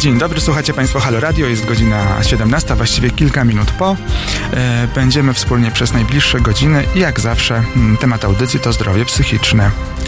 Dzień dobry, słuchacie Państwo Halo Radio, jest godzina 17, właściwie kilka minut po. Będziemy wspólnie przez najbliższe godziny i jak zawsze temat audycji to zdrowie psychiczne.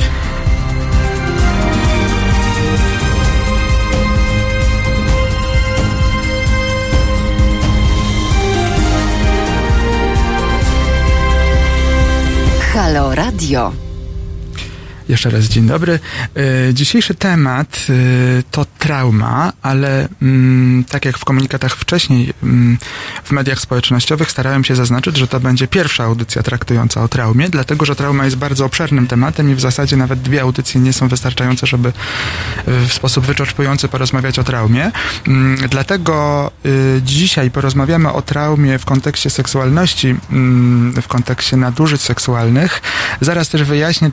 Halo Radio. Jeszcze raz dzień dobry. Dzisiejszy temat to trauma, ale tak jak w komunikatach wcześniej w mediach społecznościowych starałem się zaznaczyć, że to będzie pierwsza audycja traktująca o traumie, dlatego że trauma jest bardzo obszernym tematem i w zasadzie nawet 2 audycje nie są wystarczające, żeby w sposób wyczerpujący porozmawiać o traumie. Dlatego dzisiaj porozmawiamy o traumie w kontekście seksualności, w kontekście nadużyć seksualnych. Zaraz też wyjaśnię,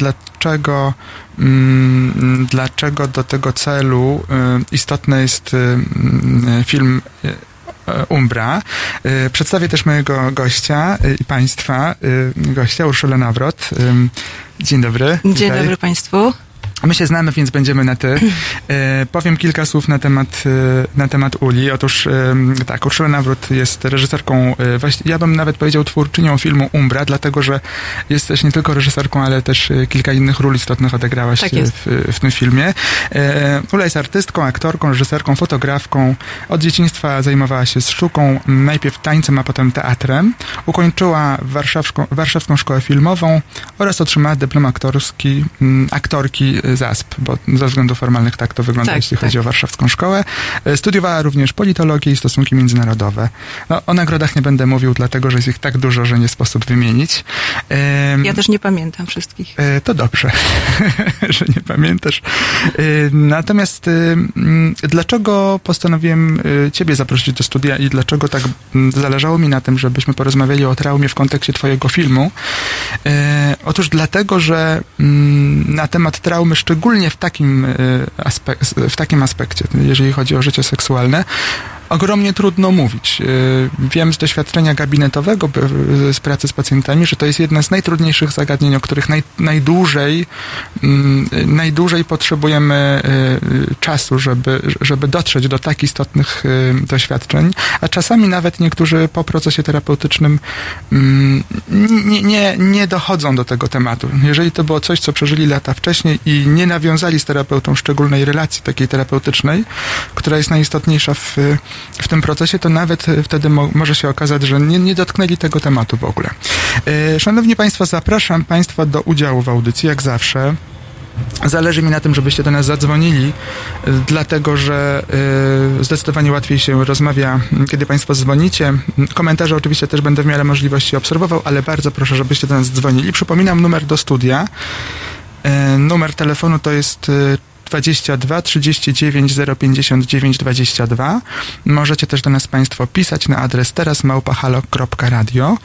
dlaczego do tego celu istotny jest film Umbra. Przedstawię też mojego gościa i Państwa gościa, Urszulę Nawrot. Dzień dobry. Dzień dobry Państwu. My się znamy, więc będziemy na ty. Powiem kilka słów na temat Uli. Otóż tak, Urszula Nawrot jest reżyserką, ja bym nawet powiedział twórczynią filmu Umbra, dlatego że jest też nie tylko reżyserką, ale też kilka innych ról istotnych odegrałaś tak w tym filmie. Ula jest artystką, aktorką, reżyserką, fotografką. Od dzieciństwa zajmowała się sztuką, najpierw tańcem, a potem teatrem. Ukończyła warszawską szkołę filmową oraz otrzymała dyplom aktorki ZASP, bo ze względów formalnych tak to wygląda, jeśli chodzi o warszawską szkołę. Studiowała również politologię i stosunki międzynarodowe. No, o nagrodach nie będę mówił, dlatego że jest ich tak dużo, że nie sposób wymienić. Ja też nie pamiętam wszystkich. To dobrze, że nie pamiętasz. Natomiast dlaczego postanowiłem Ciebie zaprosić do studia i dlaczego tak zależało mi na tym, żebyśmy porozmawiali o traumie w kontekście Twojego filmu? Otóż dlatego, że na temat traumy, szczególnie w takim aspekcie, jeżeli chodzi o życie seksualne, ogromnie trudno mówić. Wiem z doświadczenia gabinetowego, z pracy z pacjentami, że to jest jedno z najtrudniejszych zagadnień, o których najdłużej potrzebujemy czasu, żeby dotrzeć do tak istotnych doświadczeń, a czasami nawet niektórzy po procesie terapeutycznym nie dochodzą do tego tematu. Jeżeli to było coś, co przeżyli lata wcześniej i nie nawiązali z terapeutą szczególnej relacji takiej terapeutycznej, która jest najistotniejsza w tym procesie, to nawet wtedy może się okazać, że nie dotknęli tego tematu w ogóle. Szanowni Państwo, zapraszam Państwa do udziału w audycji, jak zawsze. Zależy mi na tym, żebyście do nas zadzwonili, dlatego że zdecydowanie łatwiej się rozmawia, kiedy Państwo dzwonicie. Komentarze oczywiście też będę w miarę możliwości obserwował, ale bardzo proszę, żebyście do nas dzwonili. Przypominam numer do studia. Numer telefonu to jest 22 39 059 22. Możecie też do nas Państwo pisać na adres teraz@halo.radio.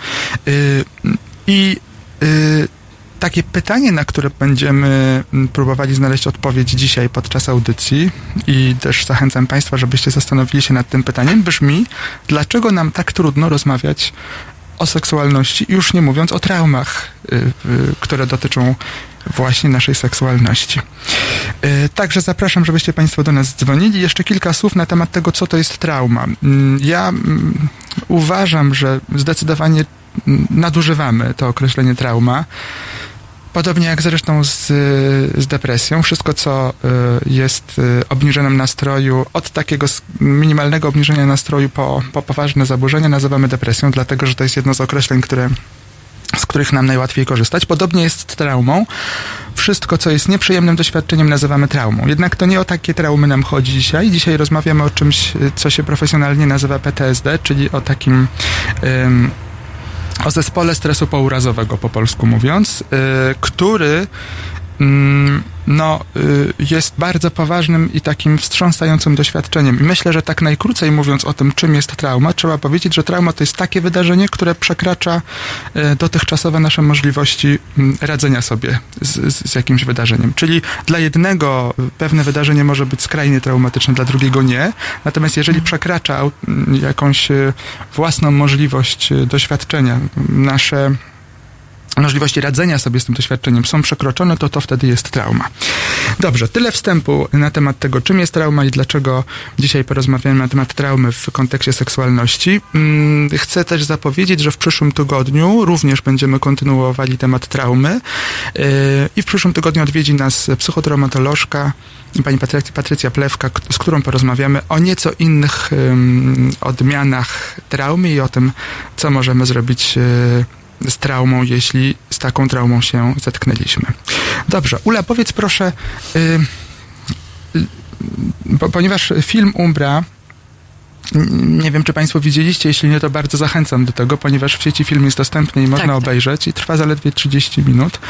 Takie pytanie, na które będziemy próbowali znaleźć odpowiedź dzisiaj podczas audycji i też zachęcam Państwa, żebyście zastanowili się nad tym pytaniem, brzmi: dlaczego nam tak trudno rozmawiać o seksualności, już nie mówiąc o traumach, które dotyczą właśnie naszej seksualności. Także zapraszam, żebyście Państwo do nas dzwonili. Jeszcze kilka słów na temat tego, co to jest trauma. Ja uważam, że zdecydowanie nadużywamy to określenie trauma. Podobnie jak zresztą z depresją. Wszystko, co jest obniżeniem nastroju, od takiego minimalnego obniżenia nastroju po poważne zaburzenia, nazywamy depresją, dlatego że to jest jedno z określeń, z których nam najłatwiej korzystać. Podobnie jest z traumą. Wszystko, co jest nieprzyjemnym doświadczeniem, nazywamy traumą. Jednak to nie o takie traumy nam chodzi dzisiaj. Dzisiaj rozmawiamy o czymś, co się profesjonalnie nazywa PTSD, czyli o takim o zespole stresu pourazowego, po polsku mówiąc, który jest bardzo poważnym i takim wstrząsającym doświadczeniem. I myślę, że tak najkrócej mówiąc o tym, czym jest trauma, trzeba powiedzieć, że trauma to jest takie wydarzenie, które przekracza dotychczasowe nasze możliwości radzenia sobie z jakimś wydarzeniem. Czyli dla jednego pewne wydarzenie może być skrajnie traumatyczne, dla drugiego nie. Natomiast jeżeli przekracza jakąś własną możliwość doświadczenia, nasze możliwości radzenia sobie z tym doświadczeniem są przekroczone, to wtedy jest trauma. Dobrze, tyle wstępu na temat tego, czym jest trauma i dlaczego dzisiaj porozmawiamy na temat traumy w kontekście seksualności. Chcę też zapowiedzieć, że w przyszłym tygodniu również będziemy kontynuowali temat traumy i w przyszłym tygodniu odwiedzi nas psychotraumatolożka pani Patrycja Plewka, z którą porozmawiamy o nieco innych odmianach traumy i o tym, co możemy zrobić z traumą, jeśli z taką traumą się zetknęliśmy. Dobrze, Ula, powiedz proszę, ponieważ film Umbra, nie wiem, czy Państwo widzieliście, jeśli nie, to bardzo zachęcam do tego, ponieważ w sieci film jest dostępny i można obejrzeć i trwa zaledwie 30 minut.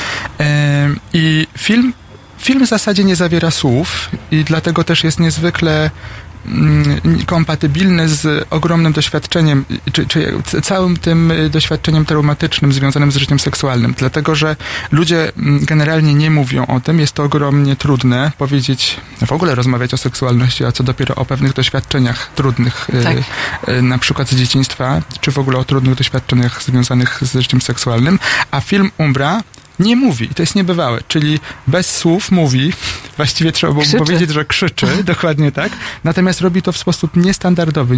I film w zasadzie nie zawiera słów i dlatego też jest niezwykle kompatybilny z ogromnym doświadczeniem, czy całym tym doświadczeniem traumatycznym związanym z życiem seksualnym. Dlatego, że ludzie generalnie nie mówią o tym. Jest to ogromnie trudne powiedzieć, w ogóle rozmawiać o seksualności, a co dopiero o pewnych doświadczeniach trudnych, na przykład z dzieciństwa, czy w ogóle o trudnych doświadczeniach związanych z życiem seksualnym. A film Umbra nie mówi. To jest niebywałe. Czyli bez słów mówi. Właściwie trzeba było powiedzieć, że krzyczy. Dokładnie tak. Natomiast robi to w sposób niestandardowy.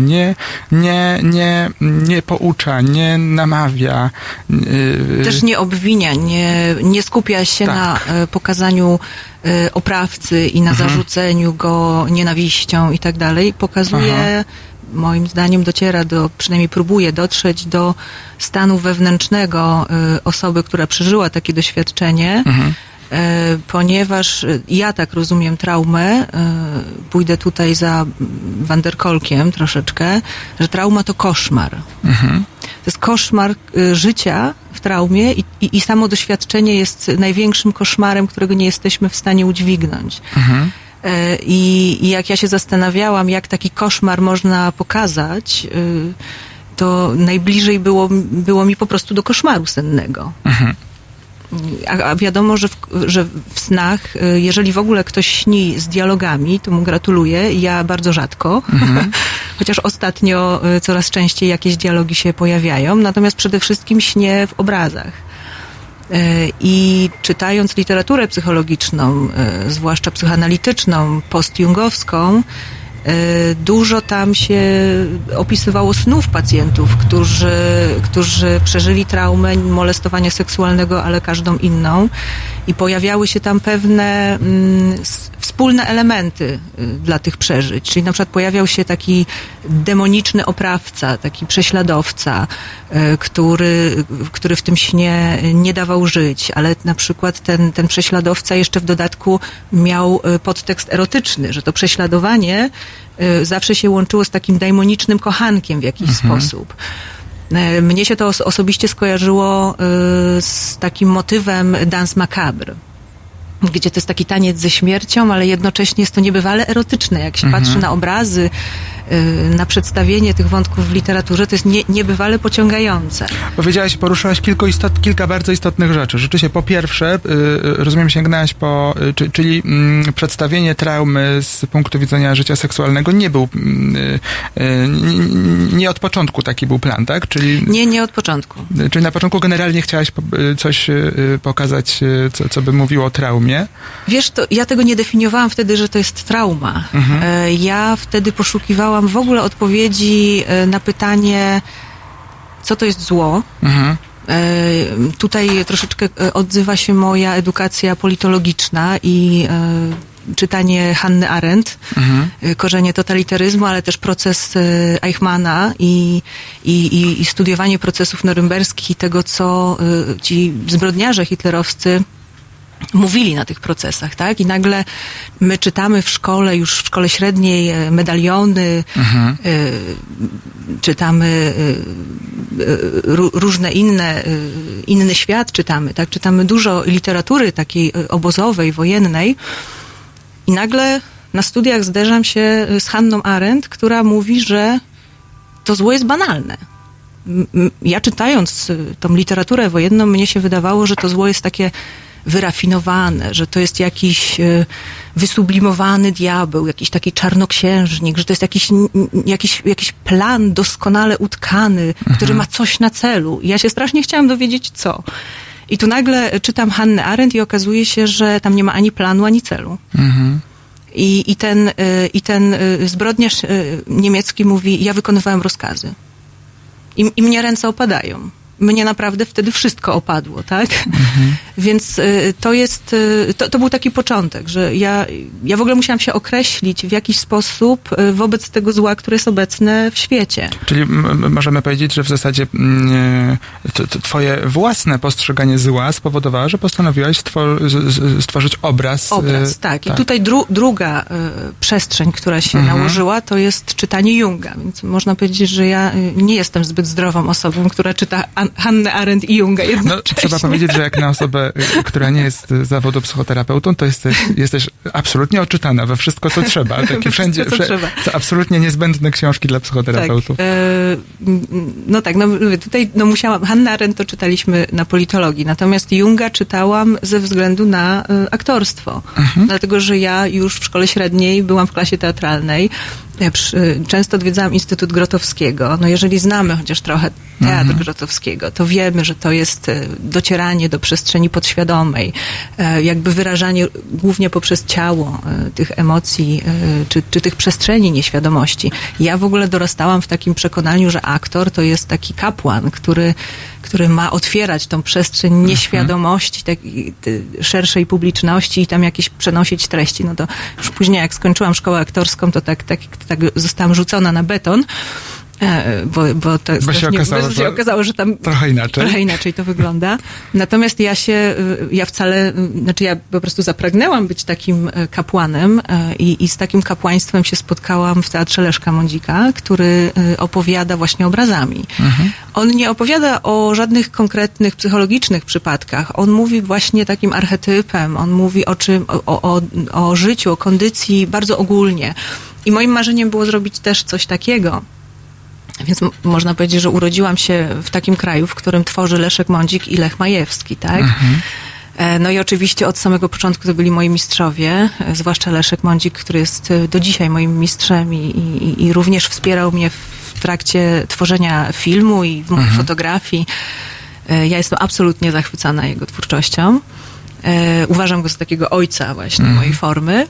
Nie poucza, nie namawia. Też nie obwinia, nie skupia się na pokazaniu oprawcy i na zarzuceniu go nienawiścią i tak dalej. Pokazuje... moim zdaniem przynajmniej próbuje dotrzeć do stanu wewnętrznego osoby, która przeżyła takie doświadczenie, ponieważ ja tak rozumiem traumę, pójdę tutaj za Van der Kolkiem troszeczkę, że trauma to koszmar. To jest koszmar życia w traumie i samo doświadczenie jest największym koszmarem, którego nie jesteśmy w stanie udźwignąć. I jak ja się zastanawiałam, jak taki koszmar można pokazać, to najbliżej było mi po prostu do koszmaru sennego. A wiadomo, że w snach, jeżeli w ogóle ktoś śni z dialogami, to mu gratuluję. Ja bardzo rzadko, chociaż ostatnio coraz częściej jakieś dialogi się pojawiają. Natomiast przede wszystkim śnię w obrazach. I czytając literaturę psychologiczną, zwłaszcza psychoanalityczną, postjungowską, dużo tam się opisywało snów pacjentów, którzy przeżyli traumę molestowania seksualnego, ale każdą inną. I pojawiały się tam pewne wspólne elementy dla tych przeżyć. Czyli na przykład pojawiał się taki demoniczny oprawca, taki prześladowca, który w tym śnie nie dawał żyć, ale na przykład ten prześladowca jeszcze w dodatku miał podtekst erotyczny, że to prześladowanie zawsze się łączyło z takim demonicznym kochankiem w jakiś sposób. Mnie się to osobiście skojarzyło z takim motywem Danse Macabre, gdzie to jest taki taniec ze śmiercią, ale jednocześnie jest to niebywale erotyczne. Jak się patrzy na obrazy, na przedstawienie tych wątków w literaturze, to jest niebywale pociągające. Powiedziałaś, poruszyłaś kilka bardzo istotnych rzeczy. Rzeczywiście, po pierwsze, rozumiem, sięgnęłaś czyli przedstawienie traumy z punktu widzenia życia seksualnego nie był, nie od początku taki był plan, tak? Czyli, nie od początku. Czyli na początku generalnie chciałaś coś pokazać, co by mówiło o traumie? Wiesz, ja tego nie definiowałam wtedy, że to jest trauma. Ja wtedy poszukiwałam w ogóle odpowiedzi na pytanie, co to jest zło. Tutaj troszeczkę odzywa się moja edukacja politologiczna i czytanie Hanny Arendt, korzenie totalitaryzmu, ale też proces Eichmanna i studiowanie procesów norymberskich i tego, co ci zbrodniarze hitlerowscy mówili na tych procesach, tak? I nagle my czytamy w szkole, już w szkole średniej medaliony, czytamy różne inny świat czytamy, tak? Czytamy dużo literatury takiej obozowej, wojennej i nagle na studiach zderzam się z Hanną Arendt, która mówi, że to zło jest banalne. Ja czytając tą literaturę wojenną, mnie się wydawało, że to zło jest takie wyrafinowane, że to jest jakiś wysublimowany diabeł, jakiś taki czarnoksiężnik, że to jest jakiś plan doskonale utkany, który ma coś na celu. I ja się strasznie chciałam dowiedzieć, co. I tu nagle czytam Hannę Arendt i okazuje się, że tam nie ma ani planu, ani celu. I ten zbrodniarz niemiecki mówi, ja wykonywałem rozkazy. I mnie ręce opadają. Mnie naprawdę wtedy wszystko opadło, tak? Więc to był taki początek, że ja w ogóle musiałam się określić w jakiś sposób wobec tego zła, które jest obecne w świecie. Czyli możemy powiedzieć, że w zasadzie twoje własne postrzeganie zła spowodowało, że postanowiłaś stworzyć obraz. Tak. I tutaj druga przestrzeń, która się nałożyła, to jest czytanie Junga. Więc można powiedzieć, że ja nie jestem zbyt zdrową osobą, która czyta Hannę Arendt i Junga jednocześnie. No, trzeba powiedzieć, że jak na osobę, która nie jest z zawodu psychoterapeutą, to jesteś absolutnie oczytana we wszystko, co trzeba. Takie wszędzie, co absolutnie niezbędne książki dla psychoterapeutów. Tak. Tutaj musiałam, Hannę Arendt to czytaliśmy na politologii, natomiast Junga czytałam ze względu na aktorstwo. Dlatego, że ja już w szkole średniej byłam w klasie teatralnej. Często odwiedzałam Instytut Grotowskiego. No jeżeli znamy chociaż trochę teatr Grotowskiego, to wiemy, że to jest docieranie do przestrzeni podświadomej, jakby wyrażanie głównie poprzez ciało tych emocji, czy tych przestrzeni nieświadomości. Ja w ogóle dorastałam w takim przekonaniu, że aktor to jest taki kapłan, który ma otwierać tą przestrzeń nieświadomości, szerszej publiczności i tam jakieś przenosić treści. No to już później, jak skończyłam szkołę aktorską, to tak zostałam rzucona na beton, bo się okazało, że tam trochę inaczej to wygląda. Natomiast ja po prostu zapragnęłam być takim kapłanem i z takim kapłaństwem się spotkałam w Teatrze Leszka Mądzika, który opowiada właśnie obrazami. On nie opowiada o żadnych konkretnych psychologicznych przypadkach. On mówi właśnie takim archetypem, on mówi o życiu, o kondycji bardzo ogólnie. I moim marzeniem było zrobić też coś takiego. Więc można powiedzieć, że urodziłam się w takim kraju, w którym tworzy Leszek Mądzik i Lech Majewski, tak? No i oczywiście od samego początku to byli moi mistrzowie, zwłaszcza Leszek Mądzik, który jest do dzisiaj moim mistrzem i również wspierał mnie w trakcie tworzenia filmu i w mojej fotografii. Ja jestem absolutnie zachwycana jego twórczością. Uważam go za takiego ojca właśnie mojej formy.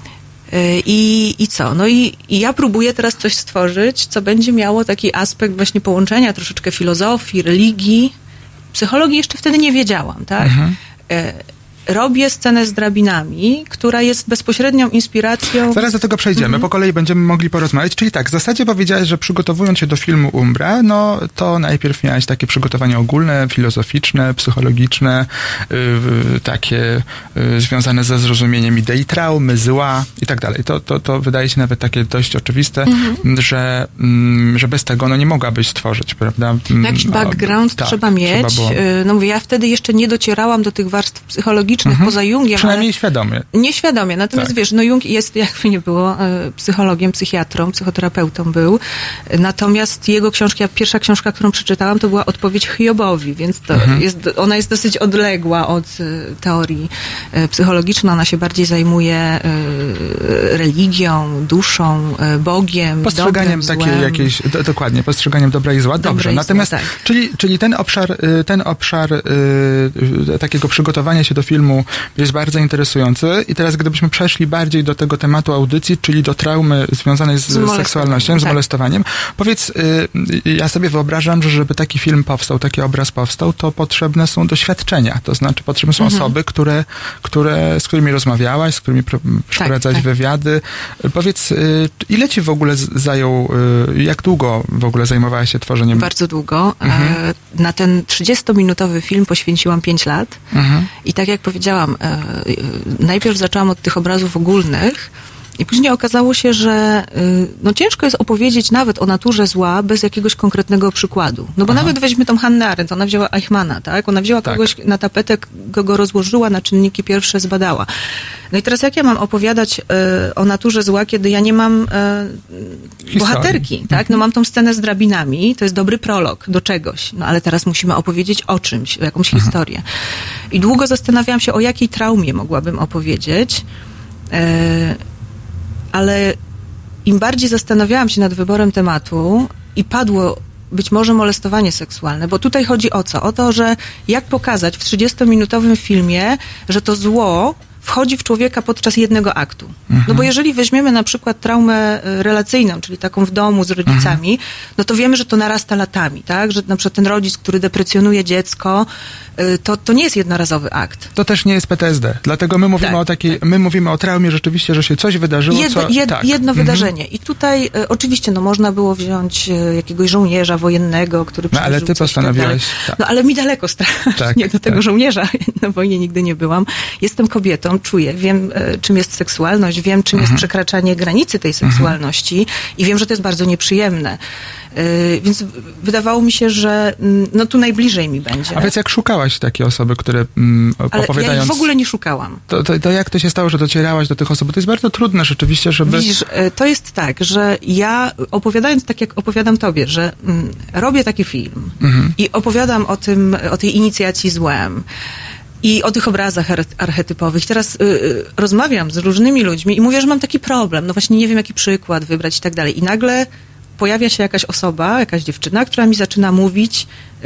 I co? No i ja próbuję teraz coś stworzyć, co będzie miało taki aspekt właśnie połączenia troszeczkę filozofii, religii. Psychologii jeszcze wtedy nie wiedziałam, tak? Robię scenę z drabinami, która jest bezpośrednią inspiracją... Zaraz do tego przejdziemy, po kolei będziemy mogli porozmawiać. Czyli tak, w zasadzie powiedziałaś, że przygotowując się do filmu Umbra, no to najpierw miałaś takie przygotowanie ogólne, filozoficzne, psychologiczne, takie związane ze zrozumieniem idei traumy, zła i tak dalej. To wydaje się nawet takie dość oczywiste, że bez tego nie mogłabyś stworzyć, prawda? Jakiś background trzeba mieć. No mówię, ja wtedy jeszcze nie docierałam do tych warstw psychologicznych, poza Jungiem. Przynajmniej świadomie. Nieświadomie. Natomiast wiesz, no Jung jest, jakby nie było, psychologiem, psychiatrą, psychoterapeutą był. Natomiast jego pierwsza książka, którą przeczytałam, to była Odpowiedź Hiobowi, więc ona jest dosyć odległa od teorii psychologicznej. Ona się bardziej zajmuje religią, duszą, Bogiem, postrzeganiem dobrem, jakiejś, dokładnie, postrzeganiem dobra i zła. Dobrze. Natomiast, czyli ten obszar takiego przygotowania się do filmu jest bardzo interesujący i teraz gdybyśmy przeszli bardziej do tego tematu audycji, czyli do traumy związanej z seksualnością, z molestowaniem. Powiedz, ja sobie wyobrażam, że żeby taki film powstał, taki obraz powstał, to potrzebne są doświadczenia, to znaczy potrzebne są osoby, z którymi rozmawiałaś, z którymi przeprowadzałaś wywiady. Powiedz, ile ci w ogóle jak długo w ogóle zajmowałaś się tworzeniem? Bardzo długo. Na ten 30-minutowy film poświęciłam 5 lat i tak jak powiedziałam, najpierw zaczęłam od tych obrazów ogólnych, I później okazało się, że ciężko jest opowiedzieć nawet o naturze zła bez jakiegoś konkretnego przykładu. No bo nawet weźmy tą Hannę Arendt, ona wzięła Eichmanna, tak? Ona wzięła kogoś na tapetę, go rozłożyła, na czynniki pierwsze zbadała. No i teraz jak ja mam opowiadać o naturze zła, kiedy ja nie mam bohaterki, tak? No mam tą scenę z drabinami, to jest dobry prolog do czegoś, no ale teraz musimy opowiedzieć o czymś, o jakąś historię. I długo zastanawiałam się, o jakiej traumie mogłabym opowiedzieć, ale im bardziej zastanawiałam się nad wyborem tematu i padło być może molestowanie seksualne, bo tutaj chodzi o co? O to, że jak pokazać w 30-minutowym filmie, że to zło wchodzi w człowieka podczas jednego aktu. No bo jeżeli weźmiemy na przykład traumę relacyjną, czyli taką w domu z rodzicami, no to wiemy, że to narasta latami, tak? Że na przykład ten rodzic, który deprecjonuje dziecko, to nie jest jednorazowy akt. To też nie jest PTSD. Dlatego my mówimy my mówimy o traumie rzeczywiście, że się coś wydarzyło. Jedno wydarzenie. I tutaj oczywiście można było wziąć jakiegoś żołnierza wojennego, który przeżył ale ty postanowiłeś. No ale mi daleko strasznie do tego żołnierza. Na wojnie nigdy nie byłam. Jestem kobietą, czuję, wiem czym jest seksualność, wiem czym jest przekraczanie granicy tej seksualności i wiem, że to jest bardzo nieprzyjemne. Więc wydawało mi się, że tu najbliżej mi będzie. A więc jak szukałaś takiej osoby, które opowiadając... Ale ja ich w ogóle nie szukałam. To jak to się stało, że docierałaś do tych osób? Bo to jest bardzo trudne rzeczywiście, żeby... Widzisz, to jest tak, że ja opowiadając tak, jak opowiadam tobie, że robię taki film i opowiadam o tej inicjacji złem, i o tych obrazach archetypowych. Teraz rozmawiam z różnymi ludźmi i mówię, że mam taki problem. No właśnie nie wiem, jaki przykład wybrać i tak dalej. I nagle pojawia się jakaś osoba, jakaś dziewczyna, która mi zaczyna mówić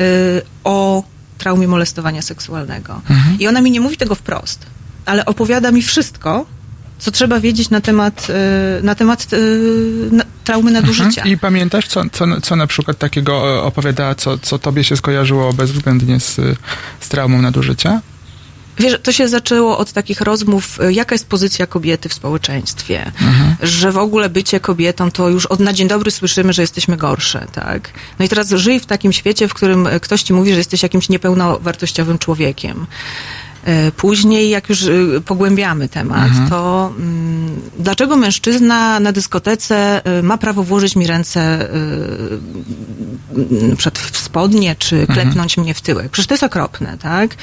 o traumie molestowania seksualnego. I ona mi nie mówi tego wprost, ale opowiada mi wszystko, co trzeba wiedzieć na temat traumy nadużycia. I pamiętasz, co na przykład takiego opowiadała, co tobie się skojarzyło bezwzględnie z traumą nadużycia? Wiesz, to się zaczęło od takich rozmów, jaka jest pozycja kobiety w społeczeństwie, że w ogóle bycie kobietą to już na dzień dobry słyszymy, że jesteśmy gorsze, tak? No i teraz żyj w takim świecie, w którym ktoś ci mówi, że jesteś jakimś niepełnowartościowym człowiekiem. Później, jak już pogłębiamy temat, to dlaczego mężczyzna na dyskotece ma prawo włożyć mi ręce w spodnie, czy klepnąć mnie w tyłek? Przecież to jest okropne, tak?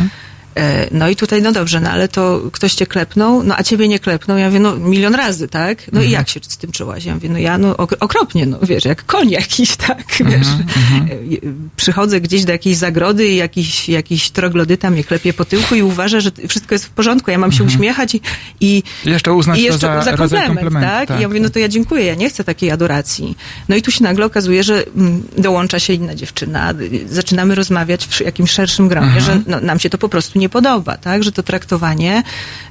No i tutaj, no dobrze, no ale to ktoś cię klepnął, no a ciebie nie klepnął. Ja mówię, no 1,000,000 razy, tak? No i jak się z tym czułaś? Ja mówię, okropnie, wiesz, jak koń jakiś, tak? Wiesz, przychodzę gdzieś do jakiejś zagrody i jakiś troglodyta mnie klepie po tyłku i uważa, że wszystko jest w porządku, ja mam się uśmiechać i jeszcze uznać to za komplement, tak? I ja mówię, no to ja dziękuję, ja nie chcę takiej adoracji. No i tu się nagle okazuje, że dołącza się inna dziewczyna, zaczynamy rozmawiać w jakimś szerszym gronie, że nam się to po prostu nie podoba, tak? Że to traktowanie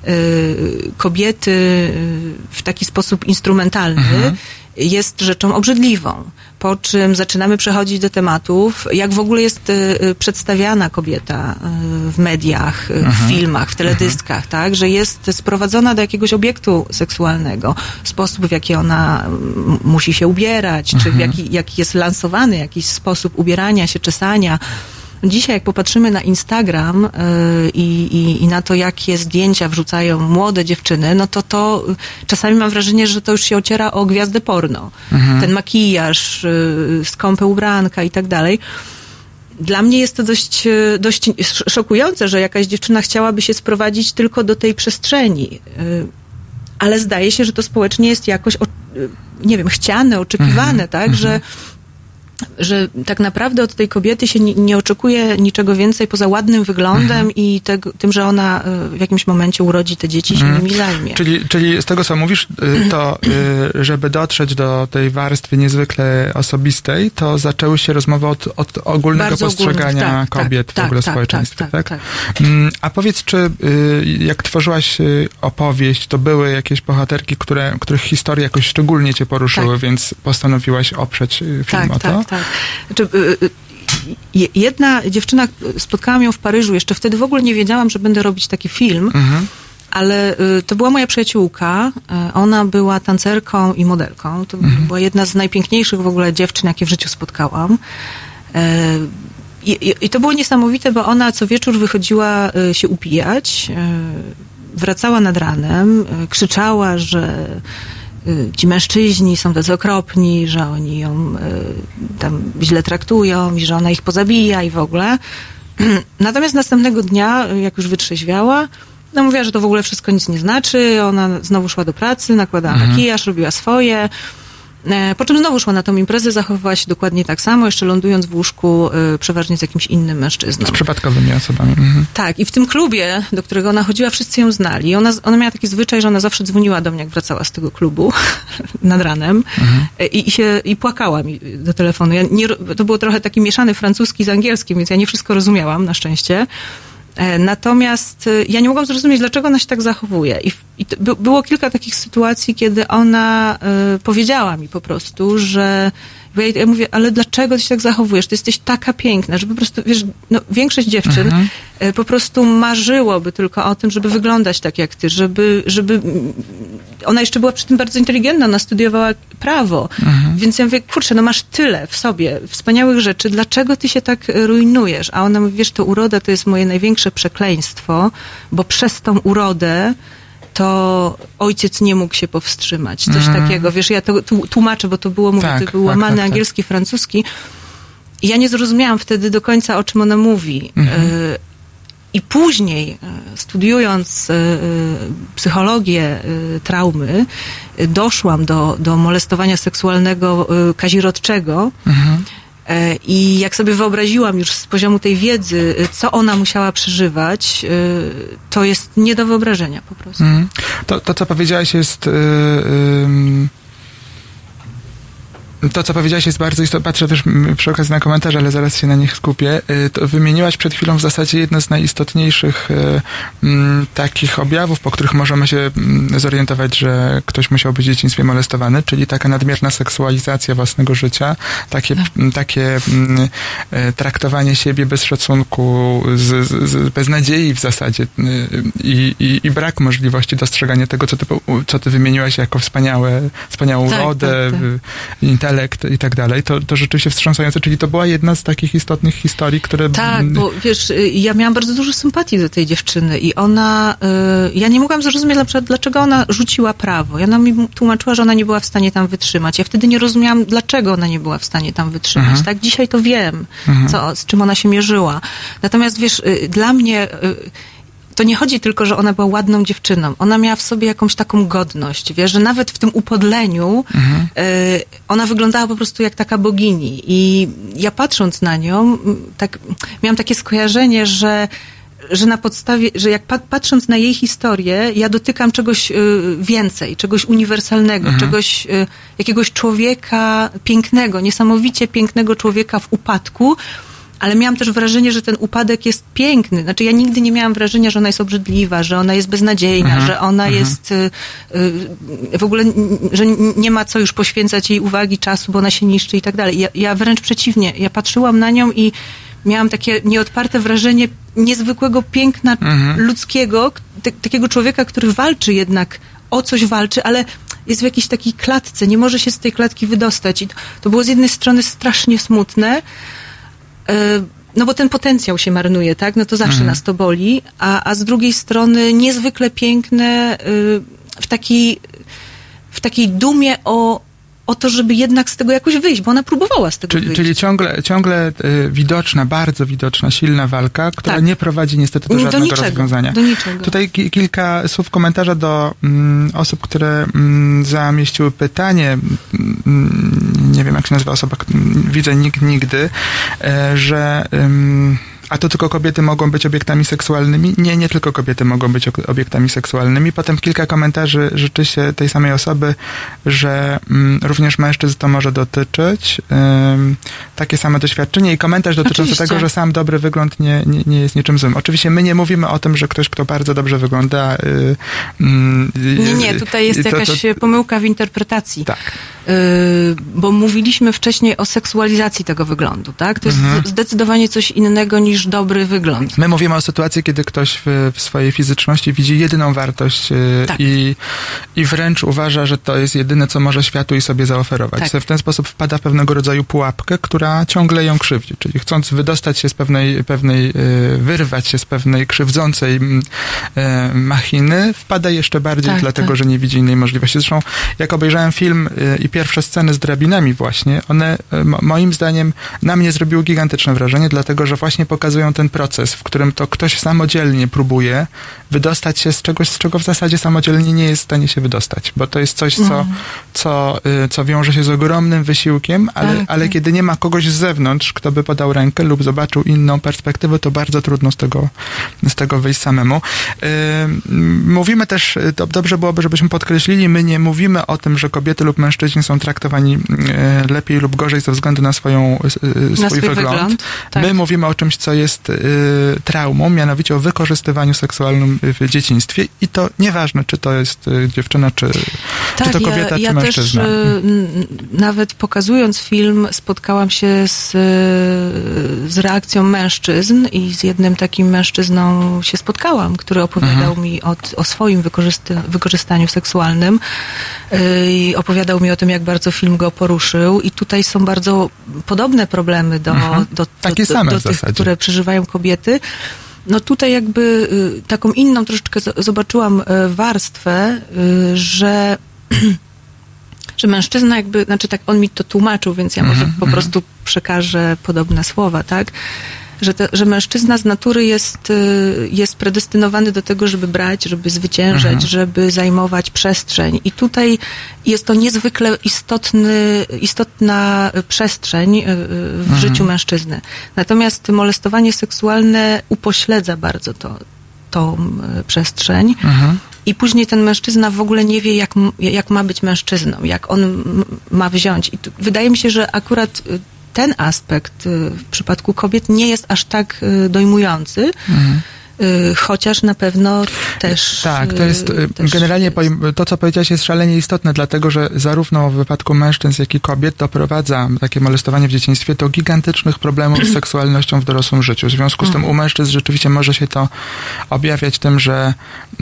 kobiety w taki sposób instrumentalny jest rzeczą obrzydliwą. Po czym zaczynamy przechodzić do tematów, jak w ogóle jest przedstawiana kobieta w mediach, w filmach, w teledyskach, tak? Że jest sprowadzona do jakiegoś obiektu seksualnego. Sposób, w jaki ona musi się ubierać, czy w jaki jest lansowany jakiś sposób ubierania się, czesania. Dzisiaj, jak popatrzymy na Instagram i na to, jakie zdjęcia wrzucają młode dziewczyny, no to czasami mam wrażenie, że to już się ociera o gwiazdę porno. Ten makijaż, skąpe ubranka i tak dalej. Dla mnie jest to dość szokujące, że jakaś dziewczyna chciałaby się sprowadzić tylko do tej przestrzeni. Ale zdaje się, że to społecznie jest jakoś, nie wiem, chciane, oczekiwane, tak, że tak naprawdę od tej kobiety się nie oczekuje niczego więcej poza ładnym wyglądem i tym, że ona w jakimś momencie urodzi te dzieci i się nimi zajmie. Czyli z tego, co mówisz, to żeby dotrzeć do tej warstwy niezwykle osobistej, to zaczęły się rozmowy od ogólnego bardzo postrzegania kobiet w ogóle w społeczeństwie, tak? A powiedz, czy jak tworzyłaś opowieść, to były jakieś bohaterki, których historie jakoś szczególnie cię poruszyły, więc postanowiłaś oprzeć film o to? Tak. Znaczy, jedna dziewczyna, spotkałam ją w Paryżu, jeszcze wtedy w ogóle nie wiedziałam, że będę robić taki film, ale to była moja przyjaciółka, ona była tancerką i modelką, to była jedna z najpiękniejszych w ogóle dziewczyn, jakie w życiu spotkałam. I to było niesamowite, bo ona co wieczór wychodziła się upijać wracała nad ranem, krzyczała, że ci mężczyźni są tacy okropni, że oni ją tam źle traktują i że ona ich pozabija i w ogóle. Natomiast następnego dnia, jak już wytrzeźwiała, no mówiła, że to w ogóle wszystko nic nie znaczy, ona znowu szła do pracy, nakładała makijaż, robiła swoje, po czym znowu szła na tą imprezę, zachowywała się dokładnie tak samo, jeszcze lądując w łóżku przeważnie z jakimś innym mężczyzną. Z przypadkowymi osobami. Tak, i w tym klubie, do którego ona chodziła, wszyscy ją znali. Ona miała taki zwyczaj, że ona zawsze dzwoniła do mnie, jak wracała z tego klubu nad ranem i płakała mi do telefonu. To było trochę taki mieszany francuski z angielskim, więc ja nie wszystko rozumiałam, na szczęście. Natomiast ja nie mogłam zrozumieć, dlaczego ona się tak zachowuje. I było kilka takich sytuacji, kiedy ona powiedziała mi po prostu, że ja mówię, ale dlaczego ty się tak zachowujesz? Ty jesteś taka piękna, że po prostu, wiesz, no, większość dziewczyn po prostu marzyłoby tylko o tym, żeby wyglądać tak jak ty, żeby ona jeszcze była przy tym bardzo inteligentna, ona studiowała prawo, więc ja mówię, kurczę, no masz tyle w sobie wspaniałych rzeczy, dlaczego ty się tak rujnujesz? A ona mówi, wiesz, to uroda to jest moje największe przekleństwo, bo przez tą urodę to ojciec nie mógł się powstrzymać. Coś takiego. Wiesz, ja to tłumaczę, bo to było, mówię, to był łamany angielski, francuski. I ja nie zrozumiałam wtedy do końca, o czym ona mówi. I później, studiując psychologię traumy, doszłam do molestowania seksualnego kazirodczego. I jak sobie wyobraziłam już z poziomu tej wiedzy, co ona musiała przeżywać, to jest nie do wyobrażenia po prostu. To co powiedziałaś jest... To, co powiedziałaś, jest bardzo istotne. Patrzę też przy okazji na komentarze, ale zaraz się na nich skupię. To wymieniłaś przed chwilą w zasadzie jedno z najistotniejszych takich objawów, po których możemy się zorientować, że ktoś musiał być w dzieciństwie molestowany, czyli taka nadmierna seksualizacja własnego życia, takie traktowanie siebie bez szacunku, bez nadziei w zasadzie i brak możliwości dostrzegania tego, co ty wymieniłaś jako wspaniałą urodę, intelekt i tak dalej, to rzeczywiście wstrząsające, czyli to była jedna z takich istotnych historii, które... Tak, bo wiesz, ja miałam bardzo dużo sympatii do tej dziewczyny i ona, ja nie mogłam zrozumieć na przykład, dlaczego ona rzuciła prawo. I ona mi tłumaczyła, że ona nie była w stanie tam wytrzymać. Ja wtedy nie rozumiałam, dlaczego ona nie była w stanie tam wytrzymać. Tak, dzisiaj to wiem, z czym ona się mierzyła. Natomiast wiesz, dla mnie... To nie chodzi tylko, że ona była ładną dziewczyną. Ona miała w sobie jakąś taką godność, wiesz, że nawet w tym upodleniu ona wyglądała po prostu jak taka bogini. I ja patrząc na nią, tak miałam takie skojarzenie, że na podstawie, że jak patrząc na jej historię, ja dotykam czegoś więcej, czegoś uniwersalnego, czegoś, jakiegoś człowieka pięknego, niesamowicie pięknego człowieka w upadku, ale miałam też wrażenie, że ten upadek jest piękny. Znaczy ja nigdy nie miałam wrażenia, że ona jest obrzydliwa, że ona jest beznadziejna, że ona jest w ogóle, że nie ma co już poświęcać jej uwagi, czasu, bo ona się niszczy i tak dalej. Ja wręcz przeciwnie. Ja patrzyłam na nią i miałam takie nieodparte wrażenie niezwykłego piękna ludzkiego, takiego człowieka, który walczy jednak, o coś walczy, ale jest w jakiejś takiej klatce, nie może się z tej klatki wydostać. I to było z jednej strony strasznie smutne, no bo ten potencjał się marnuje, tak? No to zawsze nas to boli, a z drugiej strony niezwykle piękne w takiej dumie o to, żeby jednak z tego jakoś wyjść, bo ona próbowała z tego wyjść. Czyli ciągle widoczna, bardzo widoczna, silna walka, która nie prowadzi niestety do żadnego rozwiązania. Do niczego. Tutaj kilka słów komentarza do osób, które zamieściły pytanie, nie wiem jak się nazywa osoba, widzę nikt nigdy, że a to tylko kobiety mogą być obiektami seksualnymi? Nie tylko kobiety mogą być obiektami seksualnymi. Potem kilka komentarzy życzy się tej samej osoby, że również mężczyzn to może dotyczyć. Takie same doświadczenie i komentarz dotyczący tego, że sam dobry wygląd nie jest niczym złym. Oczywiście my nie mówimy o tym, że ktoś, kto bardzo dobrze wygląda... Nie, tutaj jest jakaś pomyłka w interpretacji. Tak. bo mówiliśmy wcześniej o seksualizacji tego wyglądu, tak? To jest zdecydowanie coś innego niż dobry wygląd. My mówimy o sytuacji, kiedy ktoś w swojej fizyczności widzi jedyną wartość tak. i wręcz uważa, że to jest jedyne, co może światu i sobie zaoferować. Tak. W ten sposób wpada w pewnego rodzaju pułapkę, która ciągle ją krzywdzi. Czyli chcąc wydostać się z wyrwać się z pewnej krzywdzącej machiny, wpada jeszcze bardziej, dlatego, że nie widzi innej możliwości. Zresztą, jak obejrzałem film i pierwsze sceny z drabinami właśnie, one moim zdaniem na mnie zrobiły gigantyczne wrażenie, dlatego, że właśnie pokazują ten proces, w którym to ktoś samodzielnie próbuje wydostać się z czegoś, z czego w zasadzie samodzielnie nie jest w stanie się wydostać, bo to jest coś, co wiąże się z ogromnym wysiłkiem, ale kiedy nie ma kogoś z zewnątrz, kto by podał rękę lub zobaczył inną perspektywę, to bardzo trudno z tego wyjść samemu. Mówimy też, dobrze byłoby, żebyśmy podkreślili, my nie mówimy o tym, że kobiety lub mężczyźni są traktowani lepiej lub gorzej ze względu na swój wygląd. Tak. My mówimy o czymś, co jest traumą, mianowicie o wykorzystywaniu seksualnym w dzieciństwie i to nieważne, czy to jest dziewczyna, czy to kobieta, czy mężczyzna. Ja też nawet pokazując film spotkałam się z reakcją mężczyzn i z jednym takim mężczyzną się spotkałam, który opowiadał mi o swoim wykorzystaniu seksualnym i opowiadał mi o tym, jak bardzo film go poruszył i tutaj są bardzo podobne problemy do tych, które przeżywają kobiety. No tutaj jakby taką inną troszeczkę zobaczyłam warstwę, że mężczyzna jakby, znaczy tak on mi to tłumaczył, więc ja może po prostu przekażę podobne słowa, tak? Że mężczyzna z natury jest predestynowany do tego, żeby brać, żeby zwyciężać, żeby zajmować przestrzeń. I tutaj jest to niezwykle istotna przestrzeń w życiu mężczyzny. Natomiast molestowanie seksualne upośledza bardzo tą przestrzeń. I później ten mężczyzna w ogóle nie wie, jak ma być mężczyzną, jak on ma wziąć. I wydaje mi się, że akurat ten aspekt w przypadku kobiet nie jest aż tak dojmujący, chociaż na pewno też... Tak, to jest generalnie to, co powiedziałaś, jest szalenie istotne, dlatego, że zarówno w wypadku mężczyzn, jak i kobiet doprowadza takie molestowanie w dzieciństwie do gigantycznych problemów z seksualnością w dorosłym życiu. W związku z tym u mężczyzn rzeczywiście może się to objawiać tym, że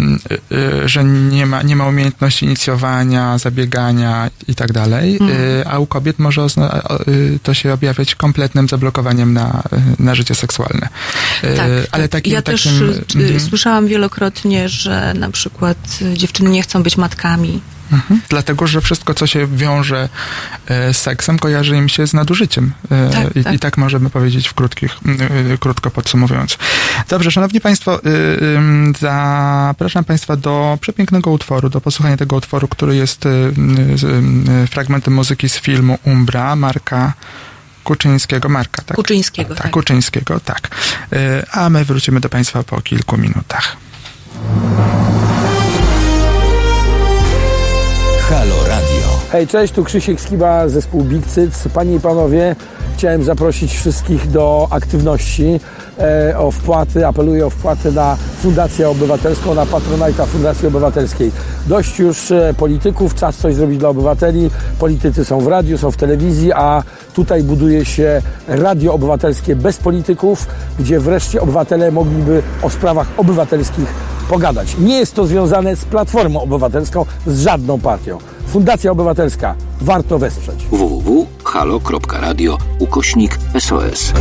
nie ma umiejętności inicjowania, zabiegania i tak dalej, a u kobiet może to się objawiać kompletnym zablokowaniem na życie seksualne. Tak, ale takim słyszałam wielokrotnie, że na przykład dziewczyny nie chcą być matkami. Dlatego, że wszystko, co się wiąże z seksem, kojarzy im się z nadużyciem. I tak możemy powiedzieć krótko podsumowując. Dobrze, szanowni państwo, zapraszam państwa do przepięknego utworu, do posłuchania tego utworu, który jest fragmentem muzyki z filmu Umbra, Marka Kuczyńskiego, tak? Kuczyńskiego, tak. Kuczyńskiego, tak. A my wrócimy do państwa po kilku minutach. Halo Radio. Hej, cześć, tu Krzysiek Skiba, zespół Big Cyc. Panie i panowie, chciałem zaprosić wszystkich do aktywności, o wpłaty, apeluję o wpłaty na Fundację Obywatelską, na Patronite'a Fundacji Obywatelskiej. Dość już polityków, czas coś zrobić dla obywateli. Politycy są w radiu, są w telewizji, a tutaj buduje się radio obywatelskie bez polityków, gdzie wreszcie obywatele mogliby o sprawach obywatelskich pogadać. Nie jest to związane z Platformą Obywatelską, z żadną partią. Fundacja Obywatelska. Warto wesprzeć. www.halo.radio/SOS.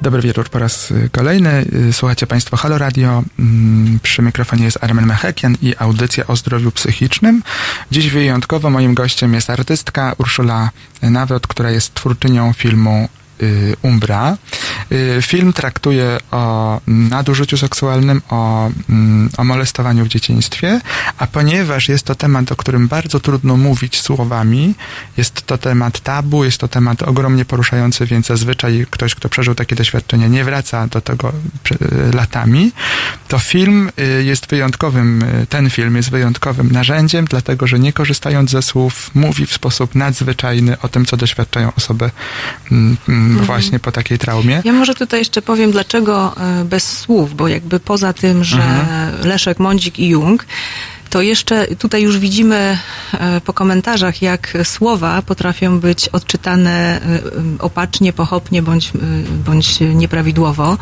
Dobry wieczór po raz kolejny. Słuchacie Państwo Halo Radio. Przy mikrofonie jest Armen Mechekian i audycja o zdrowiu psychicznym. Dziś wyjątkowo moim gościem jest artystka Urszula Nawrot, która jest twórczynią filmu Umbra. Film traktuje o nadużyciu seksualnym, o molestowaniu w dzieciństwie, a ponieważ jest to temat, o którym bardzo trudno mówić słowami, jest to temat tabu, jest to temat ogromnie poruszający, więc zazwyczaj ktoś, kto przeżył takie doświadczenie, nie wraca do tego latami, to film jest wyjątkowym, ten film jest wyjątkowym narzędziem, dlatego, że nie korzystając ze słów, mówi w sposób nadzwyczajny o tym, co doświadczają osoby właśnie po takiej traumie. Ja może tutaj jeszcze powiem, dlaczego bez słów, bo jakby poza tym, że Leszek, Mądzik i Jung, to jeszcze tutaj już widzimy po komentarzach, jak słowa potrafią być odczytane opacznie, pochopnie bądź nieprawidłowo.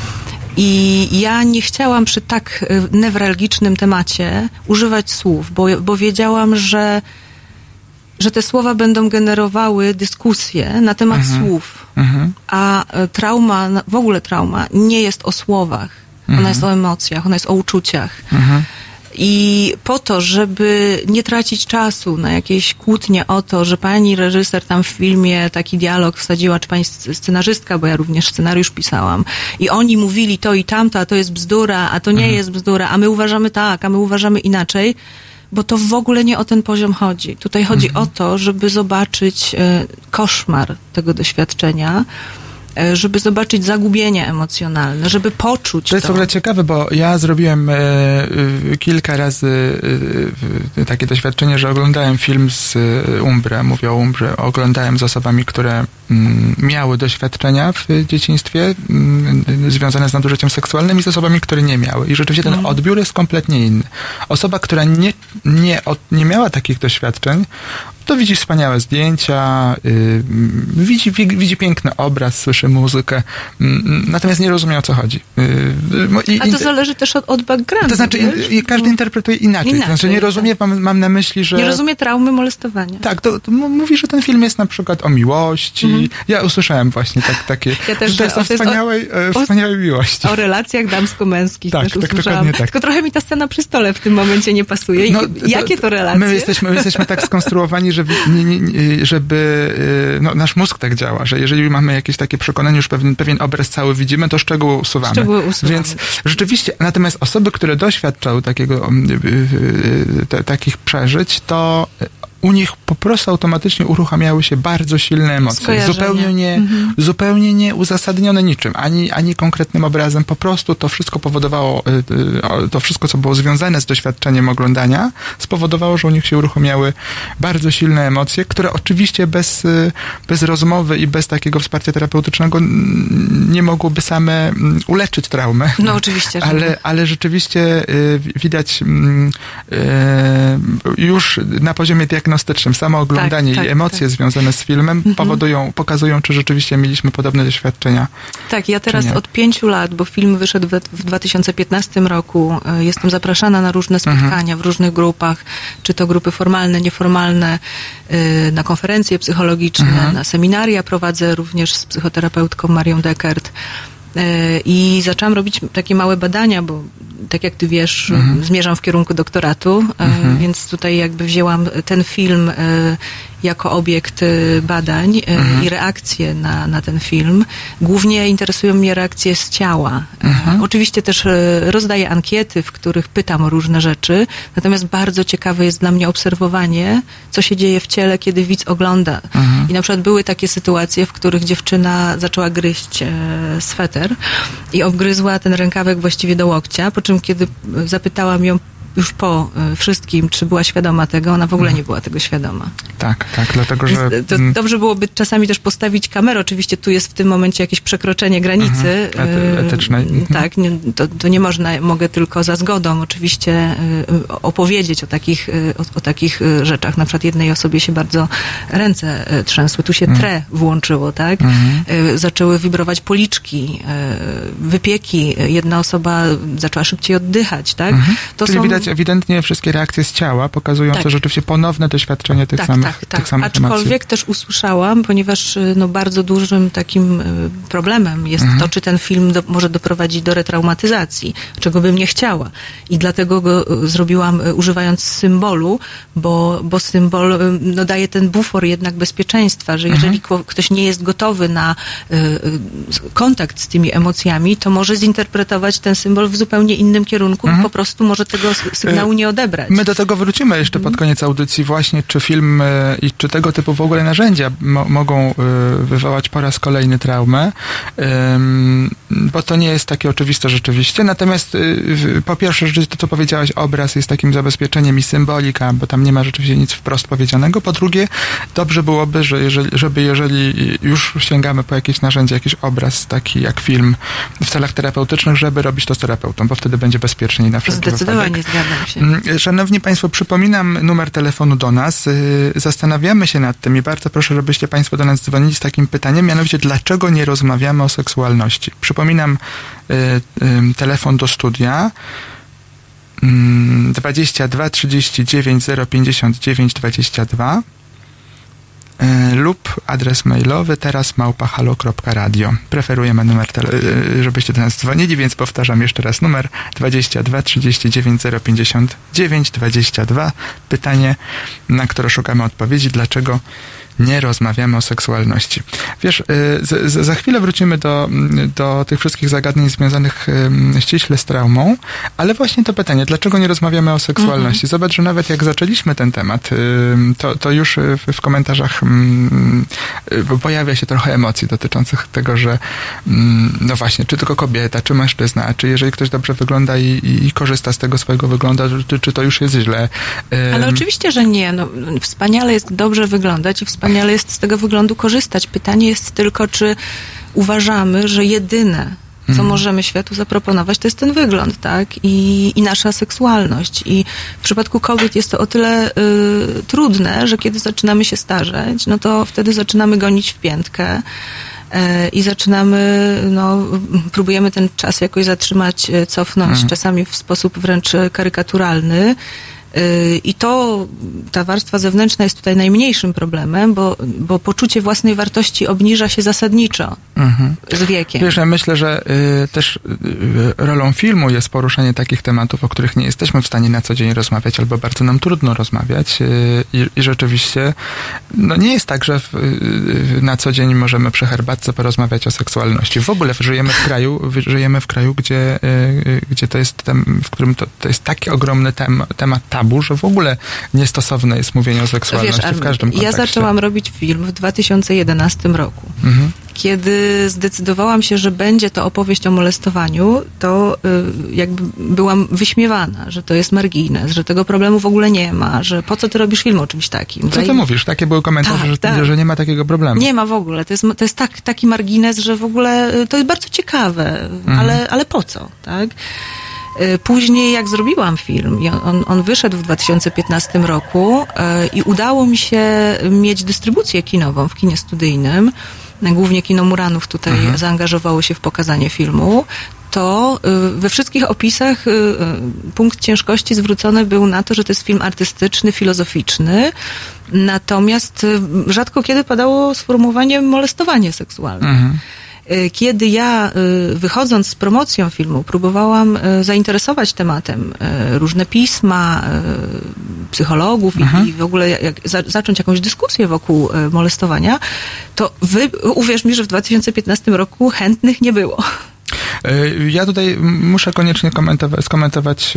I ja nie chciałam przy tak newralgicznym temacie używać słów, bo wiedziałam, że te słowa będą generowały dyskusje na temat słów. A trauma, w ogóle trauma, nie jest o słowach. Ona jest o emocjach, ona jest o uczuciach. I po to, żeby nie tracić czasu na jakieś kłótnie o to, że pani reżyser tam w filmie taki dialog wsadziła, czy pani scenarzystka, bo ja również scenariusz pisałam, i oni mówili to i tamto, a to jest bzdura, a to nie jest bzdura, a my uważamy tak, a my uważamy inaczej, bo to w ogóle nie o ten poziom chodzi. Tutaj chodzi o to, żeby zobaczyć koszmar tego doświadczenia, żeby zobaczyć zagubienie emocjonalne, żeby poczuć to. Jest w ogóle ciekawe, bo ja zrobiłem kilka razy takie doświadczenie, że oglądałem film z Umbrę, mówię o Umbrze, oglądałem z osobami, które miały doświadczenia w dzieciństwie związane z nadużyciem seksualnym i z osobami, które nie miały. I rzeczywiście ten odbiór jest kompletnie inny. Osoba, która nie miała takich doświadczeń, to widzi wspaniałe zdjęcia, widzi piękny obraz, słyszy muzykę, natomiast nie rozumie, o co chodzi. A to zależy też od backgroundu. To znaczy, każdy interpretuje inaczej. To znaczy, nie rozumie, mam na myśli, że... Nie rozumie traumy molestowania. Tak, to mówi, że ten film jest na przykład o miłości. Ja usłyszałem właśnie takie, ja też, że to jest o wspaniałej miłości. O relacjach damsko-męskich też usłyszałam. Tak. Tylko trochę mi ta scena przy stole w tym momencie nie pasuje. Jakie to relacje? My jesteśmy tak skonstruowani, żeby nasz mózg tak działa, że jeżeli mamy jakieś takie przekonanie, już pewien obraz cały widzimy, to szczegóły usuwamy. Więc rzeczywiście, natomiast osoby, które doświadczały takich przeżyć, to u nich po prostu automatycznie uruchamiały się bardzo silne emocje. Zupełnie nie uzasadnione niczym, ani konkretnym obrazem. Po prostu to wszystko powodowało, to wszystko, co było związane z doświadczeniem oglądania, spowodowało, że u nich się uruchamiały bardzo silne emocje, które oczywiście bez rozmowy i bez takiego wsparcia terapeutycznego nie mogłyby same uleczyć traumy. No oczywiście. Ale rzeczywiście widać już na poziomie diagnostycznym samo oglądanie i emocje związane z filmem pokazują, czy rzeczywiście mieliśmy podobne doświadczenia. Tak, ja teraz od 5 lat, bo film wyszedł w 2015 roku, jestem zapraszana na różne spotkania w różnych grupach, czy to grupy formalne, nieformalne, na konferencje psychologiczne, na seminaria prowadzę również z psychoterapeutką Marią Deckert. I zaczęłam robić takie małe badania, bo tak jak ty wiesz, zmierzam w kierunku doktoratu, więc tutaj jakby wzięłam ten film jako obiekt badań i reakcje na ten film. Głównie interesują mnie reakcje z ciała. Oczywiście też rozdaję ankiety, w których pytam o różne rzeczy, natomiast bardzo ciekawe jest dla mnie obserwowanie, co się dzieje w ciele, kiedy widz ogląda. I na przykład były takie sytuacje, w których dziewczyna zaczęła gryźć sweter i obgryzła ten rękawek właściwie do łokcia, po czym kiedy zapytałam ją już po wszystkim, czy była świadoma tego, ona w ogóle nie była tego świadoma. Tak, dlatego, że... To dobrze byłoby czasami też postawić kamerę. Oczywiście tu jest w tym momencie jakieś przekroczenie granicy etycznej. Tak, to nie można, mogę tylko za zgodą oczywiście opowiedzieć o takich rzeczach. Na przykład jednej osobie się bardzo ręce trzęsły, tu się tre włączyło, tak? Zaczęły wibrować policzki, wypieki. Jedna osoba zaczęła szybciej oddychać, tak? To Czyli widać widać ewidentnie wszystkie reakcje z ciała, pokazujące rzeczywiście ponowne doświadczenie tych samych emocji. Aczkolwiek też usłyszałam, ponieważ bardzo dużym takim problemem jest to, czy ten film może doprowadzić do retraumatyzacji, czego bym nie chciała. I dlatego go zrobiłam używając symbolu, bo symbol daje ten bufor jednak bezpieczeństwa, że jeżeli ktoś nie jest gotowy na kontakt z tymi emocjami, to może zinterpretować ten symbol w zupełnie innym kierunku i po prostu może tego sygnału nie odebrać. My do tego wrócimy jeszcze pod koniec audycji właśnie, czy film i czy tego typu w ogóle narzędzia mogą wywołać po raz kolejny traumę, bo to nie jest takie oczywiste rzeczywiście. Natomiast po pierwsze, to co powiedziałaś, obraz jest takim zabezpieczeniem i symbolika, bo tam nie ma rzeczywiście nic wprost powiedzianego. Po drugie, dobrze byłoby, żeby jeżeli już sięgamy po jakieś narzędzie, jakiś obraz taki jak film w celach terapeutycznych, żeby robić to z terapeutą, bo wtedy będzie bezpieczniej na wszelki wypadek. Zdecydowanie zgadzam się. Szanowni Państwo, przypominam numer telefonu do nas. Zastanawiamy się nad tym i bardzo proszę, żebyście Państwo do nas dzwonili z takim pytaniem, mianowicie dlaczego nie rozmawiamy o seksualności. Przypominam telefon do studia 22 39 059 22 lub adres mailowy teraz@halo.radio. Preferujemy numer, żebyście do nas dzwonili, więc powtarzam jeszcze raz numer 22 39 059 22. Pytanie, na które szukamy odpowiedzi, dlaczego nie rozmawiamy o seksualności. Wiesz, za chwilę wrócimy do tych wszystkich zagadnień związanych ściśle z traumą, ale właśnie to pytanie, dlaczego nie rozmawiamy o seksualności? Zobacz, że nawet jak zaczęliśmy ten temat, to już w komentarzach pojawia się trochę emocji dotyczących tego, że no właśnie, czy tylko kobieta, czy mężczyzna, czy jeżeli ktoś dobrze wygląda i korzysta z tego swojego wyglądu, czy to już jest źle. Ale oczywiście, że nie. No, wspaniale jest dobrze wyglądać i wspaniale jest z tego wyglądu korzystać. Pytanie jest tylko, czy uważamy, że jedyne, co możemy światu zaproponować, to jest ten wygląd, tak? I nasza seksualność. I w przypadku kobiet jest to o tyle trudne, że kiedy zaczynamy się starzeć, no to wtedy zaczynamy gonić w piętkę i zaczynamy, próbujemy ten czas jakoś zatrzymać, cofnąć, czasami w sposób wręcz karykaturalny. I ta warstwa zewnętrzna jest tutaj najmniejszym problemem, bo poczucie własnej wartości obniża się zasadniczo z wiekiem. Wiesz, ja myślę, że też rolą filmu jest poruszanie takich tematów, o których nie jesteśmy w stanie na co dzień rozmawiać, albo bardzo nam trudno rozmawiać i rzeczywiście nie jest tak, że na co dzień możemy przy herbatce porozmawiać o seksualności. W ogóle żyjemy w kraju, gdzie to jest w którym to jest taki ogromny temat tabu, że w ogóle niestosowne jest mówienie o seksualności w każdym kontekście. Ja zaczęłam robić film w 2011 roku. Kiedy zdecydowałam się, że będzie to opowieść o molestowaniu, to jakby byłam wyśmiewana, że to jest margines, że tego problemu w ogóle nie ma, że po co ty robisz film o czymś takim? Co ty mówisz? Takie były komentarze, że nie ma takiego problemu. Nie ma w ogóle. To jest taki margines, że w ogóle to jest bardzo ciekawe, ale po co, tak? Później, jak zrobiłam film, on wyszedł w 2015 roku i udało mi się mieć dystrybucję kinową w kinie studyjnym, głównie Kino Muranów tutaj zaangażowało się w pokazanie filmu, to we wszystkich opisach punkt ciężkości zwrócony był na to, że to jest film artystyczny, filozoficzny, natomiast rzadko kiedy padało sformułowanie molestowanie seksualne. Kiedy ja, wychodząc z promocją filmu, próbowałam zainteresować tematem różne pisma, psychologów i w ogóle zacząć jakąś dyskusję wokół molestowania, to uwierz mi, że w 2015 roku chętnych nie było. Ja tutaj muszę koniecznie skomentować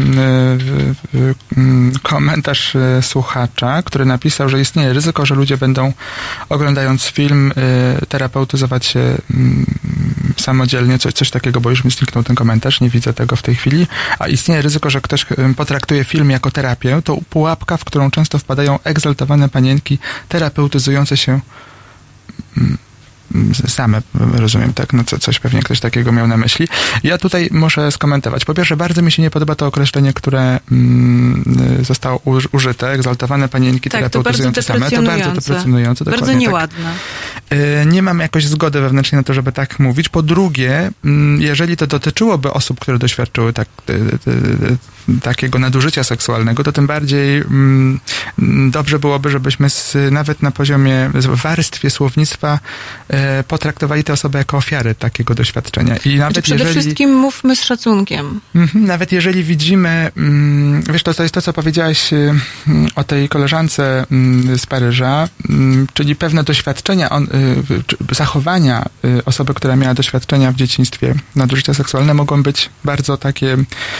komentarz słuchacza, który napisał, że istnieje ryzyko, że ludzie będą, oglądając film, terapeutyzować się samodzielnie, coś takiego, bo już mi zniknął ten komentarz, nie widzę tego w tej chwili, a istnieje ryzyko, że ktoś potraktuje film jako terapię, to pułapka, w którą często wpadają egzaltowane panienki terapeutyzujące się same, rozumiem, tak? No coś pewnie ktoś takiego miał na myśli. Ja tutaj muszę skomentować. Po pierwsze, bardzo mi się nie podoba to określenie, które zostało użyte, egzaltowane panienki terapeutyzujące same. To bardzo deprecjonujące. Bardzo nieładne. Tak. Nie mam jakoś zgody wewnętrznej na to, żeby tak mówić. Po drugie, jeżeli to dotyczyłoby osób, które doświadczyły takiego nadużycia seksualnego, to tym bardziej dobrze byłoby, żebyśmy nawet na poziomie, w warstwie słownictwa potraktowali te osoby jako ofiary takiego doświadczenia. I nawet przede wszystkim mówmy z szacunkiem. Nawet jeżeli widzimy, wiesz, to jest to, co powiedziałaś o tej koleżance z Paryża, czyli pewne doświadczenia, zachowania osoby, która miała doświadczenia w dzieciństwie nadużycia seksualne, mogą być bardzo takie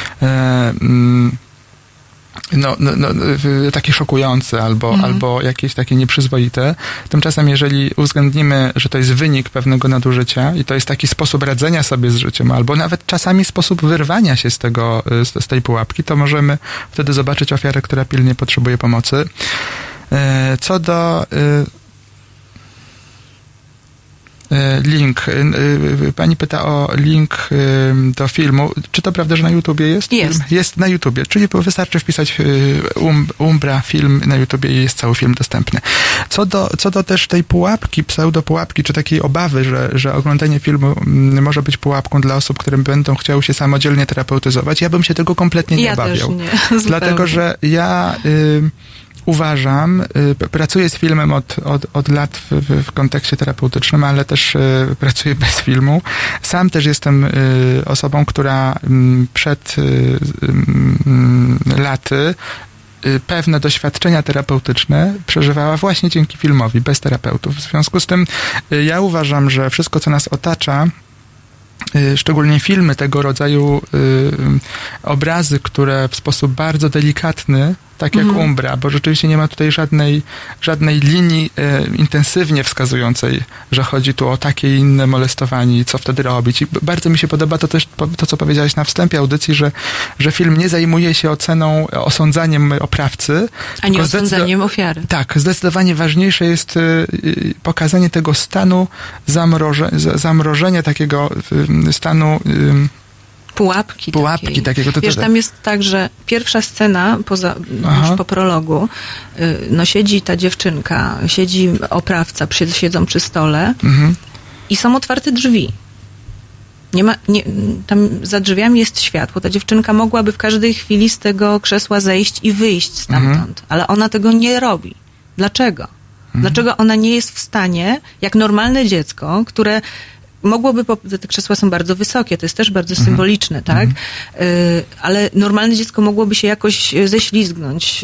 takie szokujące albo jakieś takie nieprzyzwoite. Tymczasem, jeżeli uwzględnimy, że to jest wynik pewnego nadużycia i to jest taki sposób radzenia sobie z życiem, albo nawet czasami sposób wyrwania się z tej pułapki, to możemy wtedy zobaczyć ofiarę, która pilnie potrzebuje pomocy. Co do link. Pani pyta o link do filmu. Czy to prawda, że na YouTubie jest? Jest na YouTubie, czyli wystarczy wpisać Umbra film na YouTubie i jest cały film dostępny. Co do też tej pułapki, pseudopułapki, czy takiej obawy, że oglądanie filmu może być pułapką dla osób, które będą chciały się samodzielnie terapeutyzować, ja bym się tego kompletnie nie obawiał. Też nie. Dlatego, że ja uważam, pracuję z filmem od lat w kontekście terapeutycznym, ale też pracuję bez filmu. Sam też jestem osobą, która przed laty pewne doświadczenia terapeutyczne przeżywała właśnie dzięki filmowi, bez terapeutów. W związku z tym ja uważam, że wszystko, co nas otacza, szczególnie filmy tego rodzaju, obrazy, które w sposób bardzo delikatny, tak jak Umbra, bo rzeczywiście nie ma tutaj żadnej linii intensywnie wskazującej, że chodzi tu o takie inne molestowanie i co wtedy robić. I bardzo mi się podoba to też, to co powiedziałeś na wstępie audycji, że film nie zajmuje się osądzaniem oprawcy, ani osądzaniem ofiary. Tak, zdecydowanie ważniejsze jest pokazanie tego stanu zamrożenia, takiego stanu pułapki takiego. Wiesz, tam jest tak, że pierwsza scena, już po prologu, siedzi ta dziewczynka, siedzi oprawca, siedzą przy stole i są otwarte drzwi. Tam za drzwiami jest światło. Ta dziewczynka mogłaby w każdej chwili z tego krzesła zejść i wyjść stamtąd, ale ona tego nie robi. Dlaczego? Dlaczego ona nie jest w stanie, jak normalne dziecko, które mogłoby, te krzesła są bardzo wysokie, to jest też bardzo symboliczne, tak? Ale normalne dziecko mogłoby się jakoś ześlizgnąć,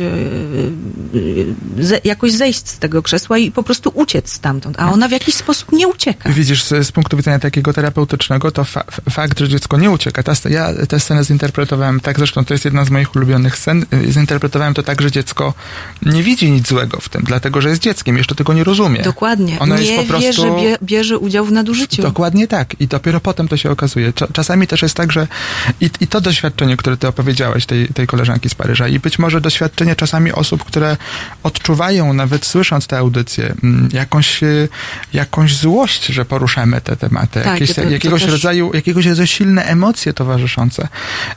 jakoś zejść z tego krzesła i po prostu uciec stamtąd, a ona w jakiś sposób nie ucieka. Widzisz, z punktu widzenia takiego terapeutycznego, to fakt, że dziecko nie ucieka. Ja tę scenę zinterpretowałem tak, zresztą to jest jedna z moich ulubionych scen, zinterpretowałem to tak, że dziecko nie widzi nic złego w tym, dlatego, że jest dzieckiem, jeszcze tego nie rozumie. Dokładnie. Ono nie jest po prostu... wie, że bierze udział w nadużyciu. Dokładnie tak. I dopiero potem to się okazuje. Czasami też jest tak, że i to doświadczenie, które ty opowiedziałeś, tej koleżanki z Paryża, i być może doświadczenie czasami osób, które odczuwają, nawet słysząc te audycje, jakąś złość, że poruszamy te tematy. Tak, jakiegoś rodzaju silne emocje towarzyszące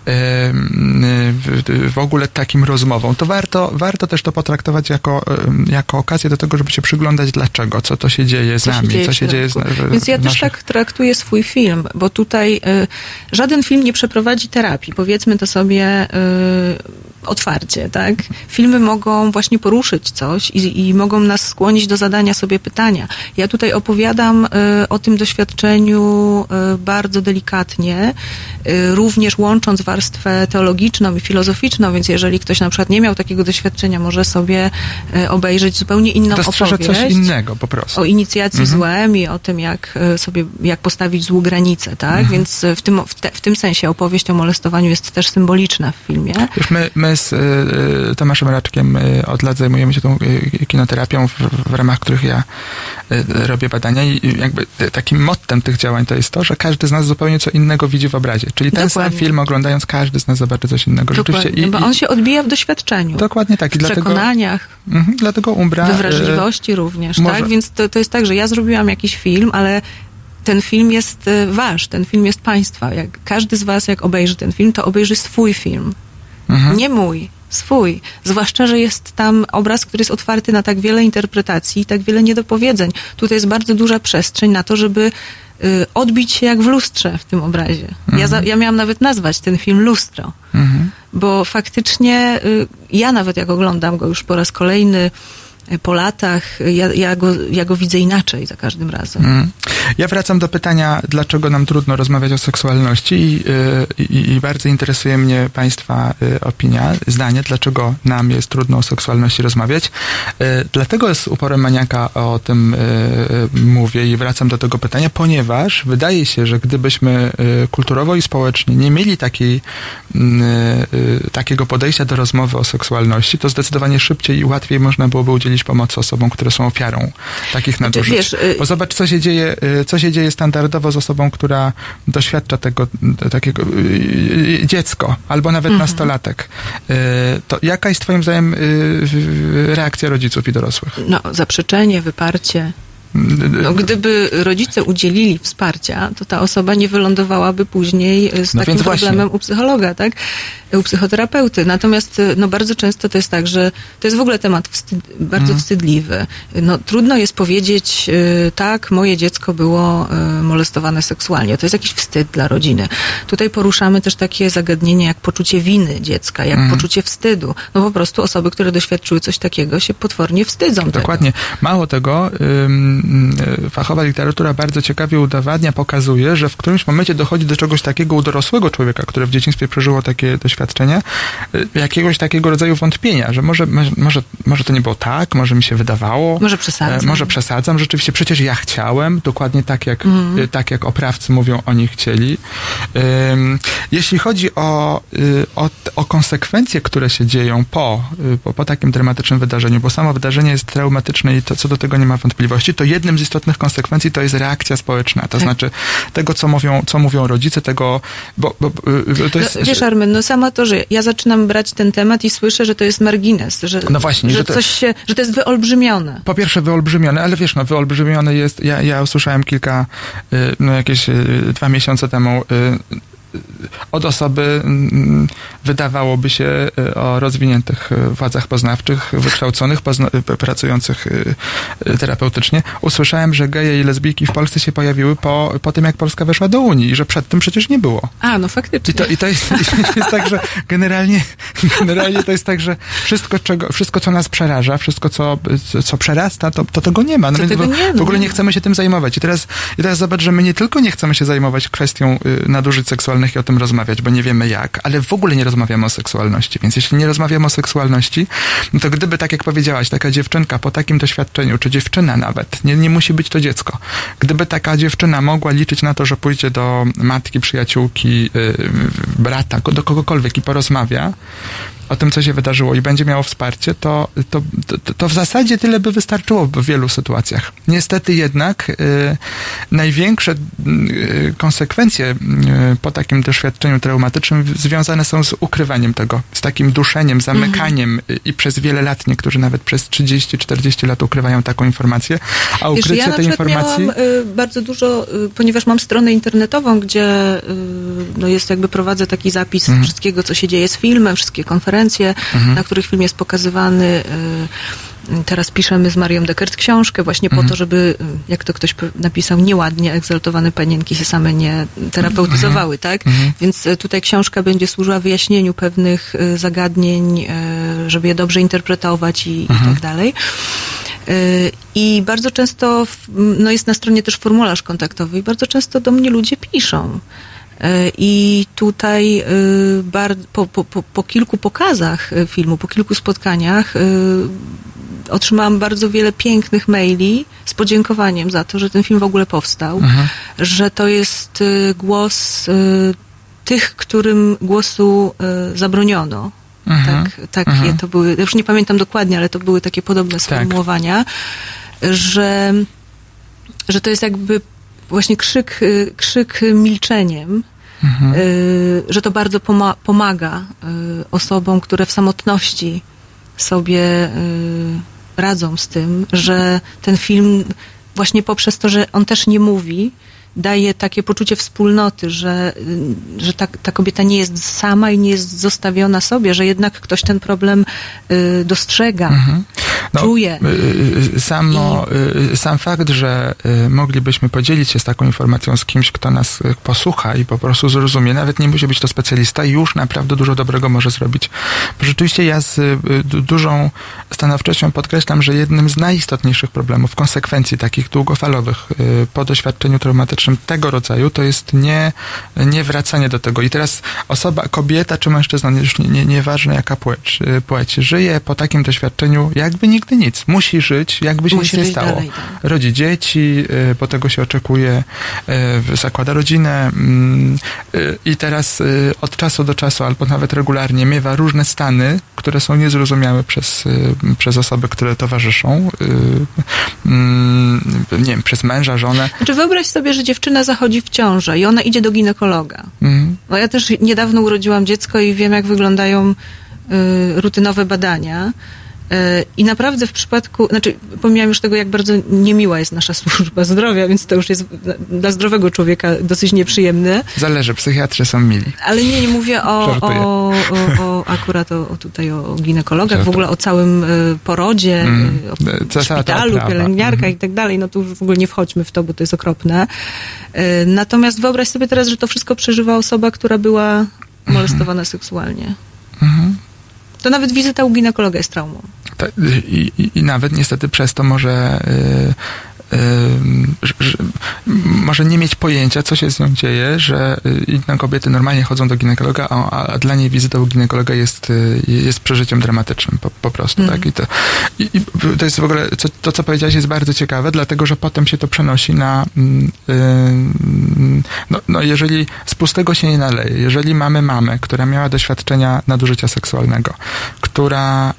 w ogóle takim rozmowom. To warto też to potraktować jako okazję do tego, żeby się przyglądać dlaczego, co to się dzieje z nami, co się dzieje z Więc ja też tak traktuję swój film, bo tutaj żaden film nie przeprowadzi terapii. Powiedzmy to sobie otwarcie, tak? Filmy mogą właśnie poruszyć coś i mogą nas skłonić do zadania sobie pytania. Ja tutaj opowiadam o tym doświadczeniu bardzo delikatnie, również łącząc warstwę teologiczną i filozoficzną, więc jeżeli ktoś na przykład nie miał takiego doświadczenia, może sobie obejrzeć zupełnie inną opowieść. Coś innego po prostu. O inicjacji złem i o tym, jak postawić złu granicę, tak? Więc w tym sensie opowieść o molestowaniu jest też symboliczna w filmie. Wiesz, my My z Tomaszem Raczkiem od lat zajmujemy się tą kinoterapią, w ramach których ja robię badania i jakby takim mottem tych działań to jest to, że każdy z nas zupełnie co innego widzi w obrazie. Czyli ten sam film oglądając, każdy z nas zobaczy coś innego. Dokładnie, bo on się odbija w doświadczeniu. Dokładnie tak. W przekonaniach. Dlatego Umbra... We wrażliwości również, tak? Więc to jest tak, że ja zrobiłam jakiś film, ale ten film jest wasz, ten film jest państwa. Jak każdy z was, jak obejrzy ten film, to obejrzy swój film. Nie mój, swój. Zwłaszcza, że jest tam obraz, który jest otwarty na tak wiele interpretacji i tak wiele niedopowiedzeń. Tutaj jest bardzo duża przestrzeń na to, żeby odbić się jak w lustrze w tym obrazie. Ja miałam nawet nazwać ten film Lustro. Bo faktycznie ja nawet jak oglądam go już po raz kolejny po latach, ja go widzę inaczej za każdym razem. Ja wracam do pytania, dlaczego nam trudno rozmawiać o seksualności i bardzo interesuje mnie Państwa opinia, zdanie, dlaczego nam jest trudno o seksualności rozmawiać. Dlatego z uporem maniaka o tym mówię i wracam do tego pytania, ponieważ wydaje się, że gdybyśmy kulturowo i społecznie nie mieli takiego podejścia do rozmowy o seksualności, to zdecydowanie szybciej i łatwiej można byłoby udzielić pomocy osobom, które są ofiarą takich nadużyć. Wiesz, bo zobacz, co się dzieje standardowo z osobą, która doświadcza takiego dziecko, albo nawet nastolatek. To jaka jest twoim zdaniem reakcja rodziców i dorosłych? No, zaprzeczenie, wyparcie. No, gdyby rodzice udzielili wsparcia, to ta osoba nie wylądowałaby później z takim problemem u psychologa, tak? U psychoterapeuty. Natomiast bardzo często to jest tak, że to jest w ogóle temat bardzo wstydliwy. Trudno jest powiedzieć, tak, moje dziecko było molestowane seksualnie. To jest jakiś wstyd dla rodziny. Tutaj poruszamy też takie zagadnienie jak poczucie winy dziecka, jak poczucie wstydu. No po prostu osoby, które doświadczyły coś takiego, się potwornie wstydzą. Dokładnie. Tego. Mało tego, fachowa literatura bardzo ciekawie udowadnia, pokazuje, że w którymś momencie dochodzi do czegoś takiego u dorosłego człowieka, który w dzieciństwie przeżyło takie doświadczenia, jakiegoś takiego rodzaju wątpienia, że może to nie było tak, może mi się wydawało. Może przesadzam. Rzeczywiście, przecież ja chciałem, dokładnie tak jak oprawcy mówią, oni chcieli. Jeśli chodzi o konsekwencje, które się dzieją po takim dramatycznym wydarzeniu, bo samo wydarzenie jest traumatyczne i to, co do tego nie ma wątpliwości, to jednym z istotnych konsekwencji to jest reakcja społeczna. To znaczy tego, co mówią rodzice, tego, bo to jest... Wiesz, Armen, samo to, że ja zaczynam brać ten temat i słyszę, że to jest margines, że to jest wyolbrzymione. Po pierwsze wyolbrzymione, ale wiesz, wyolbrzymione jest, ja usłyszałem jakieś 2 miesiące temu od osoby, wydawałoby się, o rozwiniętych władzach poznawczych, wykształconych, pracujących terapeutycznie. Usłyszałem, że geje i lesbijki w Polsce się pojawiły po tym, jak Polska weszła do Unii i że przed tym przecież nie było. No faktycznie. I to jest tak, że generalnie to jest tak, że wszystko, co nas przeraża, wszystko, co przerasta, to tego nie ma. W ogóle nie chcemy się tym zajmować. I teraz zobacz, że my nie tylko nie chcemy się zajmować kwestią nadużyć seksualnych i o tym rozmawiać, bo nie wiemy jak, ale w ogóle nie rozmawiamy o seksualności. Więc jeśli nie rozmawiamy o seksualności, to gdyby, tak jak powiedziałaś, taka dziewczynka po takim doświadczeniu, czy dziewczyna nawet, nie musi być to dziecko, gdyby taka dziewczyna mogła liczyć na to, że pójdzie do matki, przyjaciółki, brata, do kogokolwiek i porozmawia o tym, co się wydarzyło i będzie miało wsparcie, to w zasadzie tyle by wystarczyło w wielu sytuacjach. Niestety jednak największe konsekwencje po takim doświadczeniu traumatycznym związane są z ukrywaniem tego, z takim duszeniem, zamykaniem i przez wiele lat, niektórzy nawet przez 30-40 lat ukrywają taką informację, a ukrycie tej informacji... Miałam bardzo dużo, ponieważ mam stronę internetową, gdzie jest prowadzę taki zapis wszystkiego, co się dzieje z filmem, wszystkie konferencje, na których film jest pokazywany. Teraz piszemy z Marią Dekert książkę właśnie po to, żeby, jak to ktoś napisał, nieładnie egzaltowane panienki się same nie terapeutyzowały, tak? Więc tutaj książka będzie służyła wyjaśnieniu pewnych zagadnień, żeby je dobrze interpretować i tak dalej. I bardzo często, jest na stronie też formularz kontaktowy i bardzo często do mnie ludzie piszą. I tutaj po kilku pokazach filmu, po kilku spotkaniach otrzymałam bardzo wiele pięknych maili z podziękowaniem za to, że ten film w ogóle powstał, że to jest głos tych, którym głosu zabroniono. Takie to były, już nie pamiętam dokładnie, ale to były takie podobne sformułowania, że to jest jakby właśnie krzyk milczeniem, że to bardzo pomaga osobom, które w samotności sobie radzą z tym, że ten film właśnie poprzez to, że on też nie mówi, daje takie poczucie wspólnoty, że ta kobieta nie jest sama i nie jest zostawiona sobie, że jednak ktoś ten problem dostrzega, czuje. Sam fakt, że moglibyśmy podzielić się z taką informacją z kimś, kto nas posłucha i po prostu zrozumie, nawet nie musi być to specjalista, już naprawdę dużo dobrego może zrobić. Bo rzeczywiście ja z dużą stanowczością podkreślam, że jednym z najistotniejszych problemów, konsekwencji takich długofalowych po doświadczeniu traumatycznym tego rodzaju, to jest nie wracanie do tego. I teraz osoba, kobieta czy mężczyzna, już nieważne jaka płeć, żyje po takim doświadczeniu jakby nigdy nic. Musi żyć, jakby się nic nie stało. Dalej, tak. Rodzi dzieci, bo tego się oczekuje, zakłada rodzinę i teraz od czasu do czasu, albo nawet regularnie miewa różne stany, które są niezrozumiałe przez osoby, które towarzyszą. Nie wiem, przez męża, żonę. Znaczy wyobraź sobie, że dziewczyna zachodzi w ciążę i ona idzie do ginekologa. Bo ja też niedawno urodziłam dziecko i wiem, jak wyglądają rutynowe badania. I naprawdę w przypadku, znaczy pomijam już tego, jak bardzo niemiła jest nasza służba zdrowia, więc to już jest dla zdrowego człowieka dosyć nieprzyjemne. Zależy, psychiatrzy są mili. Ale nie mówię akurat tutaj o ginekologach, w ogóle o całym porodzie, o szpitalu, pielęgniarkach i tak dalej. No to już w ogóle nie wchodźmy w to, bo to jest okropne. Natomiast wyobraź sobie teraz, że to wszystko przeżywa osoba, która była molestowana seksualnie. To nawet wizyta u ginekologa jest traumą. I nawet niestety przez to może nie mieć pojęcia, co się z nią dzieje, że inne kobiety normalnie chodzą do ginekologa, a dla niej wizyta u ginekologa jest przeżyciem dramatycznym po prostu. Tak? I to jest w ogóle, to co powiedziałaś jest bardzo ciekawe, dlatego, że potem się to przenosi na jeżeli z pustego się nie naleje, jeżeli mamy mamę, która miała doświadczenia nadużycia seksualnego, która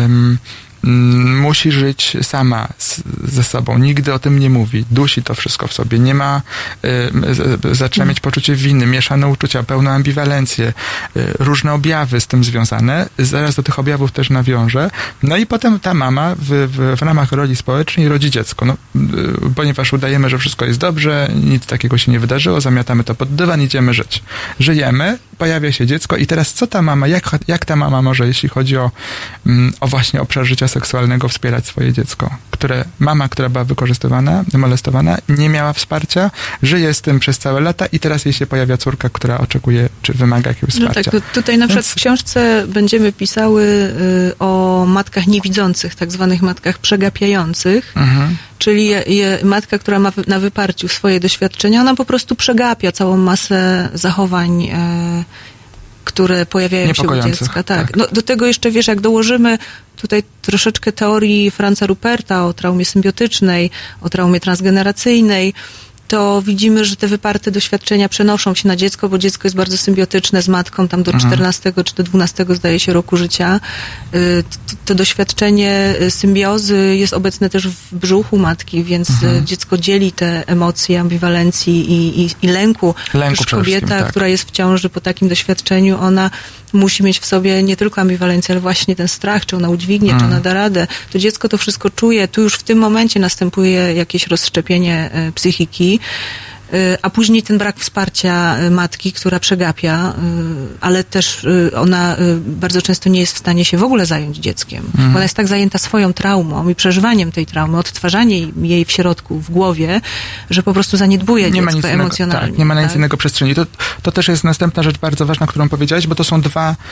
musi żyć sama ze sobą, nigdy o tym nie mówi, dusi to wszystko w sobie, nie ma, zaczyna mieć poczucie winy, mieszane uczucia, pełną ambiwalencję, różne objawy z tym związane, zaraz do tych objawów też nawiążę, no i potem ta mama w ramach roli społecznej rodzi dziecko, ponieważ udajemy, że wszystko jest dobrze, nic takiego się nie wydarzyło, zamiatamy to pod dywan, idziemy żyć. Żyjemy, pojawia się dziecko i teraz co ta mama, jak ta mama może, jeśli chodzi o właśnie obszar życia seksualnego, wspierać swoje dziecko, mama, która była wykorzystywana, molestowana, nie miała wsparcia, żyje z tym przez całe lata i teraz jej się pojawia córka, która oczekuje, czy wymaga jakiegoś wsparcia. No tak, tutaj na przykład w książce będziemy pisały o matkach niewidzących, tak zwanych matkach przegapiających, czyli matka, która ma na wyparciu swoje doświadczenia, ona po prostu przegapia całą masę zachowań, które pojawiają się u dziecka. Tak. No, do tego jeszcze, wiesz, jak dołożymy tutaj troszeczkę teorii Franza Ruperta o traumie symbiotycznej, o traumie transgeneracyjnej, to widzimy, że te wyparte doświadczenia przenoszą się na dziecko, bo dziecko jest bardzo symbiotyczne z matką, tam do 14 czy do 12 zdaje się roku życia. To doświadczenie symbiozy jest obecne też w brzuchu matki, więc dziecko dzieli te emocje ambiwalencji i lęku. Przecież kobieta, która jest w ciąży po takim doświadczeniu, ona musi mieć w sobie nie tylko ambiwalencję, ale właśnie ten strach, czy ona udźwignie, czy ona da radę. To dziecko to wszystko czuje. Tu już w tym momencie następuje jakieś rozszczepienie psychiki, a później ten brak wsparcia matki, która przegapia, ale też ona bardzo często nie jest w stanie się w ogóle zająć dzieckiem. Ona jest tak zajęta swoją traumą i przeżywaniem tej traumy, odtwarzaniem jej w środku, w głowie, że po prostu zaniedbuje dziecko emocjonalnie. Tak, nie ma na nic innego przestrzeni. To też jest następna rzecz bardzo ważna, którą powiedziałeś, bo to są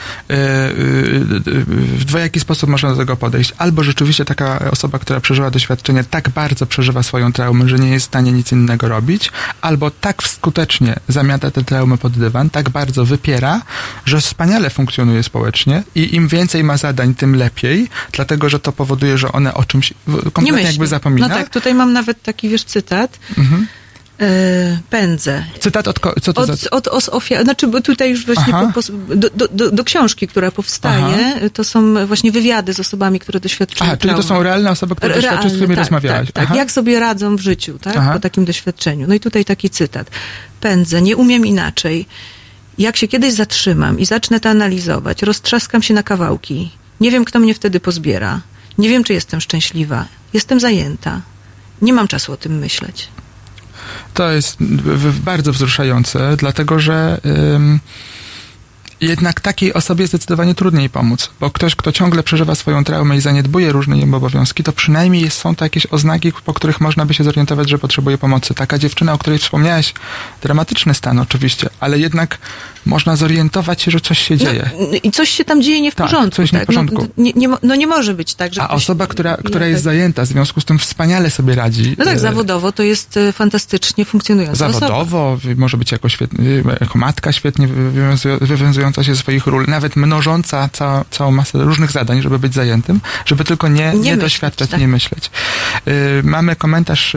w dwojaki sposób można do tego podejść. Albo rzeczywiście taka osoba, która przeżyła doświadczenie, tak bardzo przeżywa swoją traumę, że nie jest w stanie nic innego robić, albo tak skutecznie zamiata te traumy pod dywan, tak bardzo wypiera, że wspaniale funkcjonuje społecznie i im więcej ma zadań, tym lepiej, dlatego, że to powoduje, że one o czymś kompletnie jakby zapomina. No tak, tutaj mam nawet taki, wiesz, cytat. Pędzę. Cytat co to Znaczy, bo tutaj już właśnie do książki, która powstaje, to są właśnie wywiady z osobami, które doświadczyły czyli to są realne osoby, które doświadczyły, z którymi rozmawiałaś. Tak. Jak sobie radzą w życiu, tak? Po takim doświadczeniu. No i tutaj taki cytat. Pędzę, nie umiem inaczej. Jak się kiedyś zatrzymam i zacznę to analizować, roztrzaskam się na kawałki. Nie wiem, kto mnie wtedy pozbiera. Nie wiem, czy jestem szczęśliwa. Jestem zajęta. Nie mam czasu o tym myśleć. To jest bardzo wzruszające, dlatego że jednak takiej osobie zdecydowanie trudniej pomóc, bo ktoś, kto ciągle przeżywa swoją traumę i zaniedbuje różne jej obowiązki, to przynajmniej są to jakieś oznaki, po których można by się zorientować, że potrzebuje pomocy. Taka dziewczyna, o której wspomniałaś, dramatyczny stan oczywiście, ale jednak można zorientować się, że coś się dzieje. I coś się tam dzieje nie w porządku. Coś nie w porządku. Nie może być tak, że... A osoba, która jest zajęta, w związku z tym wspaniale sobie radzi. No tak, zawodowo to jest fantastycznie funkcjonująca zawodowo, może być jako matka świetnie wywiązująca się ze swoich ról, nawet mnożąca całą masę różnych zadań, żeby być zajętym, żeby tylko nie doświadczać, nie myśleć. Mamy komentarz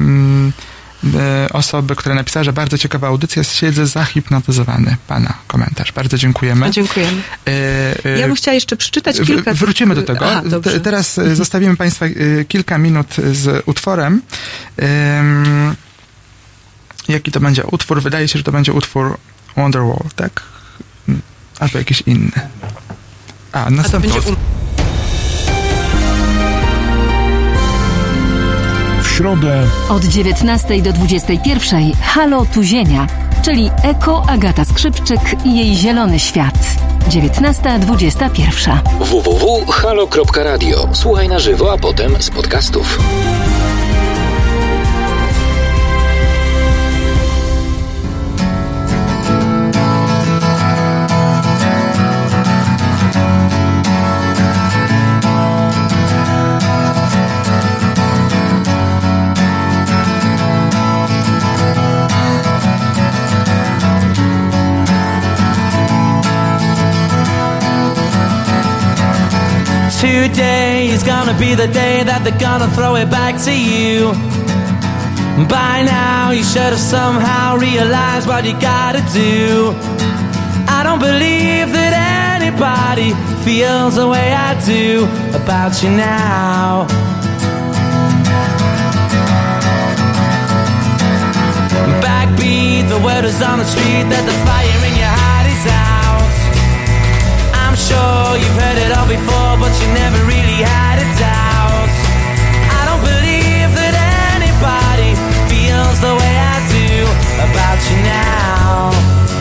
osoby, która napisała, że bardzo ciekawa audycja, siedzę zahipnotyzowany. Pana komentarz. Bardzo dziękujemy. Dziękujemy. Ja bym chciała jeszcze przeczytać kilka... Wrócimy do tego. Teraz zostawimy Państwa kilka minut z utworem. Jaki to będzie utwór? Wydaje się, że to będzie utwór Wonderwall, tak? Albo jakiś inny. Następny. W środę od 19 do 21 Halo tu Ziemia, czyli Eko Agata Skrzypczyk i jej zielony świat. 19:21. www.halo.radio. Słuchaj na żywo, a potem z podcastów. Today is gonna be the day that they're gonna throw it back to you. By now you should have somehow realized what you gotta do. I don't believe that anybody feels the way I do about you now. Backbeat, the word is on the street that the fire in your heart is out. I'm sure you've heard it all before, but you never really had a doubt. I don't believe that anybody feels the way I do about you now.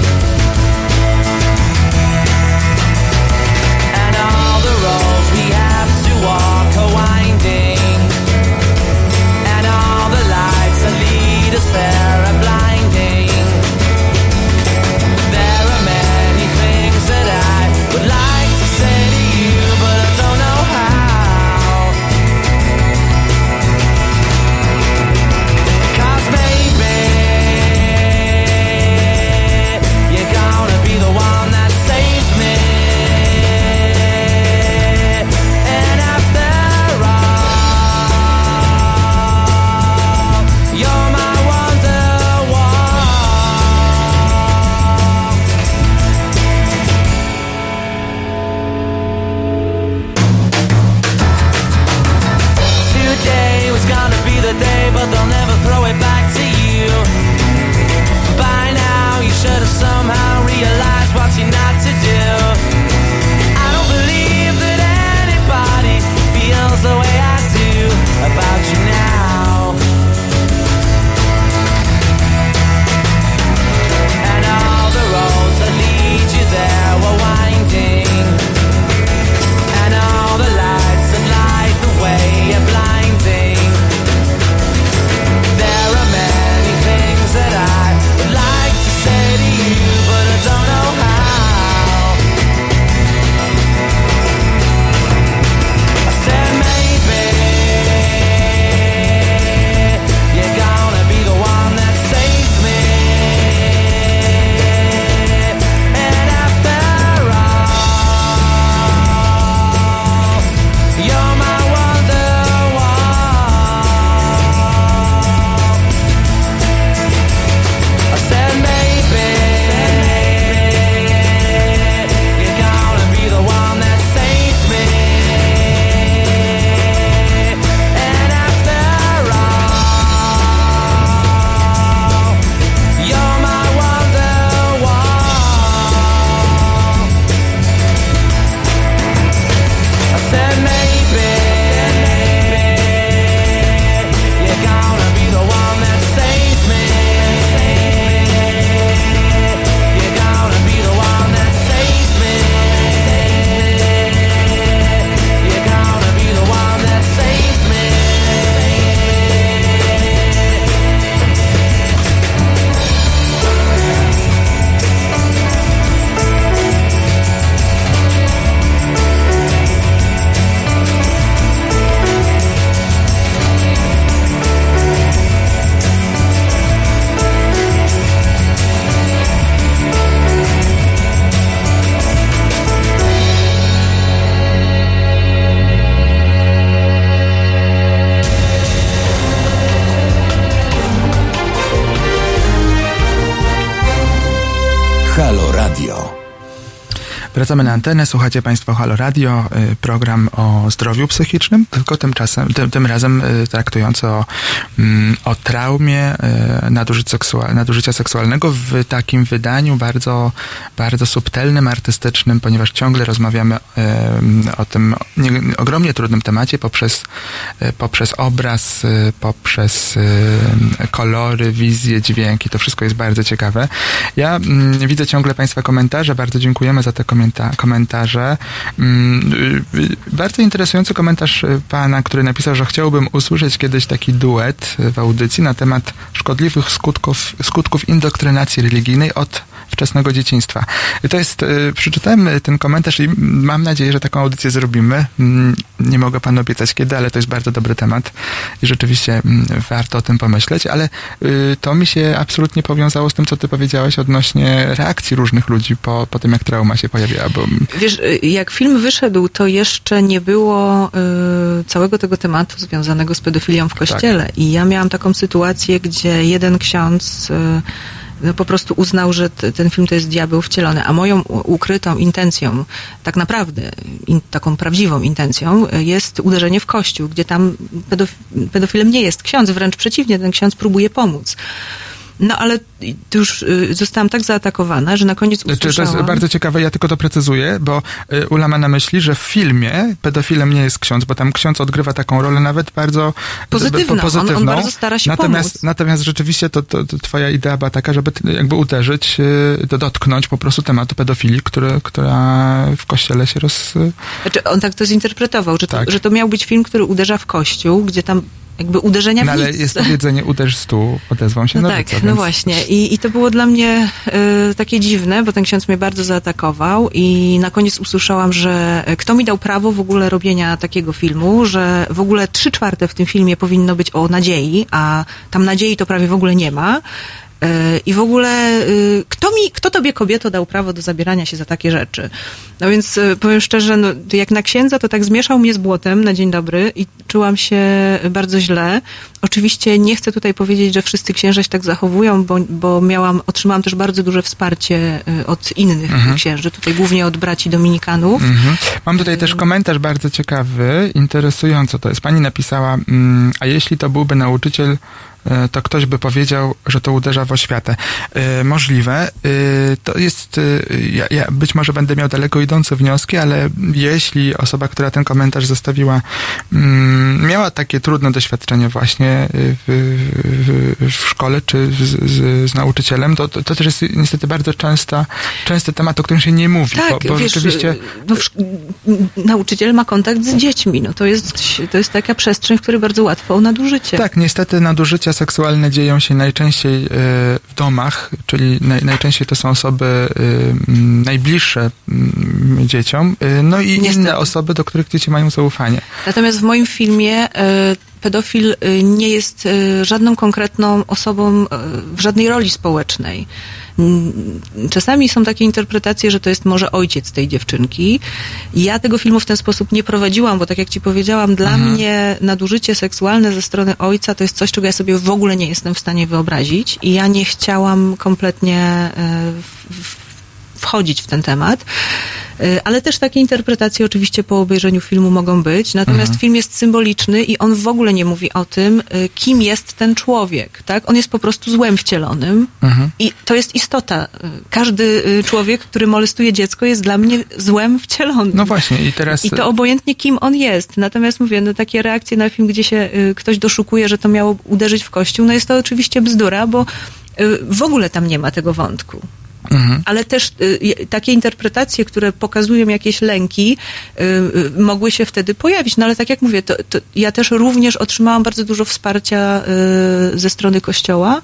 And all the roads we have to walk are winding, and all the lights that lead us there are blinding. There are many things that I would like to say to you, but I don't know how. 'Cause maybe you're gonna be the one that saves me. And after all, you're my Wonderwall. Today was gonna be the day, but they'll never throw it back to you. By now you should have somehow realized what you're not to do. I don't believe that anybody feels the way I do about you now. And all the roads that lead you there were winding, and all the lights that light the way are blinding. Halo Radio. Wracamy na antenę, słuchacie Państwo Halo Radio, program o zdrowiu psychicznym, tylko tym razem traktujący o traumie nadużycia seksualnego w takim wydaniu bardzo, bardzo subtelnym, artystycznym, ponieważ ciągle rozmawiamy o tym ogromnie trudnym temacie poprzez obraz, poprzez kolory, wizje, dźwięki. To wszystko jest bardzo ciekawe. Ja widzę ciągle Państwa komentarze, bardzo dziękujemy za te komentarze. Bardzo interesujący komentarz pana, który napisał, że chciałbym usłyszeć kiedyś taki duet w audycji na temat szkodliwych skutków indoktrynacji religijnej od wczesnego dzieciństwa. To jest, przeczytałem ten komentarz i mam nadzieję, że taką audycję zrobimy. Nie mogę panu obiecać kiedy, ale to jest bardzo dobry temat i rzeczywiście warto o tym pomyśleć, ale to mi się absolutnie powiązało z tym, co ty powiedziałeś odnośnie reakcji różnych ludzi po tym, jak trauma się pojawiła. Bo... Wiesz, jak film wyszedł, to jeszcze nie było całego tego tematu związanego z pedofilią w kościele. Tak. I ja miałam taką sytuację, gdzie jeden ksiądz po prostu uznał, że ten film to jest diabeł wcielony, a moją ukrytą intencją, tak naprawdę taką prawdziwą intencją jest uderzenie w kościół, gdzie tam pedofilem nie jest ksiądz, wręcz przeciwnie, ten ksiądz próbuje pomóc. No ale już zostałam tak zaatakowana, że na koniec usłyszałam... To jest bardzo ciekawe, ja tylko doprecyzuję, bo Ula ma na myśli, że w filmie pedofilem nie jest ksiądz, bo tam ksiądz odgrywa taką rolę nawet bardzo pozytywną. On bardzo stara się pomóc. Natomiast rzeczywiście to twoja idea była taka, żeby jakby uderzyć, dotknąć po prostu tematu pedofilii, która w kościele się Znaczy on tak to zinterpretował, że to miał być film, który uderza w kościół, gdzie tam jakby uderzenia w nic. Ale jest powiedzenie uderz stół, odezwą się nowice. Tak, no właśnie. I to było dla mnie takie dziwne, bo ten ksiądz mnie bardzo zaatakował i na koniec usłyszałam, że kto mi dał prawo w ogóle robienia takiego filmu, że w ogóle 3/4 w tym filmie powinno być o nadziei, a tam nadziei to prawie w ogóle nie ma. I w ogóle kto tobie, kobieto, dał prawo do zabierania się za takie rzeczy? No więc powiem szczerze, no, jak na księdza, to tak zmieszał mnie z błotem na dzień dobry i czułam się bardzo źle. Oczywiście nie chcę tutaj powiedzieć, że wszyscy księża się tak zachowują, bo otrzymałam też bardzo duże wsparcie od innych księży, tutaj głównie od braci dominikanów. Mam tutaj też komentarz bardzo ciekawy, interesująco to jest. Pani napisała, a jeśli to byłby nauczyciel, to ktoś by powiedział, że to uderza w oświatę. Możliwe. To jest, ja być może będę miał daleko idące wnioski, ale jeśli osoba, która ten komentarz zostawiła, miała takie trudne doświadczenie właśnie w szkole, czy z nauczycielem, to też jest niestety bardzo częsty temat, o którym się nie mówi. Tak, bo wiesz, rzeczywiście... nauczyciel ma kontakt z dziećmi. No to jest taka przestrzeń, w której bardzo łatwo o nadużycie. Tak, niestety nadużycia seksualne dzieją się najczęściej w domach, czyli najczęściej to są osoby najbliższe dzieciom, no i niestety inne osoby, do których dzieci mają zaufanie. Natomiast w moim filmie pedofil nie jest żadną konkretną osobą w żadnej roli społecznej. Czasami są takie interpretacje, że to jest może ojciec tej dziewczynki. Ja tego filmu w ten sposób nie prowadziłam, bo tak jak ci powiedziałam, dla mnie nadużycie seksualne ze strony ojca to jest coś, czego ja sobie w ogóle nie jestem w stanie wyobrazić i ja nie chciałam kompletnie wchodzić w ten temat. Ale też takie interpretacje oczywiście po obejrzeniu filmu mogą być. Natomiast film jest symboliczny i on w ogóle nie mówi o tym, kim jest ten człowiek. Tak? On jest po prostu złem wcielonym i to jest istota. Każdy człowiek, który molestuje dziecko, jest dla mnie złem wcielonym. No właśnie. I to obojętnie kim on jest. Natomiast mówię, no takie reakcje na film, gdzie się ktoś doszukuje, że to miało uderzyć w kościół, no jest to oczywiście bzdura, bo w ogóle tam nie ma tego wątku. Ale też takie interpretacje, które pokazują jakieś lęki, mogły się wtedy pojawić. No ale tak jak mówię, to ja też również otrzymałam bardzo dużo wsparcia ze strony Kościoła.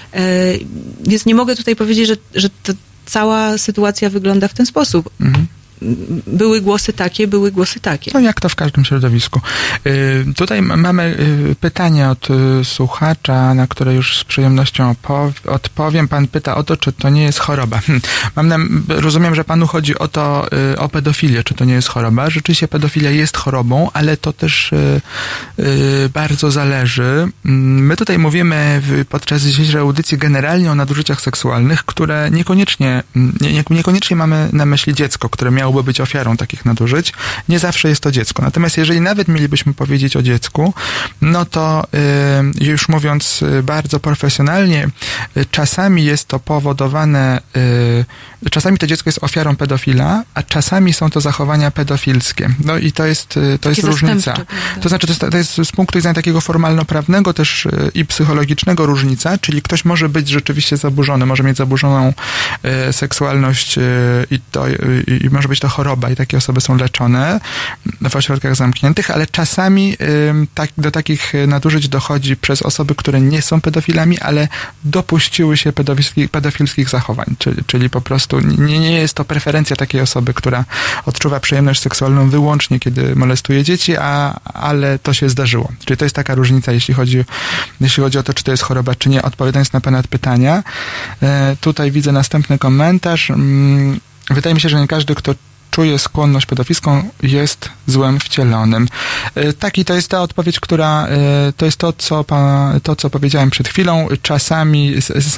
Więc nie mogę tutaj powiedzieć, że to cała sytuacja wygląda w ten sposób. były głosy takie. No jak to w każdym środowisku. Tutaj mamy pytanie od słuchacza, na które już z przyjemnością odpowiem. Pan pyta o to, czy to nie jest choroba. Rozumiem, że panu chodzi o pedofilię, czy to nie jest choroba. Rzeczywiście pedofilia jest chorobą, ale to też bardzo zależy. My tutaj mówimy podczas dzisiejszej audycji generalnie o nadużyciach seksualnych, które niekoniecznie mamy na myśli dziecko, które miałoby być ofiarą takich nadużyć. Nie zawsze jest to dziecko. Natomiast jeżeli nawet mielibyśmy powiedzieć o dziecku, no to już mówiąc bardzo profesjonalnie, czasami jest to powodowane, czasami to dziecko jest ofiarą pedofila, a czasami są to zachowania pedofilskie. No i to jest różnica. To znaczy, to jest z punktu widzenia takiego formalno-prawnego też i psychologicznego różnica, czyli ktoś może być rzeczywiście zaburzony, może mieć zaburzoną seksualność i może być to choroba i takie osoby są leczone w ośrodkach zamkniętych, ale czasami do takich nadużyć dochodzi przez osoby, które nie są pedofilami, ale dopuściły się pedofilskich zachowań, czyli po prostu nie jest to preferencja takiej osoby, która odczuwa przyjemność seksualną wyłącznie, kiedy molestuje dzieci, ale to się zdarzyło. Czyli to jest taka różnica, jeśli chodzi o to, czy to jest choroba, czy nie, odpowiadając na pana pytania. Tutaj widzę następny komentarz. Wydaje mi się, że nie każdy, kto czuje skłonność pedofilską, jest złem wcielonym. Tak, i to jest ta odpowiedź, to jest to, co powiedziałem przed chwilą. Czasami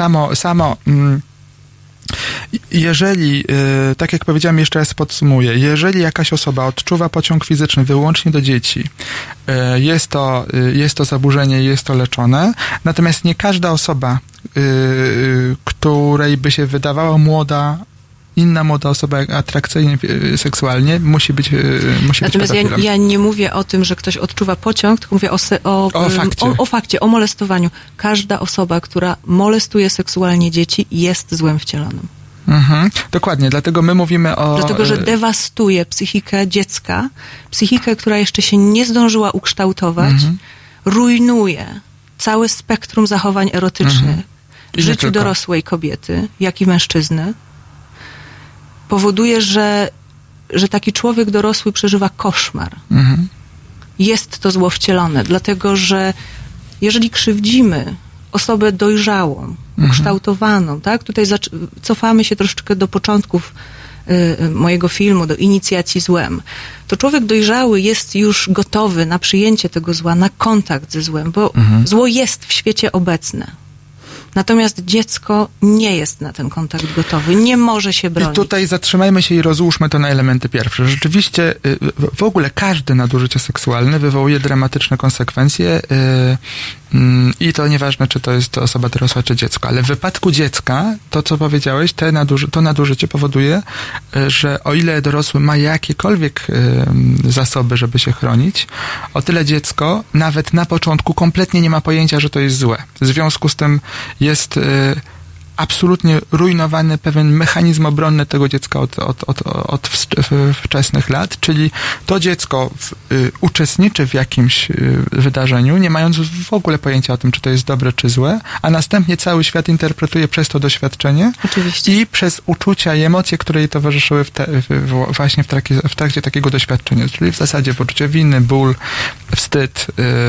jeżeli, tak jak powiedziałem, jeszcze raz podsumuję, jeżeli jakaś osoba odczuwa pociąg fizyczny wyłącznie do dzieci, jest to zaburzenie, jest to leczone, natomiast nie każda osoba, której by się wydawała inna młoda osoba atrakcyjnie seksualnie musi być Natomiast ja nie mówię o tym, że ktoś odczuwa pociąg, tylko mówię o fakcie, o molestowaniu. Każda osoba, która molestuje seksualnie dzieci, jest złem wcielonym. Mhm, dokładnie, dlatego my mówimy Dlatego, że dewastuje psychikę dziecka, psychikę, która jeszcze się nie zdążyła ukształtować, rujnuje całe spektrum zachowań erotycznych w życiu dorosłej kobiety, jak i mężczyzny. Powoduje, że taki człowiek dorosły przeżywa koszmar. Jest to zło wcielone, dlatego że jeżeli krzywdzimy osobę dojrzałą, ukształtowaną, tak? Tutaj cofamy się troszeczkę do początków mojego filmu, do inicjacji złem. To człowiek dojrzały jest już gotowy na przyjęcie tego zła, na kontakt ze złem, bo zło jest w świecie obecne. Natomiast dziecko nie jest na ten kontakt gotowy, nie może się bronić. I tutaj zatrzymajmy się i rozłóżmy to na elementy pierwsze. Rzeczywiście w ogóle każde nadużycie seksualne wywołuje dramatyczne konsekwencje i to nieważne, czy to jest osoba dorosła, czy dziecko. Ale w wypadku dziecka, to co powiedziałeś, to nadużycie powoduje, że o ile dorosły ma jakiekolwiek zasoby, żeby się chronić, o tyle dziecko nawet na początku kompletnie nie ma pojęcia, że to jest złe. W związku z tym jest absolutnie rujnowany pewien mechanizm obronny tego dziecka od wczesnych lat, czyli to dziecko uczestniczy w jakimś wydarzeniu, nie mając w ogóle pojęcia o tym, czy to jest dobre, czy złe, a następnie cały świat interpretuje przez to doświadczenie. Oczywiście. I przez uczucia i emocje, które jej towarzyszyły właśnie w trakcie takiego doświadczenia, czyli w zasadzie poczucie winy, ból, wstyd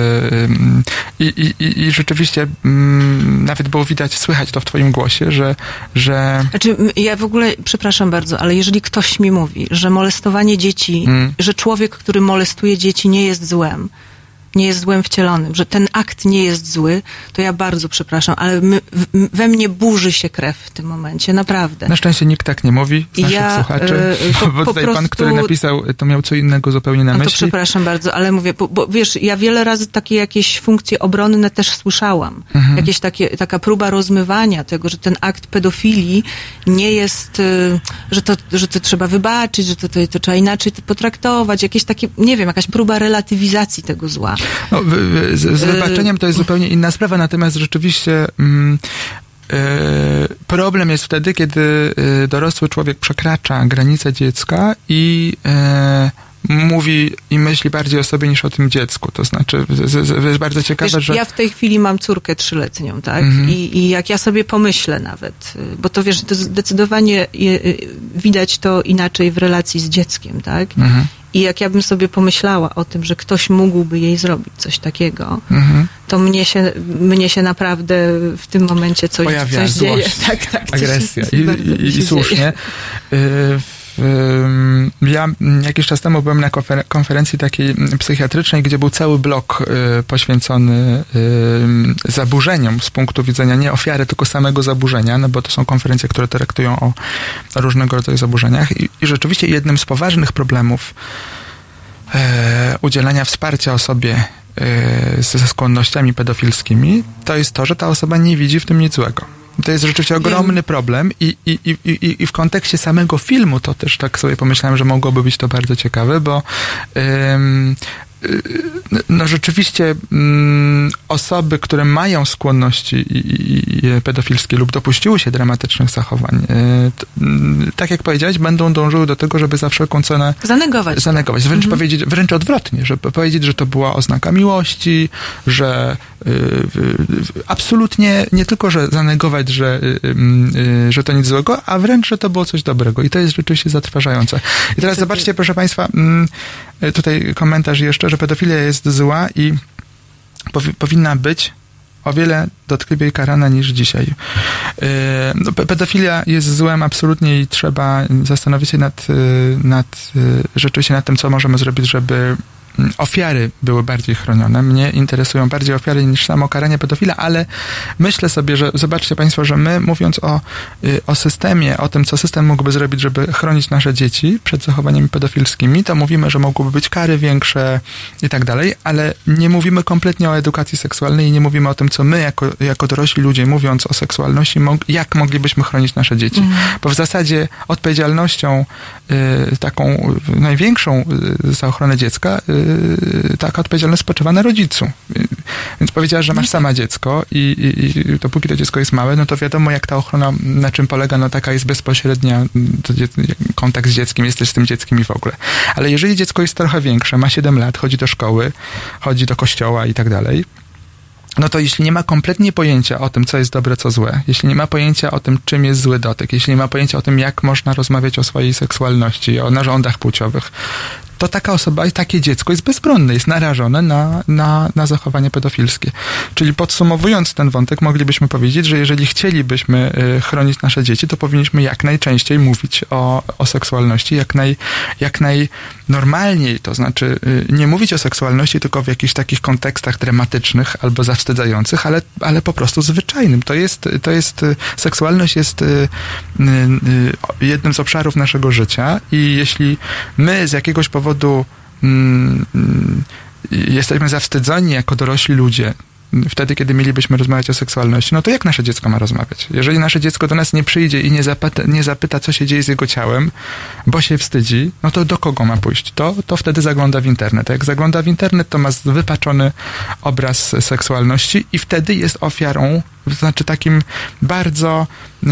i rzeczywiście nawet było widać, słychać to w twoim głosie, że... Znaczy, ja w ogóle, przepraszam bardzo, ale jeżeli ktoś mi mówi, że molestowanie dzieci, że człowiek, który molestuje dzieci, nie jest złem wcielonym, że ten akt nie jest zły, to ja bardzo przepraszam, ale we mnie burzy się krew w tym momencie, naprawdę. Na szczęście nikt tak nie mówi z naszych słuchaczy, bo tutaj pan, który napisał, to miał co innego zupełnie na myśli. To przepraszam bardzo, ale mówię, bo wiesz, ja wiele razy takie jakieś funkcje obronne też słyszałam. Taka próba rozmywania tego, że ten akt pedofilii nie jest, że to trzeba wybaczyć, że to trzeba inaczej potraktować, jakieś takie, nie wiem, jakaś próba relatywizacji tego zła. No, z wybaczeniem to jest zupełnie inna sprawa, natomiast rzeczywiście problem jest wtedy, kiedy dorosły człowiek przekracza granicę dziecka i mówi i myśli bardziej o sobie niż o tym dziecku. To znaczy, jest bardzo ciekawe, że... Ja w tej chwili mam córkę 3-letnią, tak? I jak ja sobie pomyślę nawet, bo to wiesz, to zdecydowanie widać to inaczej w relacji z dzieckiem, tak? I jak ja bym sobie pomyślała o tym, że ktoś mógłby jej zrobić coś takiego, to mnie się naprawdę w tym momencie coś dzieje. Tak, agresja. I słusznie. Ja jakiś czas temu byłem na konferencji takiej psychiatrycznej, gdzie był cały blok poświęcony zaburzeniom z punktu widzenia nie ofiary, tylko samego zaburzenia, no bo to są konferencje, które traktują o różnego rodzaju zaburzeniach i rzeczywiście jednym z poważnych problemów udzielania wsparcia osobie ze skłonnościami pedofilskimi to jest to, że ta osoba nie widzi w tym nic złego. To jest rzeczywiście ogromny problem i w kontekście samego filmu to też tak sobie pomyślałem, że mogłoby być to bardzo ciekawe, bo no rzeczywiście osoby, które mają skłonności pedofilskie lub dopuściły się dramatycznych zachowań, tak jak powiedziałeś, będą dążyły do tego, żeby za wszelką cenę zanegować. Wręcz odwrotnie, żeby powiedzieć, że to była oznaka miłości, że absolutnie nie tylko, że zanegować, że to nic złego, a wręcz, że to było coś dobrego. I to jest rzeczywiście zatrważające. I teraz zobaczcie, proszę Państwa, tutaj komentarz jeszcze, że pedofilia jest zła i powinna być o wiele dotkliwiej karana niż dzisiaj. Pedofilia jest złem absolutnie i trzeba zastanowić się rzeczywiście nad tym, co możemy zrobić, żeby ofiary były bardziej chronione. Mnie interesują bardziej ofiary niż samo karanie pedofila, ale myślę sobie, że zobaczcie Państwo, że my mówiąc o systemie, o tym, co system mógłby zrobić, żeby chronić nasze dzieci przed zachowaniami pedofilskimi, to mówimy, że mogłyby być kary większe i tak dalej, ale nie mówimy kompletnie o edukacji seksualnej i nie mówimy o tym, co my jako dorośli ludzie, mówiąc o seksualności, jak moglibyśmy chronić nasze dzieci. Bo w zasadzie odpowiedzialnością taką największą za ochronę dziecka taka odpowiedzialność spoczywa na rodzicu. Więc powiedziała, że masz sama dziecko i dopóki to dziecko jest małe, no to wiadomo, jak ta ochrona, na czym polega, no taka jest bezpośrednia, kontakt z dzieckiem, jesteś z tym dzieckiem i w ogóle. Ale jeżeli dziecko jest trochę większe, ma 7 lat, chodzi do szkoły, chodzi do kościoła i tak dalej, no to jeśli nie ma kompletnie pojęcia o tym, co jest dobre, co złe, jeśli nie ma pojęcia o tym, czym jest zły dotyk, jeśli nie ma pojęcia o tym, jak można rozmawiać o swojej seksualności, o narządach płciowych, to taka osoba i takie dziecko jest bezbronne, jest narażone na zachowanie pedofilskie. Czyli podsumowując ten wątek, moglibyśmy powiedzieć, że jeżeli chcielibyśmy chronić nasze dzieci, to powinniśmy jak najczęściej mówić o seksualności, jak najnormalniej, to znaczy nie mówić o seksualności tylko w jakichś takich kontekstach dramatycznych albo zawstydzających, ale po prostu zwyczajnym. Seksualność jest jednym z obszarów naszego życia i jeśli my z jakiegoś powodu jesteśmy zawstydzeni jako dorośli ludzie wtedy, kiedy mielibyśmy rozmawiać o seksualności, no to jak nasze dziecko ma rozmawiać? Jeżeli nasze dziecko do nas nie przyjdzie i nie zapyta, co się dzieje z jego ciałem, bo się wstydzi, no to do kogo ma pójść? To wtedy zagląda w internet. A jak zagląda w internet, to ma wypaczony obraz seksualności i wtedy jest ofiarą, to znaczy takim bardzo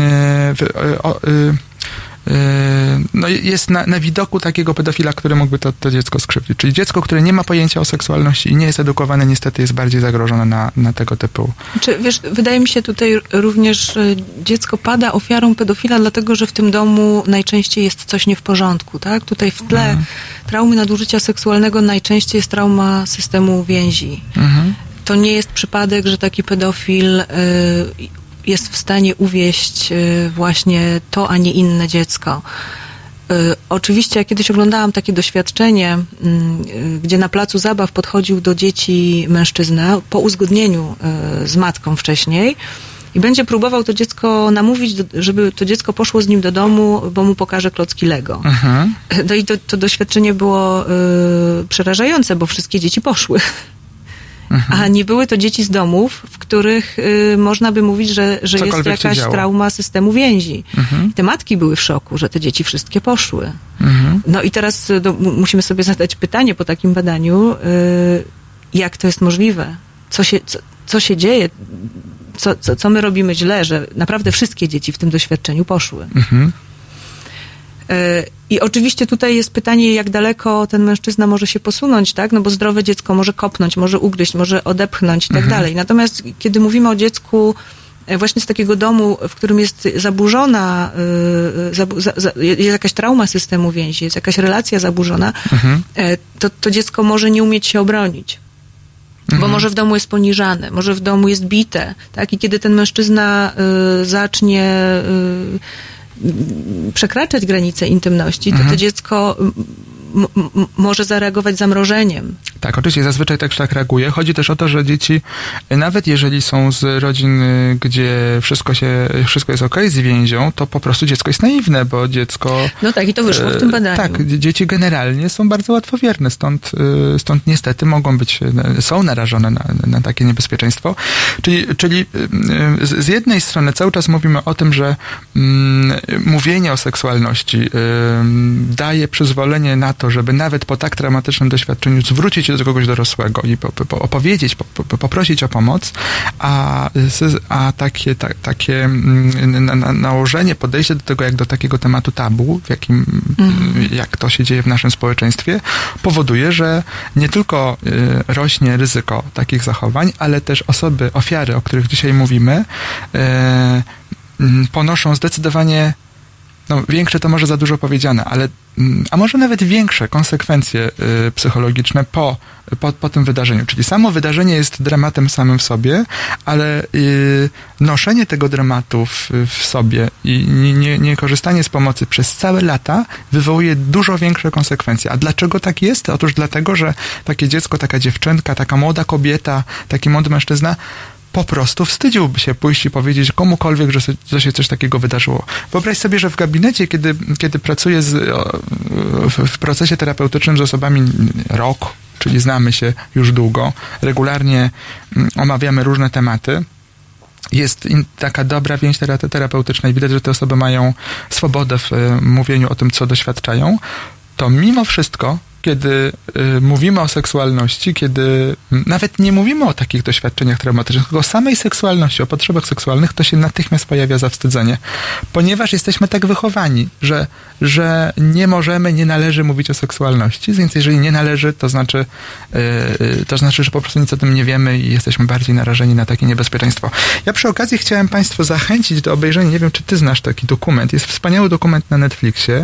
no jest na widoku takiego pedofila, który mógłby to dziecko skrzywdzić. Czyli dziecko, które nie ma pojęcia o seksualności i nie jest edukowane, niestety jest bardziej zagrożone na tego typu. Wiesz, wydaje mi się tutaj również, że dziecko pada ofiarą pedofila, dlatego, że w tym domu najczęściej jest coś nie w porządku, tak? Tutaj w tle traumy nadużycia seksualnego najczęściej jest trauma systemu więzi. To nie jest przypadek, że taki pedofil jest w stanie uwieść właśnie to, a nie inne dziecko. Oczywiście ja kiedyś oglądałam takie doświadczenie, gdzie na placu zabaw podchodził do dzieci mężczyzna po uzgodnieniu z matką wcześniej i będzie próbował to dziecko namówić, żeby to dziecko poszło z nim do domu, bo mu pokaże klocki Lego. No i to doświadczenie było przerażające, bo wszystkie dzieci poszły. A nie były to dzieci z domów, w których można by mówić, że jest jakaś trauma systemu więzi. Te matki były w szoku, że te dzieci wszystkie poszły. No i teraz musimy sobie zadać pytanie po takim badaniu, jak to jest możliwe? Co się dzieje? Co my robimy źle, że naprawdę wszystkie dzieci w tym doświadczeniu poszły? I oczywiście tutaj jest pytanie, jak daleko ten mężczyzna może się posunąć, tak? No bo zdrowe dziecko może kopnąć, może ugryźć, może odepchnąć i tak dalej. Natomiast kiedy mówimy o dziecku właśnie z takiego domu, w którym jest zaburzona, jest jakaś trauma systemu więzi, jest jakaś relacja zaburzona, to dziecko może nie umieć się obronić. Bo może w domu jest poniżane, może w domu jest bite, tak? I kiedy ten mężczyzna zacznie przekraczać granice intymności, to dziecko może zareagować zamrożeniem. Tak, oczywiście zazwyczaj tak reaguje. Chodzi też o to, że dzieci, nawet jeżeli są z rodzin, gdzie wszystko jest okej z więzią, to po prostu dziecko jest naiwne, bo dziecko... No tak, i to wyszło w tym badaniu. Tak, dzieci generalnie są bardzo łatwowierne, stąd niestety są narażone na takie niebezpieczeństwo. Czyli z jednej strony cały czas mówimy o tym, że mówienie o seksualności daje przyzwolenie na to, żeby nawet po tak traumatycznym doświadczeniu zwrócić się do kogoś dorosłego i opowiedzieć, poprosić o pomoc, a takie nałożenie, podejście do tego jak do takiego tematu tabu, jak to się dzieje w naszym społeczeństwie, powoduje, że nie tylko rośnie ryzyko takich zachowań, ale też ofiary, o których dzisiaj mówimy, ponoszą zdecydowanie większe to może za dużo powiedziane, a może nawet większe konsekwencje psychologiczne po tym wydarzeniu. Czyli samo wydarzenie jest dramatem samym w sobie, ale noszenie tego dramatu w sobie i nie korzystanie z pomocy przez całe lata wywołuje dużo większe konsekwencje. A dlaczego tak jest? Otóż dlatego, że takie dziecko, taka dziewczynka, taka młoda kobieta, taki młody mężczyzna po prostu wstydziłby się pójść i powiedzieć komukolwiek, że się coś takiego wydarzyło. Wyobraź sobie, że w gabinecie, kiedy pracuję w procesie terapeutycznym z osobami rok, czyli znamy się już długo, regularnie omawiamy różne tematy, jest taka dobra więź terapeutyczna i widać, że te osoby mają swobodę w mówieniu o tym, co doświadczają, to mimo wszystko, kiedy mówimy o seksualności, kiedy nawet nie mówimy o takich doświadczeniach traumatycznych, tylko o samej seksualności, o potrzebach seksualnych, to się natychmiast pojawia zawstydzenie. Ponieważ jesteśmy tak wychowani, że nie możemy, nie należy mówić o seksualności, więc jeżeli nie należy, to znaczy, że po prostu nic o tym nie wiemy i jesteśmy bardziej narażeni na takie niebezpieczeństwo. Ja przy okazji chciałem Państwa zachęcić do obejrzenia, nie wiem, czy Ty znasz taki dokument, jest wspaniały dokument na Netflixie,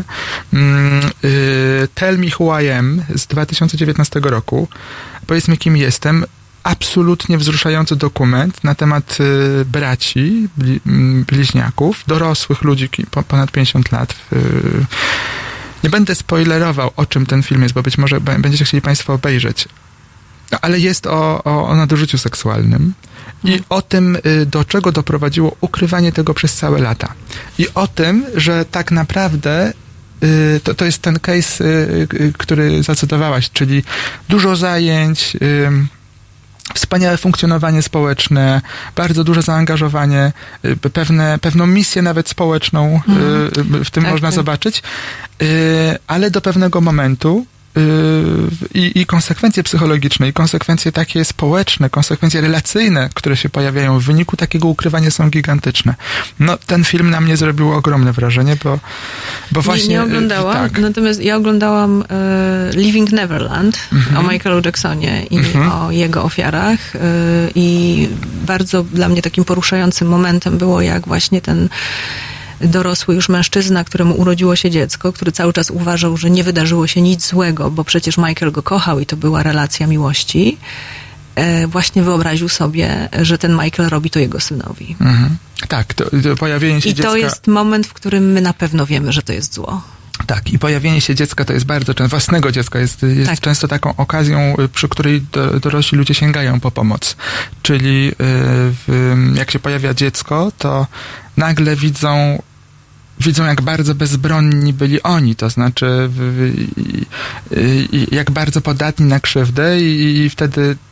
Tell Me Who I Am, z 2019 roku. Powiedz mi, kim jestem. Absolutnie wzruszający dokument na temat braci, bliźniaków, dorosłych ludzi ponad 50 lat. Nie będę spoilerował, o czym ten film jest, bo być może będziecie chcieli Państwo obejrzeć. Ale jest o nadużyciu seksualnym i o tym, do czego doprowadziło ukrywanie tego przez całe lata. I o tym, że tak naprawdę to jest ten case, który zacytowałaś, czyli dużo zajęć, wspaniałe funkcjonowanie społeczne, bardzo duże zaangażowanie, pewną misję nawet społeczną w tym można zobaczyć, ale do pewnego momentu i konsekwencje psychologiczne, i konsekwencje takie społeczne, konsekwencje relacyjne, które się pojawiają w wyniku takiego ukrywania, są gigantyczne. No, ten film na mnie zrobił ogromne wrażenie, bo właśnie... Nie oglądałam, tak. Natomiast ja oglądałam Leaving Neverland o Michaelu Jacksonie i o jego ofiarach i bardzo dla mnie takim poruszającym momentem było, jak właśnie ten dorosły już mężczyzna, któremu urodziło się dziecko, który cały czas uważał, że nie wydarzyło się nic złego, bo przecież Michael go kochał i to była relacja miłości, właśnie wyobraził sobie, że ten Michael robi to jego synowi. Tak, to pojawienie się dziecka... I to jest moment, w którym my na pewno wiemy, że to jest zło. Tak, i pojawienie się dziecka to jest bardzo często, własnego dziecka jest tak. Często taką okazją, przy której dorośli ludzie sięgają po pomoc. Czyli jak się pojawia dziecko, to nagle widzą, jak bardzo bezbronni byli oni, to znaczy jak bardzo podatni na krzywdę i wtedy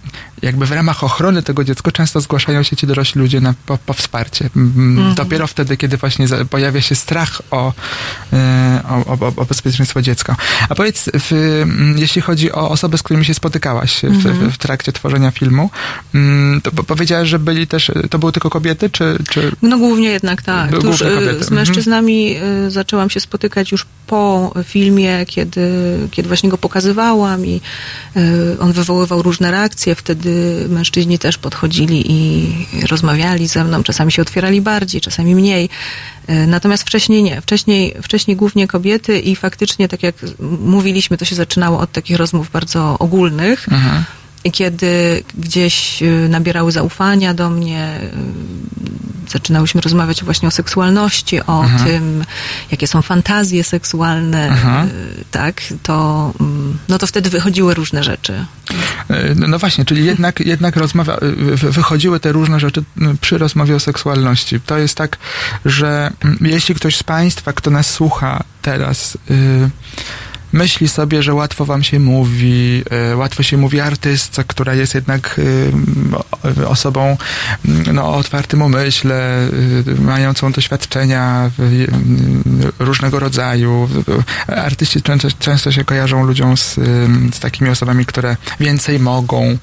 jakby w ramach ochrony tego dziecka często zgłaszają się ci dorośli ludzie po wsparcie. Dopiero wtedy, kiedy właśnie pojawia się strach o bezpieczeństwo dziecka. A powiedz, jeśli chodzi o osoby, z którymi się spotykałaś w trakcie tworzenia filmu, to powiedziałaś, że to były tylko kobiety, czy... No głównie jednak tak. Tuż z mężczyznami zaczęłam się spotykać już po filmie, kiedy właśnie go pokazywałam i on wywoływał różne reakcje. Wtedy mężczyźni też podchodzili i rozmawiali ze mną. Czasami się otwierali bardziej, czasami mniej. Natomiast wcześniej nie. Wcześniej głównie kobiety i faktycznie, tak jak mówiliśmy, to się zaczynało od takich rozmów bardzo ogólnych. Kiedy gdzieś nabierały zaufania do mnie, zaczynałyśmy rozmawiać właśnie o seksualności, o tym, jakie są fantazje seksualne, tak, to wtedy wychodziły różne rzeczy. No właśnie, czyli jednak wychodziły te różne rzeczy przy rozmowie o seksualności. To jest tak, że jeśli ktoś z Państwa, kto nas słucha teraz, myśli sobie, że łatwo wam się mówi, łatwo się mówi artystce, która jest jednak osobą o otwartym umyśle, mającą doświadczenia różnego rodzaju. Artyści często się kojarzą ludziom z takimi osobami, które więcej mogą,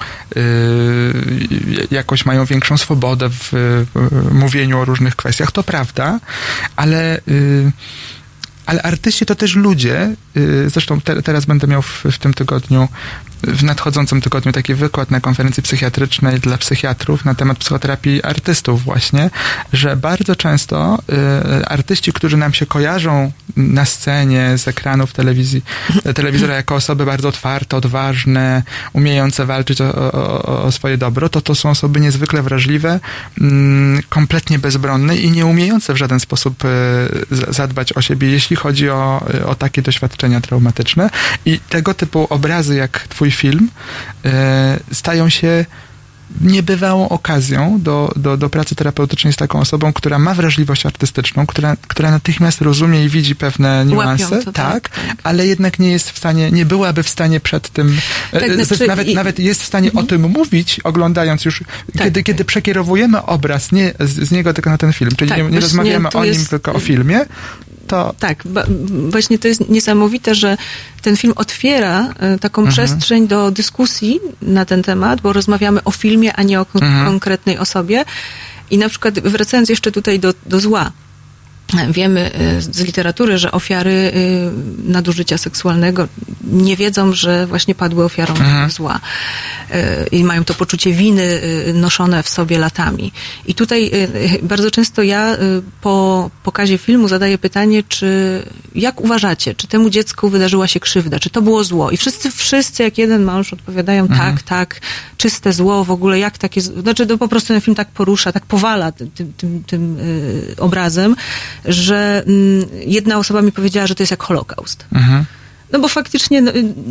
jakoś mają większą swobodę w mówieniu o różnych kwestiach. To prawda, ale artyści to też ludzie. Zresztą teraz będę miał w tym tygodniu, w nadchodzącym tygodniu taki wykład na konferencji psychiatrycznej dla psychiatrów na temat psychoterapii artystów właśnie, że bardzo często artyści, którzy nam się kojarzą na scenie, z ekranów telewizora jako osoby bardzo otwarte, odważne, umiejące walczyć o swoje dobro, to są osoby niezwykle wrażliwe, kompletnie bezbronne i nie umiejące w żaden sposób zadbać o siebie, jeśli chodzi o takie doświadczenia traumatyczne. I tego typu obrazy jak twój film stają się niebywałą okazją do pracy terapeutycznej z taką osobą, która ma wrażliwość artystyczną, która natychmiast rozumie i widzi pewne niuanse, tak, ale jednak nie jest w stanie, nie byłaby w stanie przed tym, nawet jest w stanie o tym mówić, oglądając już, kiedy przekierowujemy obraz nie z niego tylko na ten film, czyli nie rozmawiamy o nim, tylko o filmie. Tak, właśnie to jest niesamowite, że ten film otwiera taką przestrzeń do dyskusji na ten temat, bo rozmawiamy o filmie, a nie o konkretnej osobie. I na przykład wracając jeszcze tutaj do zła. Wiemy z literatury, że ofiary nadużycia seksualnego nie wiedzą, że właśnie padły ofiarą zła. I mają to poczucie winy noszone w sobie latami. I tutaj bardzo często ja po pokazie filmu zadaję pytanie, jak uważacie, czy temu dziecku wydarzyła się krzywda, czy to było zło? I wszyscy jak jeden mąż odpowiadają tak, czyste zło, w ogóle jak takie, znaczy to po prostu ten film tak porusza, tak powala tym obrazem, że jedna osoba mi powiedziała, że to jest jak Holokaust. No bo faktycznie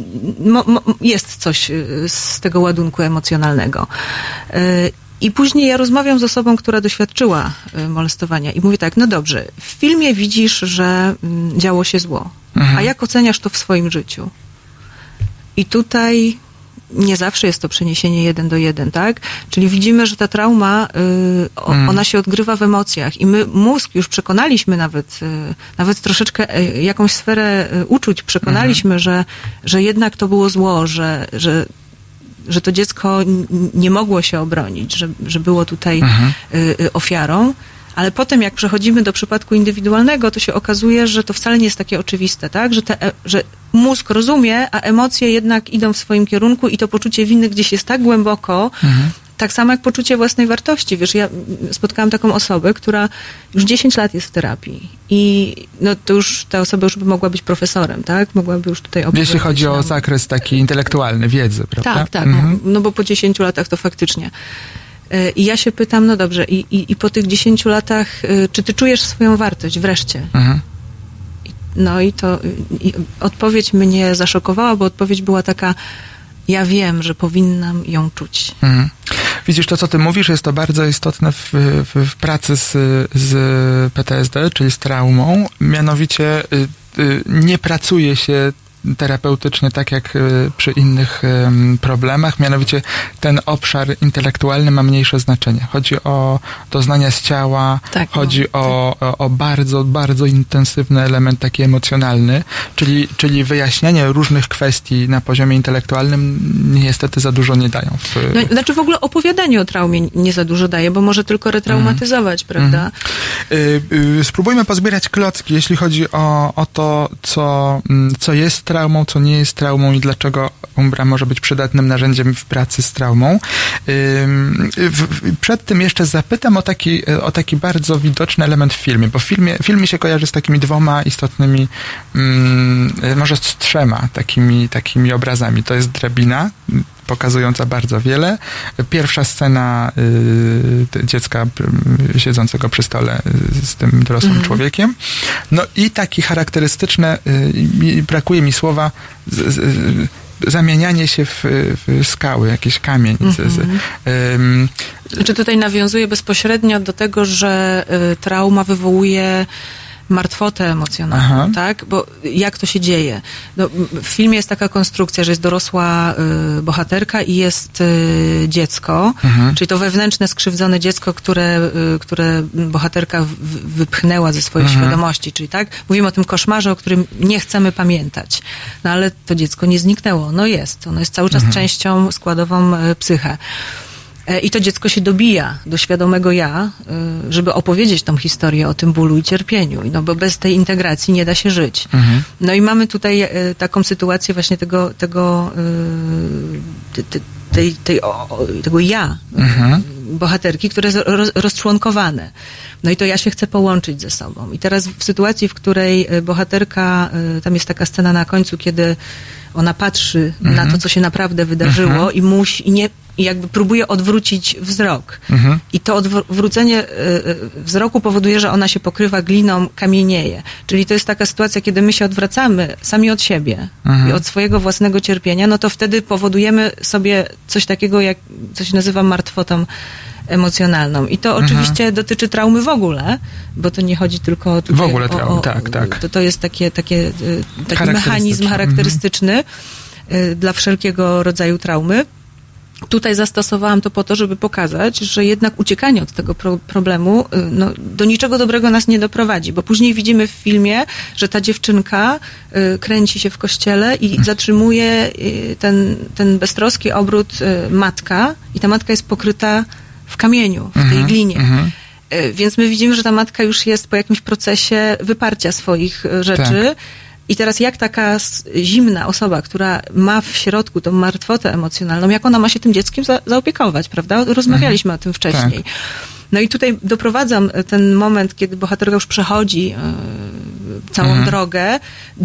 jest coś z tego ładunku emocjonalnego. I później ja rozmawiam z osobą, która doświadczyła molestowania i mówię tak, no dobrze, w filmie widzisz, że działo się zło, a jak oceniasz to w swoim życiu? I tutaj nie zawsze jest to przeniesienie 1 do 1, tak? Czyli widzimy, że ta trauma, ona się odgrywa w emocjach i my mózg już przekonaliśmy nawet troszeczkę jakąś sferę uczuć przekonaliśmy, że jednak to było zło, że to dziecko nie mogło się obronić, że było tutaj ofiarą. Ale potem, jak przechodzimy do przypadku indywidualnego, to się okazuje, że to wcale nie jest takie oczywiste, tak? Że mózg rozumie, a emocje jednak idą w swoim kierunku i to poczucie winy gdzieś jest tak głęboko, tak samo jak poczucie własnej wartości. Wiesz, ja spotkałam taką osobę, która już 10 lat jest w terapii i to już ta osoba już by mogła być profesorem, tak? Mogłaby już tutaj opowiadać. Jeśli chodzi o zakres taki intelektualny, wiedzy, prawda? Tak, no bo po 10 latach to faktycznie. I ja się pytam, no dobrze, i po tych 10 latach, czy ty czujesz swoją wartość wreszcie? No i odpowiedź mnie zaszokowała, bo odpowiedź była taka, ja wiem, że powinnam ją czuć. Widzisz, to co ty mówisz, jest to bardzo istotne w pracy z PTSD, czyli z traumą. Mianowicie nie pracuje się terapeutycznie, tak jak przy innych problemach, mianowicie ten obszar intelektualny ma mniejsze znaczenie. Chodzi o doznania z ciała, chodzi o bardzo, bardzo intensywny element taki emocjonalny, czyli wyjaśnianie różnych kwestii na poziomie intelektualnym niestety za dużo nie dają. Znaczy w ogóle opowiadanie o traumie nie za dużo daje, bo może tylko retraumatyzować, prawda? Spróbujmy pozbierać klocki, jeśli chodzi o to, co jest traumą, co nie jest traumą i dlaczego Umbra może być przydatnym narzędziem w pracy z traumą. Przed tym jeszcze zapytam o taki bardzo widoczny element w filmie, bo film mi się kojarzy z takimi dwoma istotnymi, może z trzema takimi obrazami. To jest drabina, pokazująca bardzo wiele. Pierwsza scena dziecka siedzącego przy stole z tym dorosłym człowiekiem. No i taki charakterystyczne, brakuje mi słowa, zamienianie się w skały, jakiś kamień. Znaczy tutaj nawiązuje bezpośrednio do tego, że trauma wywołuje martwotę emocjonalną, tak? Bo jak to się dzieje? No, w filmie jest taka konstrukcja, że jest dorosła bohaterka i jest dziecko, czyli to wewnętrzne, skrzywdzone dziecko, które bohaterka wypchnęła ze swojej świadomości, czyli tak? Mówimy o tym koszmarze, o którym nie chcemy pamiętać. No ale to dziecko nie zniknęło. Ono jest cały czas częścią składową psyche. I to dziecko się dobija do świadomego ja, żeby opowiedzieć tą historię o tym bólu i cierpieniu. No bo bez tej integracji nie da się żyć. No i mamy tutaj taką sytuację właśnie tego ja, bohaterki, które jest rozczłonkowane. No i to ja się chce połączyć ze sobą. I teraz w sytuacji, w której bohaterka, tam jest taka scena na końcu, kiedy ona patrzy na to, co się naprawdę wydarzyło i jakby próbuje odwrócić wzrok. I to odwrócenie wzroku powoduje, że ona się pokrywa gliną, kamienieje. Czyli to jest taka sytuacja, kiedy my się odwracamy sami od siebie i od swojego własnego cierpienia, no to wtedy powodujemy sobie coś takiego, co się nazywa martwotą emocjonalną. I to oczywiście dotyczy traumy w ogóle, bo to nie chodzi tylko tutaj w ogóle traumy, tak. To jest taki mechanizm charakterystyczny dla wszelkiego rodzaju traumy. Tutaj zastosowałam to po to, żeby pokazać, że jednak uciekanie od tego problemu do niczego dobrego nas nie doprowadzi, bo później widzimy w filmie, że ta dziewczynka kręci się w kościele i zatrzymuje ten beztroski obrót matka i ta matka jest pokryta w kamieniu, w tej glinie. Więc my widzimy, że ta matka już jest po jakimś procesie wyparcia swoich rzeczy. Tak. I teraz jak taka zimna osoba, która ma w środku tą martwotę emocjonalną, jak ona ma się tym dzieckiem zaopiekować, prawda? Rozmawialiśmy o tym wcześniej. Tak. No i tutaj doprowadzam ten moment, kiedy bohaterka już przechodzi całą drogę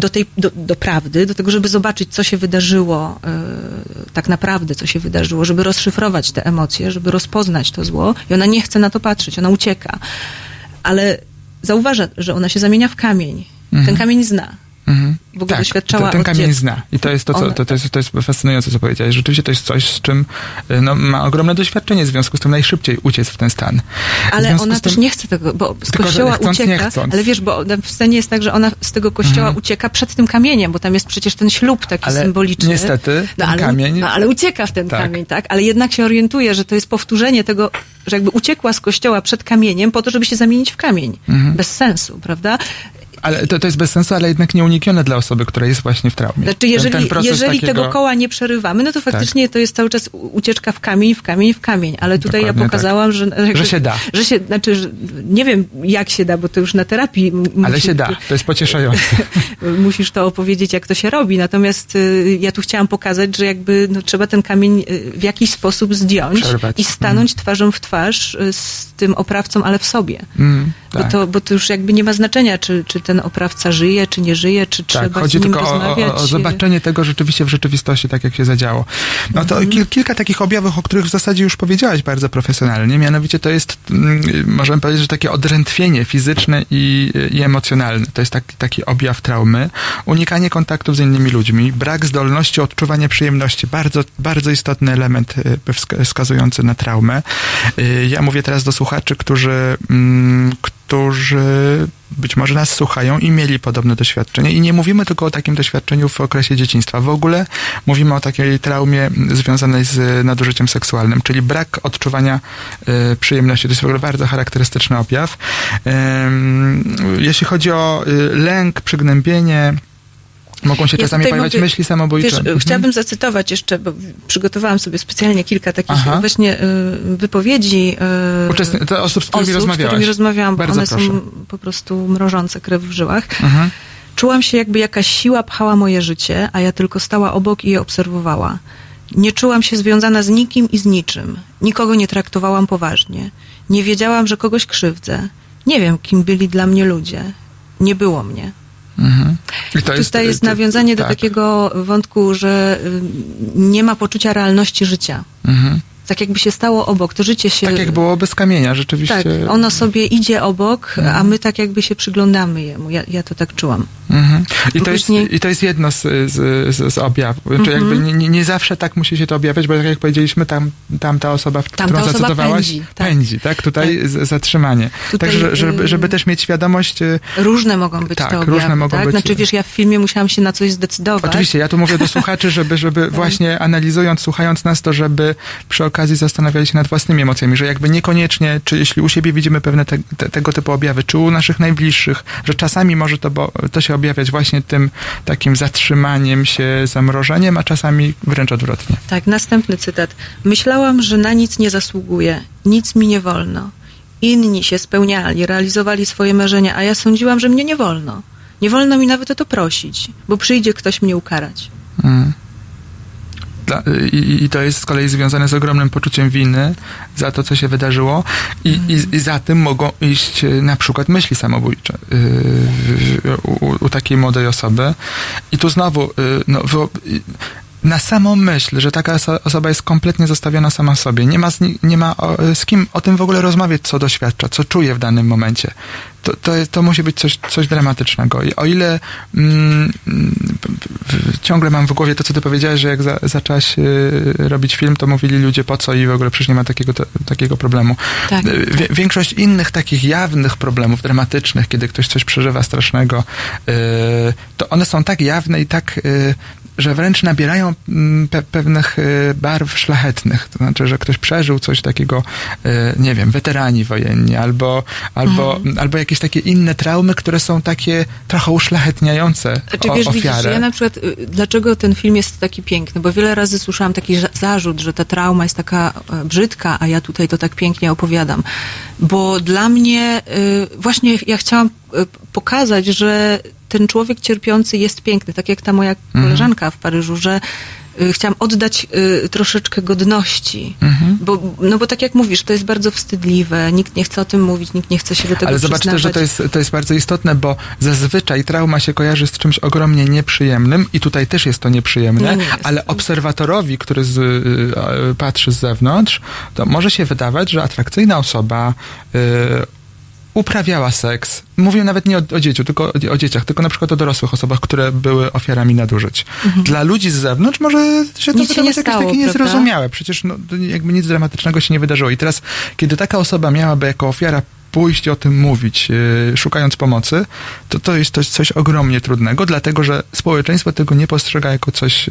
do prawdy, do tego, żeby zobaczyć, co się wydarzyło, tak naprawdę, co się wydarzyło, żeby rozszyfrować te emocje, żeby rozpoznać to zło. I ona nie chce na to patrzeć, ona ucieka. Ale zauważa, że ona się zamienia w kamień. Ten kamień zna. W ogóle doświadczała ten kamień zna. I to jest to jest fascynujące, co powiedziałeś. Rzeczywiście to jest coś, z czym ma ogromne doświadczenie, w związku z tym najszybciej uciec w ten stan. Ale ona też nie chce tego, bo z kościoła ucieka, ale wiesz, bo w scenie jest tak, że ona z tego kościoła ucieka przed tym kamieniem, bo tam jest przecież ten ślub taki symboliczny. Niestety, kamień. Ale ucieka w ten kamień, tak? Ale jednak się orientuje, że to jest powtórzenie tego, że jakby uciekła z kościoła przed kamieniem po to, żeby się zamienić w kamień. Bez sensu, prawda? Ale to jest bez sensu, ale jednak nieuniknione dla osoby, która jest właśnie w traumie. Znaczy, jeżeli tego koła nie przerywamy, no to faktycznie to jest cały czas ucieczka w kamień. Ale tutaj dokładnie ja pokazałam, że się da. Że nie wiem, jak się da, bo to już na terapii... Ale się da, to jest pocieszające. Musisz to opowiedzieć, jak to się robi. Natomiast ja tu chciałam pokazać, że jakby trzeba ten kamień w jakiś sposób zdjąć i stanąć twarzą w twarz z tym oprawcą, ale w sobie. Tak. Bo to już jakby nie ma znaczenia, czy ten oprawca żyje, czy nie żyje, czy trzeba z nim rozmawiać. Chodzi tylko o zobaczenie tego rzeczywiście w rzeczywistości, tak jak się zadziało. No to kilka takich objawów, o których w zasadzie już powiedziałaś bardzo profesjonalnie, mianowicie to jest, możemy powiedzieć, że takie odrętwienie fizyczne i emocjonalne. To jest taki objaw traumy. Unikanie kontaktów z innymi ludźmi, brak zdolności odczuwania przyjemności. Bardzo, bardzo istotny element wskazujący na traumę. Ja mówię teraz do słuchaczy, którzy być może nas słuchają i mieli podobne doświadczenie. I nie mówimy tylko o takim doświadczeniu w okresie dzieciństwa. W ogóle mówimy o takiej traumie związanej z nadużyciem seksualnym, czyli brak odczuwania przyjemności. To jest w ogóle bardzo charakterystyczny objaw. Jeśli chodzi o lęk, przygnębienie, mogą się czasami pojawiać myśli samobójcze. Wiesz, chciałabym zacytować jeszcze, bo przygotowałam sobie specjalnie kilka takich właśnie wypowiedzi osób, z którymi rozmawiałam, bo one są po prostu mrożące krew w żyłach. Czułam się, jakby jakaś siła pchała moje życie, a ja tylko stała obok i je obserwowała. Nie czułam się związana z nikim i z niczym. Nikogo nie traktowałam poważnie. Nie wiedziałam, że kogoś krzywdzę. Nie wiem, kim byli dla mnie ludzie. Nie było mnie. I tutaj jest nawiązanie do takiego wątku, że nie ma poczucia realności życia. Tak jakby się stało obok, to życie się... Tak jak było bez kamienia, rzeczywiście. Tak, ono sobie idzie obok, a my tak jakby się przyglądamy jemu. Ja to tak czułam. I to jest jedno z objawów. Czyli jakby nie zawsze tak musi się to objawiać, bo tak jak powiedzieliśmy, tam ta osoba, którą zacytowałaś, pędzi, tak? Tutaj zatrzymanie. Tutaj, tak, żeby też mieć świadomość... Różne mogą być te objawy, różne mogą być. Znaczy, wiesz, ja w filmie musiałam się na coś zdecydować. Oczywiście, ja tu mówię do słuchaczy, żeby właśnie analizując, słuchając nas, to żeby przy okazji zastanawiali się nad własnymi emocjami, że jakby niekoniecznie, czy jeśli u siebie widzimy pewne tego typu objawy, czy u naszych najbliższych, że czasami może to się objawiać właśnie tym takim zatrzymaniem się, zamrożeniem, a czasami wręcz odwrotnie. Tak, następny cytat. Myślałam, że na nic nie zasługuję, nic mi nie wolno. Inni się spełniali, realizowali swoje marzenia, a ja sądziłam, że mnie nie wolno. Nie wolno mi nawet o to prosić, bo przyjdzie ktoś mnie ukarać. I to jest z kolei związane z ogromnym poczuciem winy za to, co się wydarzyło i za tym mogą iść na przykład myśli samobójcze u takiej młodej osoby. I tu znowu na samą myśl, że taka osoba jest kompletnie zostawiona sama sobie, nie ma z kim o tym w ogóle rozmawiać, co doświadcza, co czuje w danym momencie. To musi być coś dramatycznego. I o ile ciągle mam w głowie to, co ty powiedziałeś, że jak zaczęłaś robić film, to mówili ludzie po co i w ogóle przecież nie ma takiego problemu. Tak. Większość innych takich jawnych problemów dramatycznych, kiedy ktoś coś przeżywa strasznego, to one są tak jawne i tak że wręcz nabierają pewnych barw szlachetnych. To znaczy, że ktoś przeżył coś takiego, nie wiem, weterani wojenni, albo jakieś takie inne traumy, które są takie trochę uszlachetniające ofiarę. Widzisz, ja na przykład, dlaczego ten film jest taki piękny? Bo wiele razy słyszałam taki zarzut, że ta trauma jest taka brzydka, a ja tutaj to tak pięknie opowiadam. Bo dla mnie, właśnie ja chciałam pokazać, że ten człowiek cierpiący jest piękny, tak jak ta moja koleżanka w Paryżu, że chciałam oddać troszeczkę godności, bo tak jak mówisz, to jest bardzo wstydliwe, nikt nie chce o tym mówić, nikt nie chce się do tego przyznawać. Ale zobaczcie, że to jest bardzo istotne, bo zazwyczaj trauma się kojarzy z czymś ogromnie nieprzyjemnym i tutaj też jest to nieprzyjemne, ale obserwatorowi, który patrzy z zewnątrz, to może się wydawać, że atrakcyjna osoba uprawiała seks. Mówię nawet nie o dzieciu, tylko o dzieciach, tylko na przykład o dorosłych osobach, które były ofiarami nadużyć. Dla ludzi z zewnątrz może się to wydawać jakieś takie niezrozumiałe. Przecież jakby nic dramatycznego się nie wydarzyło. I teraz, kiedy taka osoba miałaby jako ofiara pójść i o tym mówić, szukając pomocy, to jest coś ogromnie trudnego, dlatego, że społeczeństwo tego nie postrzega jako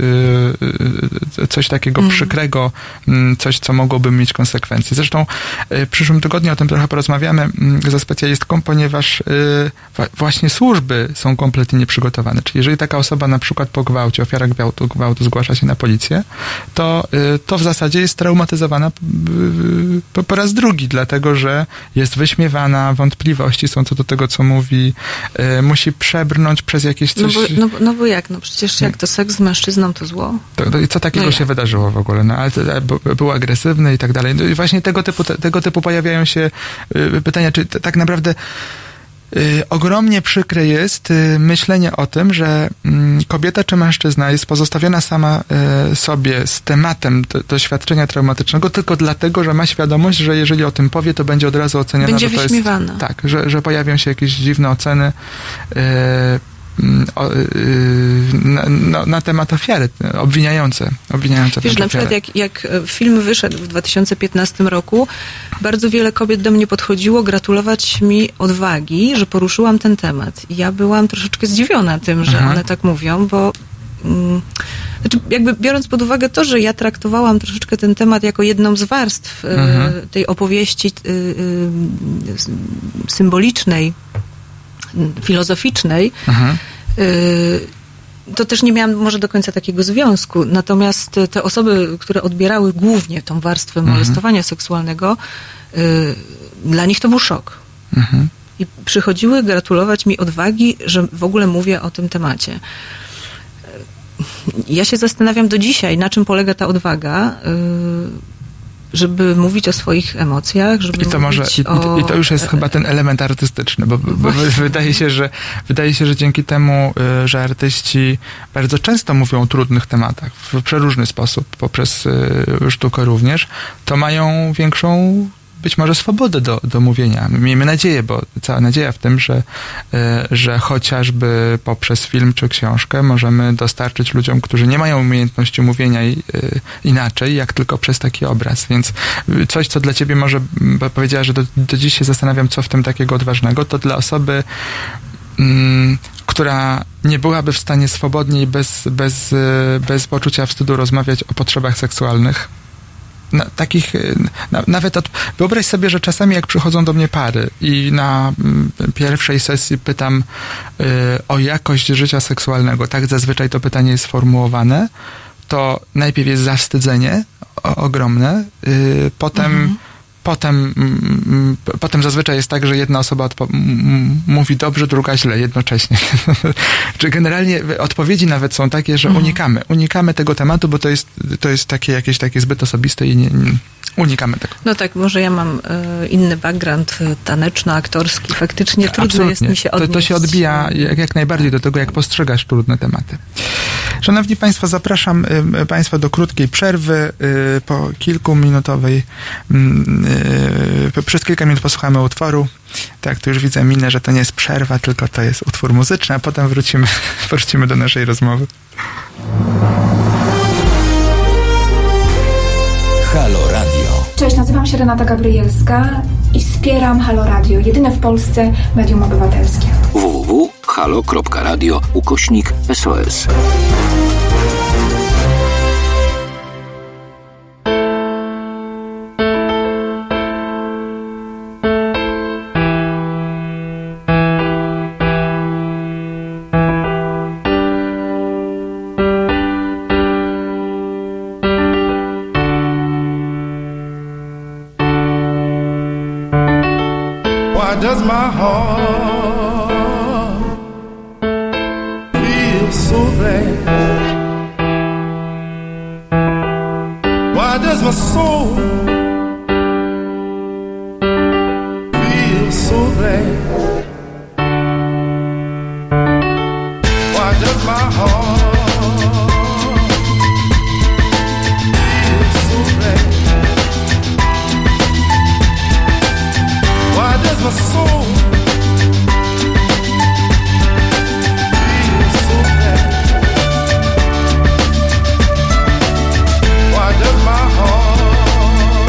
coś takiego przykrego, coś, co mogłoby mieć konsekwencje. Zresztą w przyszłym tygodniu o tym trochę porozmawiamy ze specjalistką, ponieważ właśnie służby są kompletnie nieprzygotowane. Czyli jeżeli taka osoba na przykład po gwałcie, ofiara gwałtu zgłasza się na policję, to w zasadzie jest traumatyzowana po raz drugi, dlatego, że jest wyśmiewana, wątpliwości są co do tego, co mówi, musi przebrnąć przez jakieś coś... No bo jak? No przecież jak to seks z mężczyzną, to zło? I co takiego się wydarzyło w ogóle? Ale był agresywny i tak dalej. No i właśnie tego typu pojawiają się pytania, czy tak naprawdę ogromnie przykre jest myślenie o tym, że kobieta czy mężczyzna jest pozostawiona sama sobie z tematem doświadczenia traumatycznego tylko dlatego, że ma świadomość, że jeżeli o tym powie, to będzie od razu oceniana, będzie że to wyśmiewana. jest... Tak, że pojawią się jakieś dziwne oceny. na temat ofiary, obwiniające Wiesz, na przykład jak film wyszedł w 2015 roku, bardzo wiele kobiet do mnie podchodziło gratulować mi odwagi, że poruszyłam ten temat. I ja byłam troszeczkę zdziwiona tym, że one tak mówią, bo znaczy jakby biorąc pod uwagę to, że ja traktowałam troszeczkę ten temat jako jedną z warstw tej opowieści symbolicznej, filozoficznej, to też nie miałam może do końca takiego związku. Natomiast te osoby, które odbierały głównie tą warstwę molestowania seksualnego, dla nich to był szok. I przychodziły gratulować mi odwagi, że w ogóle mówię o tym temacie. Ja się zastanawiam do dzisiaj, na czym polega ta odwaga, żeby mówić o swoich emocjach, żeby mówić I to już jest chyba ten element artystyczny, bo wydaje się, że dzięki temu, że artyści bardzo często mówią o trudnych tematach w przeróżny sposób, poprzez sztukę również, to mają większą być może swobodę do mówienia. Miejmy nadzieję, bo cała nadzieja w tym, że chociażby poprzez film czy książkę możemy dostarczyć ludziom, którzy nie mają umiejętności mówienia inaczej, jak tylko przez taki obraz. Więc coś, co dla ciebie może, bo powiedziała, że do dziś się zastanawiam, co w tym takiego odważnego, to dla osoby, która nie byłaby w stanie swobodnie i bez poczucia wstydu rozmawiać o potrzebach seksualnych, wyobraź sobie, że czasami jak przychodzą do mnie pary i na pierwszej sesji pytam o jakość życia seksualnego, tak zazwyczaj to pytanie jest sformułowane, to najpierw jest zawstydzenie ogromne, Potem zazwyczaj jest tak, że jedna osoba mówi dobrze, druga źle jednocześnie. Czy generalnie odpowiedzi nawet są takie, że unikamy tego tematu, bo to jest jakieś takie zbyt osobiste i nie unikamy tego. No tak, może ja mam inny background taneczno-aktorski. Faktycznie trudno jest mi się odnieść. To się odbija jak najbardziej do tego, jak postrzegasz trudne tematy. Szanowni Państwo, zapraszam Państwa do krótkiej przerwy. Po kilkuminutowej przez kilka minut posłuchamy utworu. Tak, tu już widzę minę, że to nie jest przerwa, tylko to jest utwór muzyczny, a potem wrócimy do naszej rozmowy. Halo Radio. Cześć, nazywam się Renata Gabrielska i wspieram Halo Radio, jedyne w Polsce medium obywatelskie. www.halo.radio/SOS. Does my heart feel so bad? Why does my soul feel so bad? Why does my heart feel so bad? Why does my soul feel so bad? Why does my heart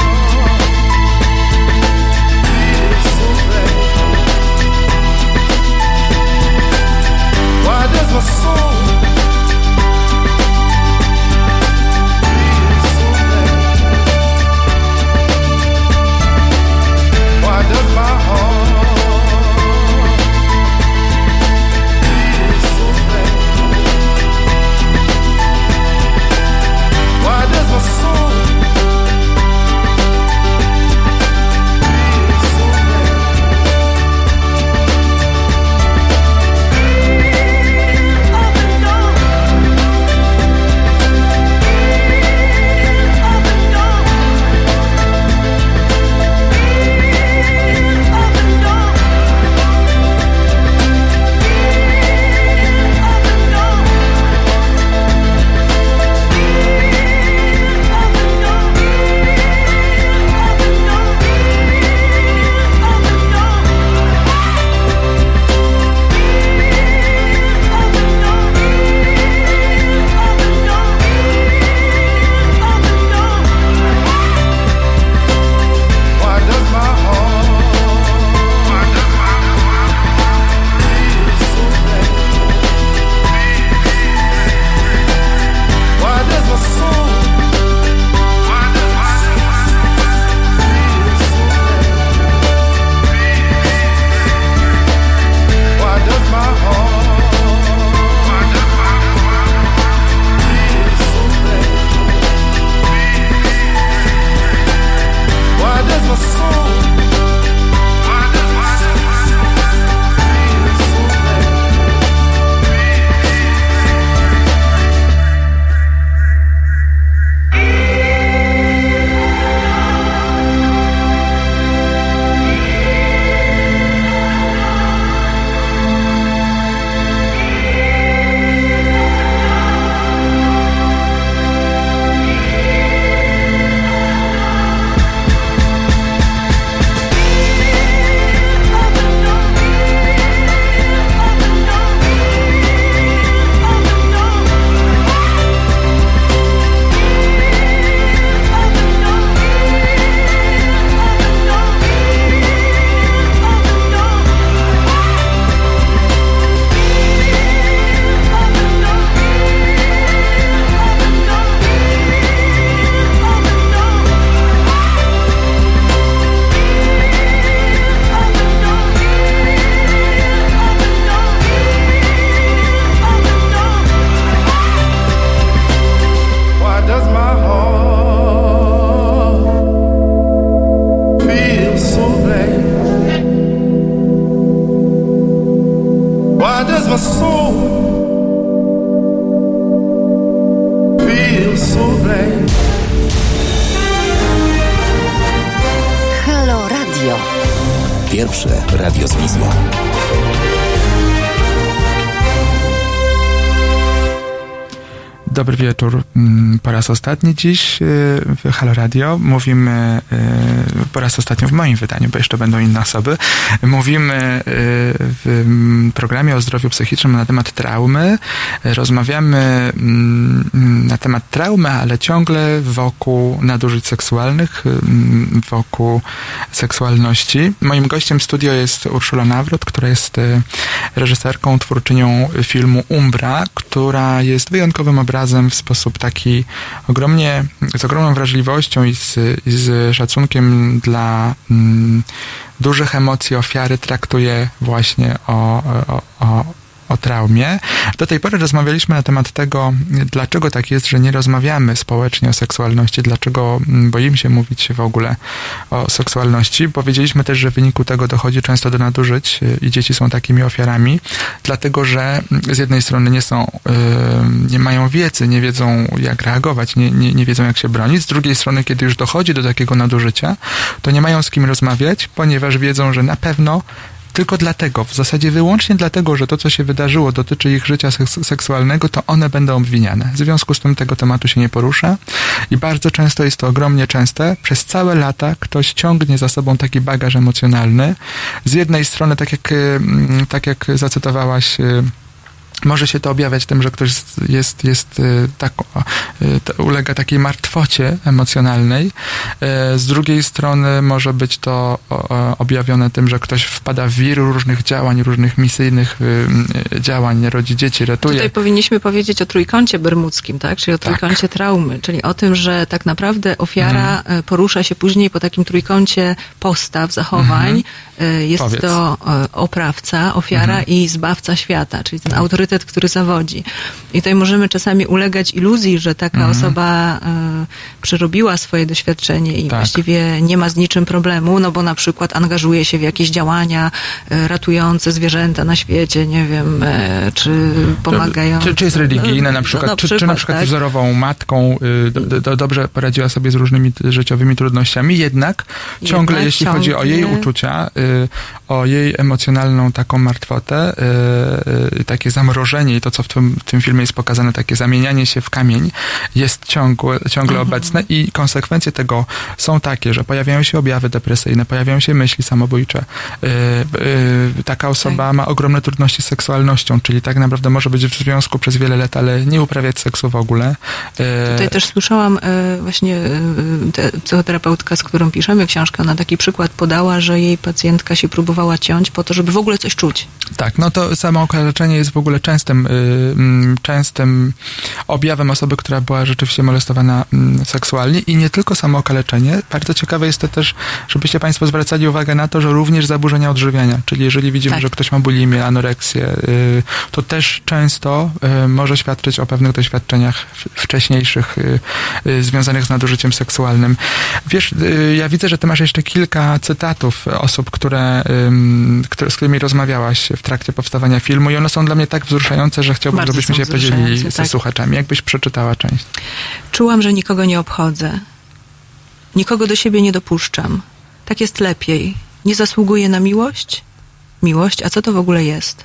so bad? Why does my soul feel so bad? Halo Radio. Pierwsze radio z wizją. Dobry wieczór. Po raz ostatni dziś w Halo Radio mówimy, po raz ostatni w moim wydaniu, bo jeszcze będą inne osoby, mówimy w programie o zdrowiu psychicznym na temat traumy. Rozmawiamy na temat traumy, ale ciągle wokół nadużyć seksualnych, wokół seksualności. Moim gościem w studio jest Urszula Nawrot, która jest reżyserką, twórczynią filmu Umbra, która jest wyjątkowym obrazem w sposób taki z ogromną wrażliwością i z szacunkiem dla dużych emocji ofiary traktuje właśnie o traumie. Do tej pory rozmawialiśmy na temat tego, dlaczego tak jest, że nie rozmawiamy społecznie o seksualności, dlaczego boimy się mówić w ogóle o seksualności. Powiedzieliśmy też, że w wyniku tego dochodzi często do nadużyć i dzieci są takimi ofiarami, dlatego że z jednej strony nie mają wiedzy, nie wiedzą jak reagować, nie wiedzą jak się bronić, z drugiej strony, kiedy już dochodzi do takiego nadużycia, to nie mają z kim rozmawiać, ponieważ wiedzą, że na pewno tylko dlatego, w zasadzie wyłącznie dlatego, że to, co się wydarzyło, dotyczy ich życia seksualnego, to one będą obwiniane. W związku z tym tego tematu się nie porusza i bardzo często jest to ogromnie częste. Przez całe lata ktoś ciągnie za sobą taki bagaż emocjonalny. Z jednej strony, tak jak zacytowałaś, może się to objawiać tym, że ktoś ulega takiej martwocie emocjonalnej. Z drugiej strony może być to objawione tym, że ktoś wpada w wir różnych działań, różnych misyjnych działań, rodzi dzieci, ratuje. Tutaj powinniśmy powiedzieć o trójkącie bermudzkim, tak? Czyli o trójkącie traumy, czyli o tym, że tak naprawdę ofiara porusza się później po takim trójkącie postaw, zachowań. Jest to oprawca, ofiara i zbawca świata, czyli ten autorytet, który zawodzi. I tutaj możemy czasami ulegać iluzji, że taka osoba przerobiła swoje doświadczenie i właściwie nie ma z niczym problemu, no bo na przykład angażuje się w jakieś działania ratujące zwierzęta na świecie, nie wiem, czy pomagają. Czy jest religijna na przykład, czy na przykład wzorową matką dobrze poradziła sobie z różnymi życiowymi trudnościami, jednak ciągle jeśli chodzi o jej uczucia, o jej emocjonalną taką martwotę, takie zamrożenie i to, co w tym filmie jest pokazane, takie zamienianie się w kamień, jest ciągle obecne i konsekwencje tego są takie, że pojawiają się objawy depresyjne, pojawiają się myśli samobójcze. Taka osoba ma ogromne trudności z seksualnością, czyli tak naprawdę może być w związku przez wiele lat, ale nie uprawiać seksu w ogóle. Tutaj też słyszałam właśnie psychoterapeutka, z którą piszemy książkę, ona taki przykład podała, że jej pacjentka się próbowała ciąć po to, żeby w ogóle coś czuć. Tak, no to samookaleczenie jest w ogóle częstym objawem osoby, która była rzeczywiście molestowana seksualnie i nie tylko samookaleczenie. Bardzo ciekawe jest to też, żebyście Państwo zwracali uwagę na to, że również zaburzenia odżywiania, czyli jeżeli widzimy, że ktoś ma bulimię, anoreksję, to też często może świadczyć o pewnych doświadczeniach wcześniejszych związanych z nadużyciem seksualnym. Wiesz, ja widzę, że ty masz jeszcze kilka cytatów osób, z którymi rozmawiałaś w trakcie powstawania filmu i one są dla mnie tak wzruszające, że chciałbym, bardzo żebyśmy się podzielili ze słuchaczami. Jakbyś przeczytała część? Czułam, że nikogo nie obchodzę. Nikogo do siebie nie dopuszczam. Tak jest lepiej. Nie zasługuję na miłość? Miłość, a co to w ogóle jest?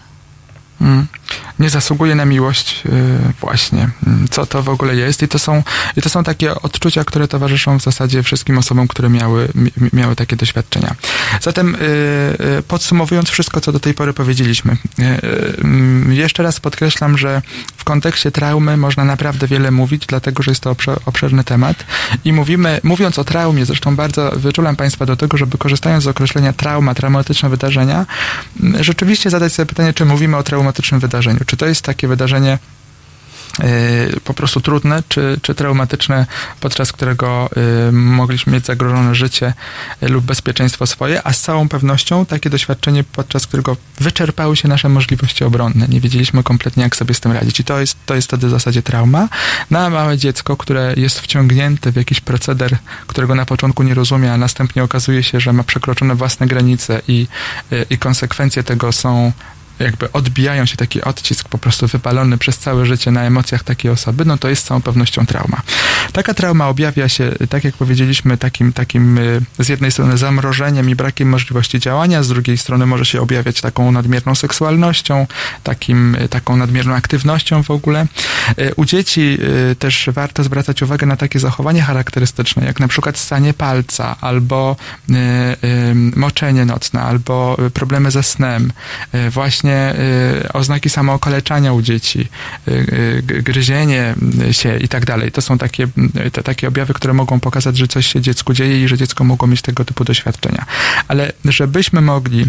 Nie zasługuje na miłość, właśnie. Co to w ogóle jest? I to są takie odczucia, które towarzyszą w zasadzie wszystkim osobom, które miały takie doświadczenia. Zatem podsumowując wszystko, co do tej pory powiedzieliśmy, jeszcze raz podkreślam, że w kontekście traumy można naprawdę wiele mówić, dlatego, że jest to obszerny temat i mówiąc o traumie, zresztą bardzo wyczulam Państwa do tego, żeby korzystając z określenia trauma, traumatyczne wydarzenia, rzeczywiście zadać sobie pytanie, czy mówimy o traumatycznym wydarzeniu. Czy to jest takie wydarzenie, po prostu trudne czy traumatyczne, podczas którego mogliśmy mieć zagrożone życie lub bezpieczeństwo swoje, a z całą pewnością takie doświadczenie, podczas którego wyczerpały się nasze możliwości obronne. Nie wiedzieliśmy kompletnie, jak sobie z tym radzić. I to jest wtedy w zasadzie trauma. Na małe dziecko, które jest wciągnięte w jakiś proceder, którego na początku nie rozumie, a następnie okazuje się, że ma przekroczone własne granice i konsekwencje tego są, jakby odbijają się, taki odcisk po prostu wypalony przez całe życie na emocjach takiej osoby, no to jest z całą pewnością trauma. Taka trauma objawia się, tak jak powiedzieliśmy, takim z jednej strony zamrożeniem i brakiem możliwości działania, z drugiej strony może się objawiać taką nadmierną seksualnością, taką nadmierną aktywnością w ogóle. U dzieci też warto zwracać uwagę na takie zachowanie charakterystyczne, jak na przykład ssanie palca, albo moczenie nocne, albo problemy ze snem, właśnie oznaki samookaleczania u dzieci, gryzienie się i tak dalej. To są takie objawy, które mogą pokazać, że coś się dziecku dzieje i że dziecko mogło mieć tego typu doświadczenia. Ale żebyśmy mogli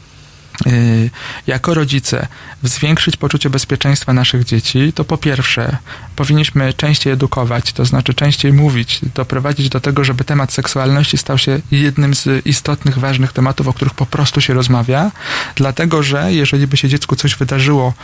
jako rodzice zwiększyć poczucie bezpieczeństwa naszych dzieci, to po pierwsze powinniśmy częściej edukować, to znaczy częściej mówić, doprowadzić do tego, żeby temat seksualności stał się jednym z istotnych, ważnych tematów, o których po prostu się rozmawia, dlatego, że jeżeli by się dziecku coś wydarzyło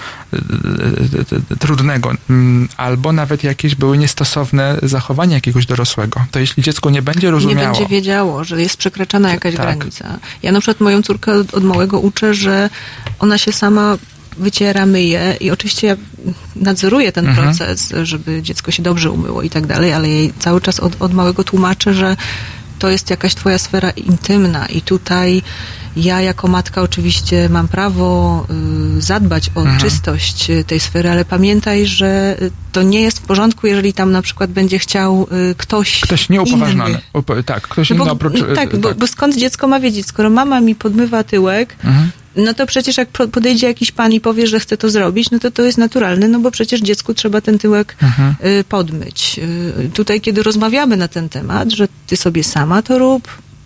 trudnego, albo nawet jakieś były niestosowne zachowania jakiegoś dorosłego, to jeśli dziecko nie będzie rozumiało... Nie będzie wiedziało, że jest przekraczana jakaś granica. Ja na przykład moją córkę od małego uczę, że ona się sama wyciera, myje i oczywiście ja nadzoruję ten proces, żeby dziecko się dobrze umyło i tak dalej, ale jej cały czas od małego tłumaczę, że to jest jakaś twoja sfera intymna i tutaj ja jako matka oczywiście mam prawo zadbać o czystość tej sfery, ale pamiętaj, że to nie jest w porządku, jeżeli tam na przykład będzie chciał ktoś nieupoważniony. Ktoś inny oprócz... Bo skąd dziecko ma wiedzieć? Skoro mama mi podmywa tyłek, no to przecież jak podejdzie jakiś pan i powie, że chce to zrobić, no to jest naturalne, no bo przecież dziecku trzeba ten tyłek podmyć. Tutaj, kiedy rozmawiamy na ten temat, że ty sobie sama to rób,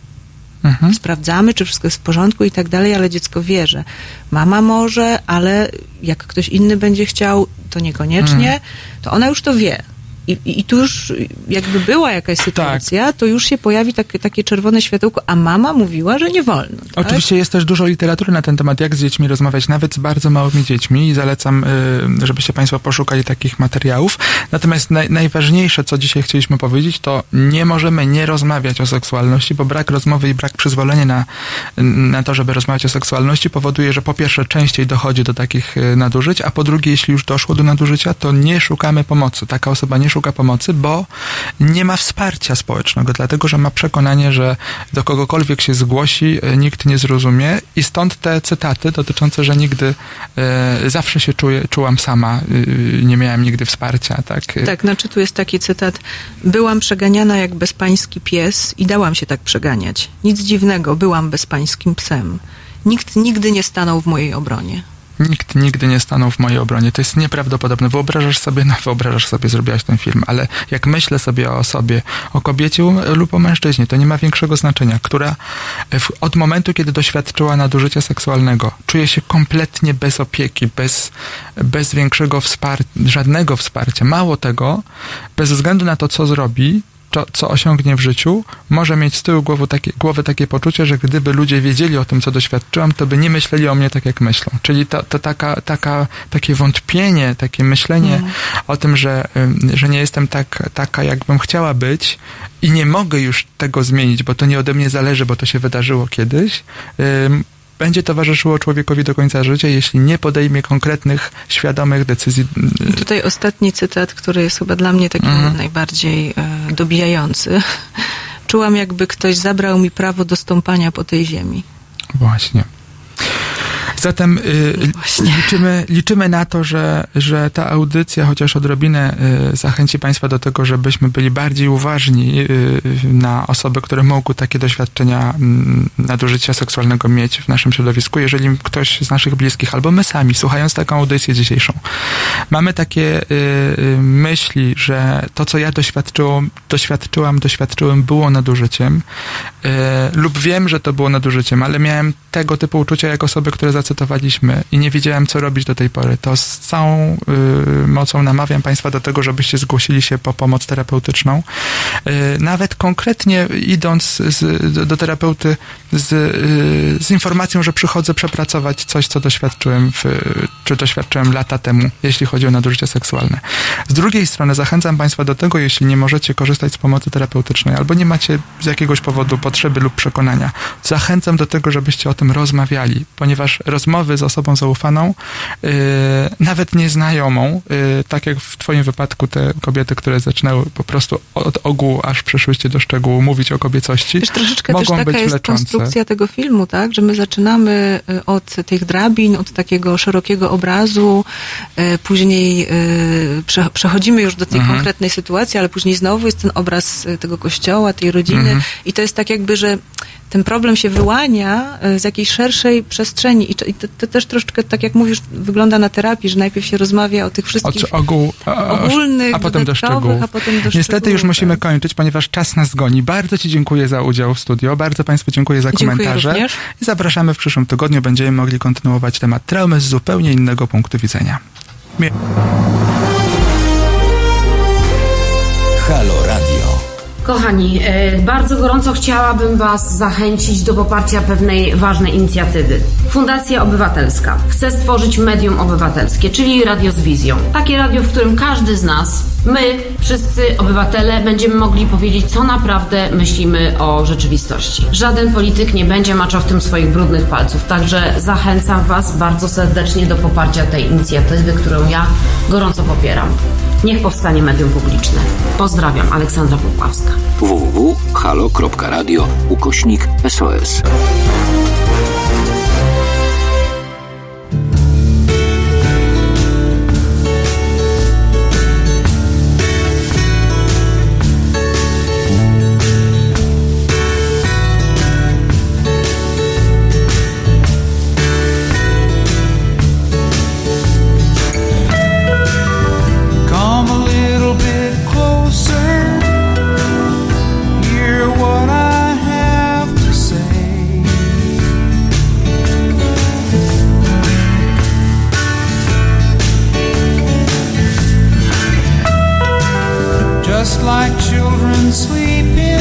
sprawdzamy, czy wszystko jest w porządku i tak dalej, ale dziecko wie, że mama może, ale jak ktoś inny będzie chciał, to niekoniecznie, to ona już to wie. I tu już jakby była jakaś sytuacja, to już się pojawi takie czerwone światełko, a mama mówiła, że nie wolno. Tak? Oczywiście jest też dużo literatury na ten temat, jak z dziećmi rozmawiać, nawet z bardzo małymi dziećmi i zalecam, żebyście Państwo poszukali takich materiałów. Natomiast najważniejsze, co dzisiaj chcieliśmy powiedzieć, to nie możemy nie rozmawiać o seksualności, bo brak rozmowy i brak przyzwolenia na to, żeby rozmawiać o seksualności powoduje, że po pierwsze częściej dochodzi do takich nadużyć, a po drugie, jeśli już doszło do nadużycia, to nie szukamy pomocy. Taka osoba nie szuka pomocy, bo nie ma wsparcia społecznego, dlatego, że ma przekonanie, że do kogokolwiek się zgłosi, nikt nie zrozumie i stąd te cytaty dotyczące, że nigdy zawsze się czułam sama, nie miałam nigdy wsparcia. Tak, znaczy tu jest taki cytat: byłam przeganiana jak bezpański pies i dałam się tak przeganiać. Nic dziwnego, byłam bezpańskim psem. Nikt nigdy nie stanął w mojej obronie. Nikt nigdy nie stanął w mojej obronie. To jest nieprawdopodobne. Wyobrażasz sobie, zrobiłaś ten film, ale jak myślę sobie o osobie, o kobiecie lub o mężczyźnie, to nie ma większego znaczenia, która od momentu, kiedy doświadczyła nadużycia seksualnego, czuje się kompletnie bez opieki, bez większego wsparcia, żadnego wsparcia. Mało tego, bez względu na to, co zrobi, co osiągnie w życiu, może mieć z tyłu głowy takie poczucie, że gdyby ludzie wiedzieli o tym, co doświadczyłam, to by nie myśleli o mnie tak, jak myślą. Czyli to takie wątpienie, takie myślenie o tym, że nie jestem taka, jakbym chciała być i nie mogę już tego zmienić, bo to nie ode mnie zależy, bo to się wydarzyło kiedyś, będzie towarzyszyło człowiekowi do końca życia, jeśli nie podejmie konkretnych, świadomych decyzji. Tutaj ostatni cytat, który jest chyba dla mnie taki najbardziej dobijający. Czułam, jakby ktoś zabrał mi prawo do stąpania po tej ziemi. Właśnie. Zatem liczymy na to, że ta audycja chociaż odrobinę zachęci Państwa do tego, żebyśmy byli bardziej uważni na osoby, które mogą takie doświadczenia nadużycia seksualnego mieć w naszym środowisku. Jeżeli ktoś z naszych bliskich albo my sami, słuchając taką audycję dzisiejszą, mamy takie myśli, że to, co ja doświadczyłem, było nadużyciem lub wiem, że to było nadużyciem, ale miałem tego typu uczucia jak osoby, które zacytowaliśmy i nie wiedziałem, co robić do tej pory, to z całą mocą namawiam Państwa do tego, żebyście zgłosili się po pomoc terapeutyczną. Nawet konkretnie idąc do terapeuty z informacją, że przychodzę przepracować coś, co doświadczyłem lata temu, jeśli chodzi o nadużycie seksualne. Z drugiej strony zachęcam Państwa do tego, jeśli nie możecie korzystać z pomocy terapeutycznej albo nie macie z jakiegoś powodu potrzeby lub przekonania, zachęcam do tego, żebyście o tym rozmawiali, ponieważ rozmowy z osobą zaufaną, nawet nieznajomą, tak jak w Twoim wypadku te kobiety, które zaczynały po prostu od ogółu, aż przeszłyście do szczegółu, mówić o kobiecości, wiesz, troszeczkę mogą też taka być jest leczące. Konstrukcja tego filmu, tak? Że my zaczynamy od tych drabin, od takiego szerokiego obrazu, później przechodzimy już do tej konkretnej sytuacji, ale później znowu jest ten obraz tego kościoła, tej rodziny i to jest tak jakby, że ten problem się wyłania z jakiejś szerszej przestrzeni i to też troszeczkę, tak jak mówisz, wygląda na terapii, że najpierw się rozmawia o tych wszystkich ogólnych, a potem do szczegółów. Niestety już musimy kończyć, ponieważ czas nas goni. Bardzo Ci dziękuję za udział w studio, bardzo Państwu dziękuję za komentarze również. I zapraszamy w przyszłym tygodniu. Będziemy mogli kontynuować temat traumy z zupełnie innego punktu widzenia. Halo Radio. Kochani, bardzo gorąco chciałabym Was zachęcić do poparcia pewnej ważnej inicjatywy. Fundacja Obywatelska chce stworzyć medium obywatelskie, czyli radio z wizją. Takie radio, w którym każdy z nas, my, wszyscy obywatele, będziemy mogli powiedzieć, co naprawdę myślimy o rzeczywistości. Żaden polityk nie będzie maczał w tym swoich brudnych palców, także zachęcam Was bardzo serdecznie do poparcia tej inicjatywy, którą ja gorąco popieram. Niech powstanie medium publiczne. Pozdrawiam, Aleksandra Popławska. www.halo.radio/SOS. Just like children sleeping